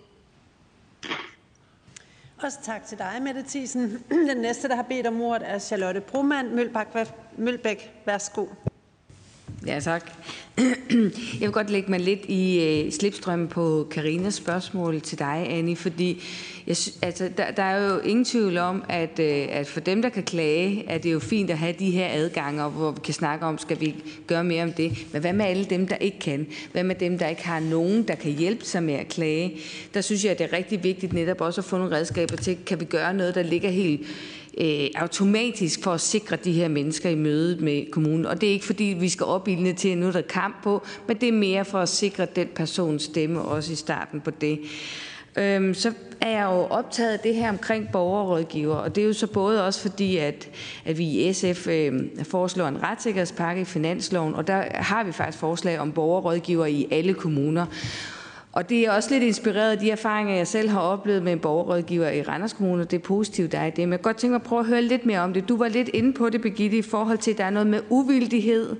Også tak til dig, Mette Thiesen. Den næste, der har bedt om ordet, er Charlotte Broman Mølbæk. Værsgo. Ja, tak. Jeg vil godt lægge mig lidt i uh, slipstrømmen på Karinas spørgsmål til dig, Annie, fordi jeg, altså, der, der er jo ingen tvivl om, at, uh, at for dem, der kan klage, at det er jo fint at have de her adganger, hvor vi kan snakke om, skal vi gøre mere om det. Men hvad med alle dem, der ikke kan? Hvad med dem, der ikke har nogen, der kan hjælpe sig med at klage? Der synes jeg, at det er rigtig vigtigt netop også at få nogle redskaber til, kan vi gøre noget, der ligger helt Øh, automatisk for at sikre de her mennesker i mødet med kommunen. Og det er ikke fordi, vi skal opildne til, at nu er der kamp på, men det er mere for at sikre den persons stemme også i starten på det. Øhm, så er jeg jo optaget af det her omkring borgerrådgiver, og det er jo så både også fordi, at, at vi i S F øh, foreslår en retssikkerhedspakke i finansloven, og der har vi faktisk forslag om borgerrådgiver i alle kommuner. Og det er også lidt inspireret af de erfaringer, jeg selv har oplevet med en borgerrådgiver i Randers Kommune, det er positivt, der er det. Men jeg kan godt tænke mig at prøve at høre lidt mere om det. Du var lidt inde på det, Birgitte, i forhold til, at der er noget med uvildighed.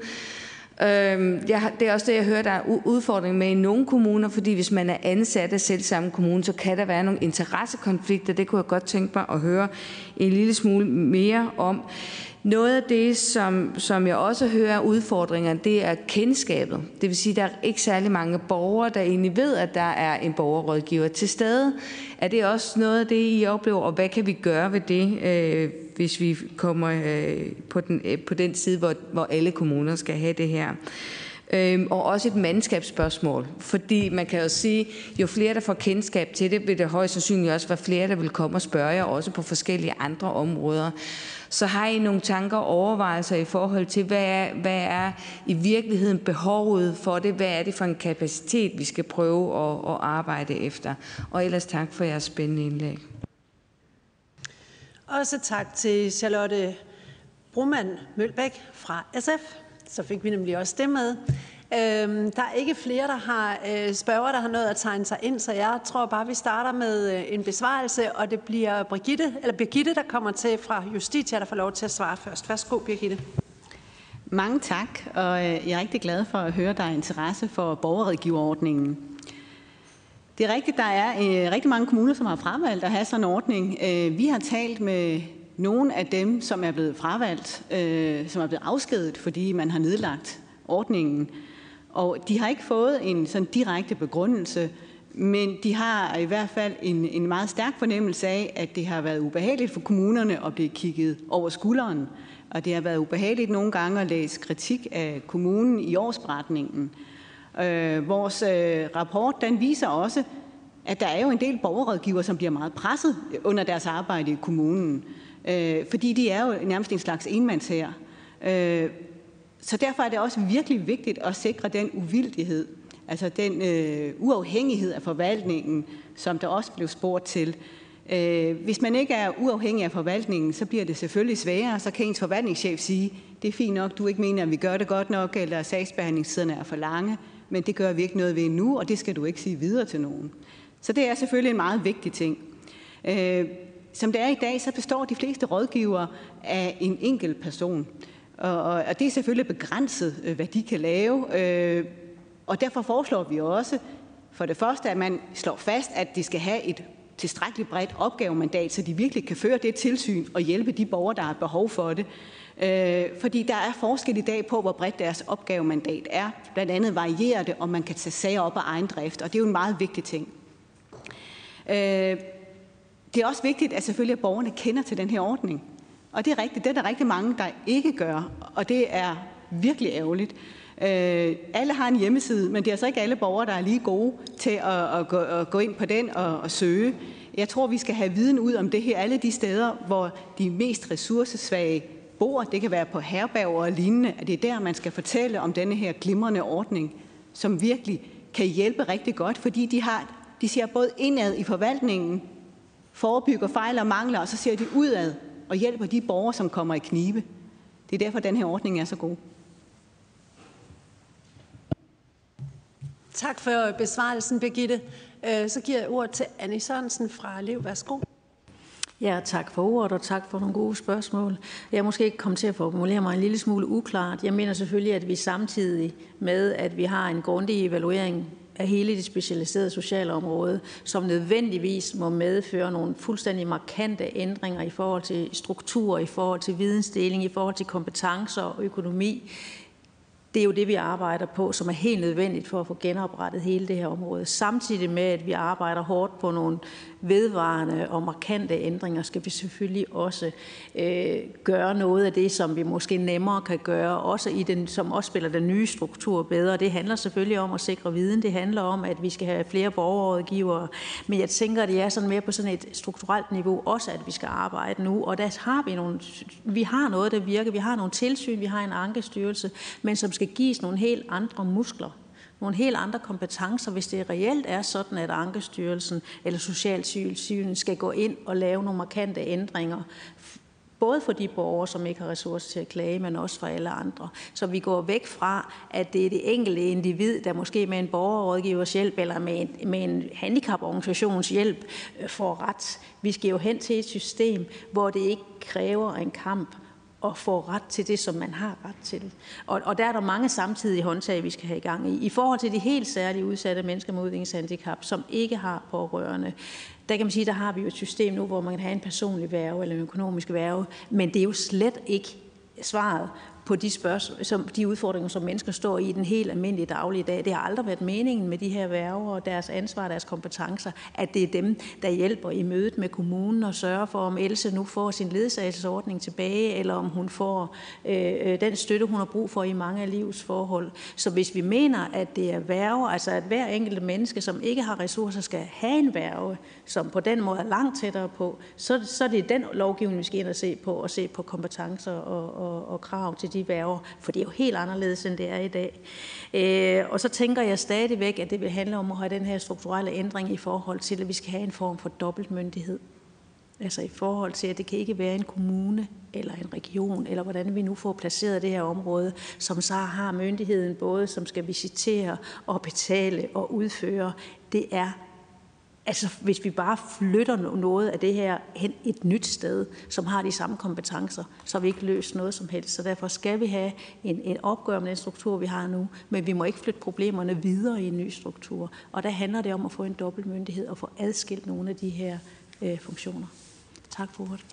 Øhm, jeg, det er også det, jeg hører, der er udfordring med i nogle kommuner, fordi hvis man er ansat af selv samme kommune, så kan der være nogle interessekonflikter. Det kunne jeg godt tænke mig at høre en lille smule mere om. Noget af det, som, som jeg også hører udfordringer, det er kendskabet. Det vil sige, at der er ikke særlig mange borgere, der egentlig ved, at der er en borgerrådgiver til stede. Er det også noget af det, I oplever, og hvad kan vi gøre ved det, øh, hvis vi kommer øh, på, den, øh, på den side, hvor, hvor alle kommuner skal have det her? Øhm, og også et mandskabsspørgsmål, fordi man kan jo sige, jo flere der får kendskab til det, vil det højst sandsynligt også være flere, der vil komme og spørge jer, også på forskellige andre områder. Så har I nogle tanker og overvejelser i forhold til, hvad er, hvad er i virkeligheden behovet for det? Hvad er det for en kapacitet, vi skal prøve at, at arbejde efter? Og ellers tak for jeres spændende indlæg. Også tak til Charlotte Broman Mølbæk fra S F. Så fik vi nemlig også det med. Øhm, der er ikke flere, der har øh, spørger, der har nået at tegne sig ind, så jeg tror bare, vi starter med øh, en besvarelse, og det bliver Brigitte, eller Birgitte, der kommer til fra Justitia, der får lov til at svare først. Værsgo, Birgitte. Mange tak, og jeg er rigtig glad for at høre, at der er interesse for borgerrådgiverordningen. Det er rigtigt, der er øh, rigtig mange kommuner, som har fravalgt at have sådan en ordning. Øh, vi har talt med nogle af dem, som er blevet fravalgt, øh, som er blevet afskediget, fordi man har nedlagt ordningen. Og de har ikke fået en sådan direkte begrundelse, Men de har i hvert fald en, en meget stærk fornemmelse af, at det har været ubehageligt for kommunerne at blive kigget over skulderen. Og det har været ubehageligt nogle gange at læse kritik af kommunen i årsberetningen. Øh, vores øh, rapport den viser også, at der er jo en del borgerrådgivere, som bliver meget presset under deres arbejde i kommunen. Øh, fordi de er jo nærmest en slags enmandshær. Øh, så derfor er det også virkelig vigtigt at sikre den uvildighed, altså den øh, uafhængighed af forvaltningen, som der også blev spurgt til. Øh, hvis man ikke er uafhængig af forvaltningen, så bliver det selvfølgelig sværere. Så kan ens forvaltningschef sige, det er fint nok, du ikke mener, at vi gør det godt nok, eller sagsbehandlingstiderne er for lange, men det gør vi ikke noget ved nu, og det skal du ikke sige videre til nogen. Så det er selvfølgelig en meget vigtig ting. Øh, som det er i dag, så består de fleste rådgivere af en enkelt person. Og, og det er selvfølgelig begrænset, hvad de kan lave. Øh, og derfor foreslår vi også, for det første, at man slår fast, at de skal have et tilstrækkeligt bredt opgavemandat, så de virkelig kan føre det tilsyn og hjælpe de borgere, der har behov for det. Øh, fordi der er forskel i dag på, hvor bredt deres opgavemandat er. Blandt andet varierer det, om man kan tage sager op af egen drift, og det er jo en meget vigtig ting. Øh, det er også vigtigt, at selvfølgelig at borgerne kender til den her ordning. Og det er rigtigt, det er der rigtig mange, der ikke gør, og det er virkelig ærgerligt. Øh, alle har en hjemmeside, men det er altså ikke alle borgere, der er lige gode til at, at, gå, at gå ind på den og, og søge. Jeg tror, vi skal have viden ud om det her alle de steder, hvor de mest ressourcesvage bor. Det kan være på herberger og lignende, at det er der, man skal fortælle om denne her glimrende ordning, som virkelig kan hjælpe rigtig godt, fordi de, har, de ser både indad i forvaltningen, forebygger fejl og mangler, og så ser de udad og hjælper de borgere, som kommer i knibe. Det er derfor, den her ordning er så god. Tak for besvarelsen, Birgitte. Så giver jeg ord til Annie Sørensen fra Lev. Værsgo. Ja, tak for ordet, og tak for nogle gode spørgsmål. Jeg er måske ikke kommet til at formulere mig en lille smule uklart. Jeg mener selvfølgelig, at vi samtidig med, at vi har en grundig evaluering af hele det specialiserede sociale område, som nødvendigvis må medføre nogle fuldstændig markante ændringer i forhold til struktur, i forhold til vidensdeling, i forhold til kompetencer og økonomi. Det er jo det, vi arbejder på, som er helt nødvendigt for at få genoprettet hele det her område. Samtidig med, at vi arbejder hårdt på nogle vedvarende og markante ændringer, skal vi selvfølgelig også øh, gøre noget af det, som vi måske nemmere kan gøre, også i den, som også spiller den nye struktur bedre. Det handler selvfølgelig om at sikre viden. Det handler om, at vi skal have flere borgerrådgivere. Men jeg tænker, at det er sådan mere på sådan et strukturelt niveau også, at vi skal arbejde nu. Og der har vi nogle, vi har noget, der virker. Vi har nogle tilsyn, vi har en ankestyrelse, men som skal gives nogle helt andre muskler. Nogle helt andre kompetencer, hvis det reelt er sådan, at Ankestyrelsen eller Socialtilsynet skal gå ind og lave nogle markante ændringer, både for de borgere, som ikke har ressourcer til at klage, men også for alle andre. Så vi går væk fra, at det er det enkelte individ, der måske med en borgerrådgivers hjælp eller med en, med en handicaporganisations hjælp får ret. Vi skal jo hen til et system, hvor det ikke kræver en kamp og få ret til det, som man har ret til. Og, og der er der mange samtidige håndtag, vi skal have i gang i. I forhold til de helt særligt udsatte mennesker med udviklingshandicap, som ikke har pårørende, der kan man sige, der har vi jo et system nu, hvor man kan have en personlig værge eller en økonomisk værge, men det er jo slet ikke svaret på de, spørgsmål, som, de udfordringer, som mennesker står i den helt almindelige daglige dag. Det har aldrig været meningen med de her værger og deres ansvar og deres kompetencer, at det er dem, der hjælper i mødet med kommunen og sørger for, om Else nu får sin ledsagelsesordning tilbage, eller om hun får øh, den støtte, hun har brug for i mange af livets forhold. Så hvis vi mener, at det er værger, altså at hver enkelt menneske, som ikke har ressourcer, skal have en værge, som på den måde er langt tættere på, så, så er det den lovgivning, vi skal ind og se på, og se på kompetencer og, og, og krav til de værger, for det er jo helt anderledes, end det er i dag. Øh, og så tænker jeg stadigvæk, at det vil handle om at have den her strukturelle ændring i forhold til, at vi skal have en form for dobbeltmyndighed. Altså i forhold til, at det kan ikke være en kommune eller en region, eller hvordan vi nu får placeret det her område, som så har myndigheden både, som skal visitere og betale og udføre. Det er Altså, hvis vi bare flytter noget af det her hen et nyt sted, som har de samme kompetencer, så har vi ikke løst noget som helst. Så derfor skal vi have en, en opgør med den struktur, vi har nu, men vi må ikke flytte problemerne videre i en ny struktur. Og der handler det om at få en dobbeltmyndighed og få adskilt nogle af de her øh, funktioner. Tak for ordet.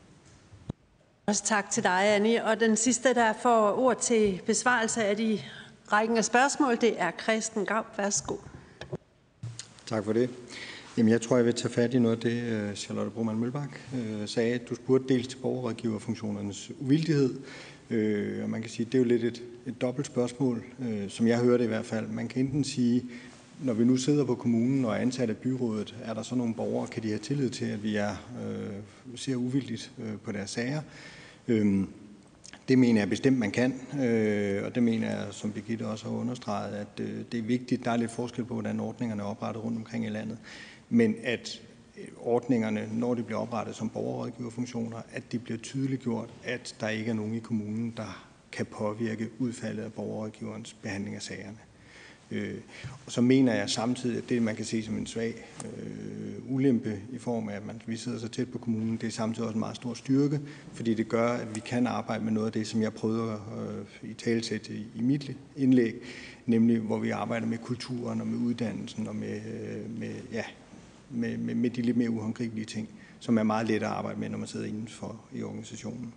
Også tak til dig, Annie. Og den sidste, der får ord til besvarelse af de rækken af spørgsmål, det er Kristen Graup. Værsgo. Tak for det. Jamen, jeg tror, jeg vil tage fat i noget af det, Charlotte Broman Mølbak sagde. Du spurgte dels til borgerrådgiverfunktionernes uvildighed, og man kan sige, at det er jo lidt et, et dobbelt spørgsmål, som jeg hører det i hvert fald. Man kan enten sige, når vi nu sidder på kommunen og er ansat af byrådet, er der så nogle borgere, kan de have tillid til, at vi er, øh, ser uvildigt øh, på deres sager? Øhm, det mener jeg bestemt, man kan, øh, og det mener jeg, som Birgitte også har understreget, at øh, det er vigtigt. Der er lidt forskel på, hvordan ordningerne er oprettet rundt omkring i landet, men at ordningerne, når de bliver oprettet som borgerrådgiverfunktioner, at de bliver tydeligt gjort, at der ikke er nogen i kommunen, der kan påvirke udfaldet af borgerrådgiverens behandling af sagerne. Øh, og så mener jeg samtidig, at det, man kan se som en svag øh, ulempe i form af, at man, vi sidder så tæt på kommunen, det er samtidig også en meget stor styrke, fordi det gør, at vi kan arbejde med noget af det, som jeg prøvede øh, i talesætte i, i mit indlæg, nemlig hvor vi arbejder med kulturen og med uddannelsen og med, øh, med, ja, med, med, med de lidt mere uhåndgribelige ting, som er meget let at arbejde med, når man sidder indenfor i organisationen.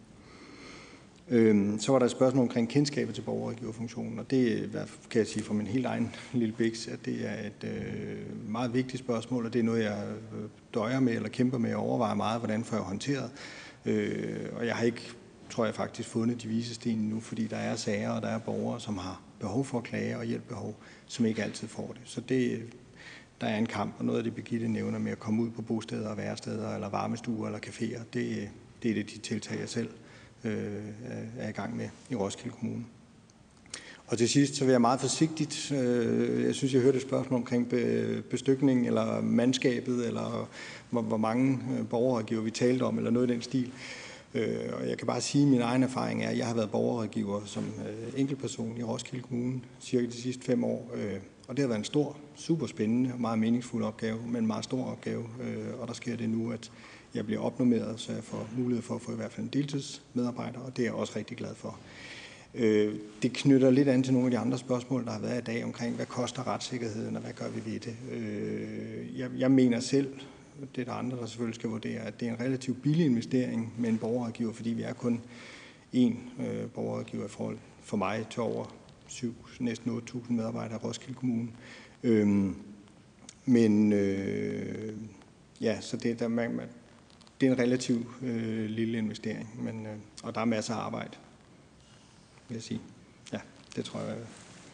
Så var der et spørgsmål omkring kendskabet til borgerrådgiverfunktionen, og det kan jeg sige fra min helt egen lille biks, at det er et øh, meget vigtigt spørgsmål, og det er noget, jeg døjer med eller kæmper med og overvejer meget, hvordan får jeg håndteret. Øh, og jeg har ikke, tror jeg faktisk, fundet de vise sten nu, fordi der er sager, og der er borgere, som har behov for at klage og hjælpebehov, som ikke altid får det. Så det, der er en kamp, og noget af det, Birgitte nævner med at komme ud på bosteder og væresteder, eller varmestuer eller caféer, det, det er det de tiltag, jeg selv er i gang med i Roskilde Kommune. Og til sidst, så vil jeg meget forsigtigt, jeg synes, jeg hørte et spørgsmål omkring bestykning eller mandskabet, eller hvor, hvor mange borgerrådgiver vi talte om, eller noget i den stil. Og jeg kan bare sige, at min egen erfaring er, at jeg har været borgerrådgiver som enkeltperson i Roskilde Kommune cirka de sidste fem år. Og det har været en stor, super spændende og meget meningsfuld opgave, men en meget stor opgave. Og der sker det nu, at jeg bliver opnummeret, så jeg får mulighed for at få i hvert fald en deltidsmedarbejder, og det er jeg også rigtig glad for. Det knytter lidt an til nogle af de andre spørgsmål, der har været i dag omkring, hvad koster retssikkerheden, og hvad gør vi ved det? Jeg, jeg mener selv, det er der andre, der selvfølgelig skal vurdere, at det er en relativt billig investering med en borgerrådgiver, fordi vi er kun én borgerrådgiver i forhold for mig til over syv, næsten otte tusind medarbejdere i Roskilde Kommune. Men ja, så det der man, det er en relativt øh, lille investering, men, øh, og der er masser af arbejde, vil jeg sige. Ja, det tror jeg.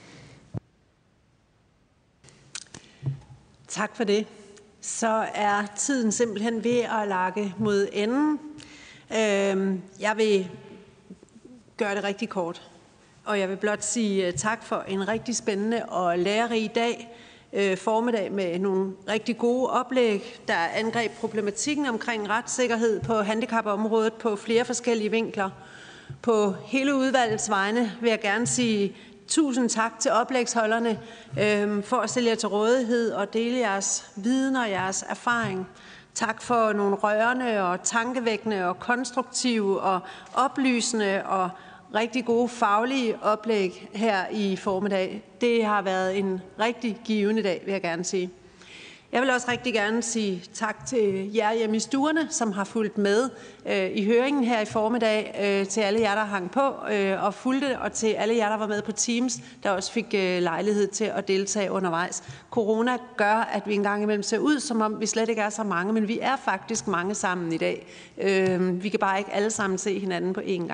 Tak for det. Så er tiden simpelthen ved at lakke mod enden. Øh, jeg vil gøre det rigtig kort, og jeg vil blot sige tak for en rigtig spændende og lærerig dag. Øh, formiddag med nogle rigtig gode oplæg, der angreb problematikken omkring retssikkerhed på handicapområdet på flere forskellige vinkler. På hele udvalgets vegne vil jeg gerne sige tusind tak til oplægsholderne øh, for at stille jer til rådighed og dele jeres viden og jeres erfaring. Tak for nogle rørende og tankevækkende og konstruktive og oplysende og rigtig gode faglige oplæg her i formiddag. Det har været en rigtig givende dag, vil jeg gerne sige. Jeg vil også rigtig gerne sige tak til jer hjemme i stuerne, som har fulgt med øh, i høringen her i formiddag, øh, til alle jer, der hang på øh, og fulgte, og til alle jer, der var med på Teams, der også fik øh, lejlighed til at deltage undervejs. Corona gør, at vi engang imellem ser ud, som om vi slet ikke er så mange, men vi er faktisk mange sammen i dag. Øh, vi kan bare ikke alle sammen se hinanden på én gang.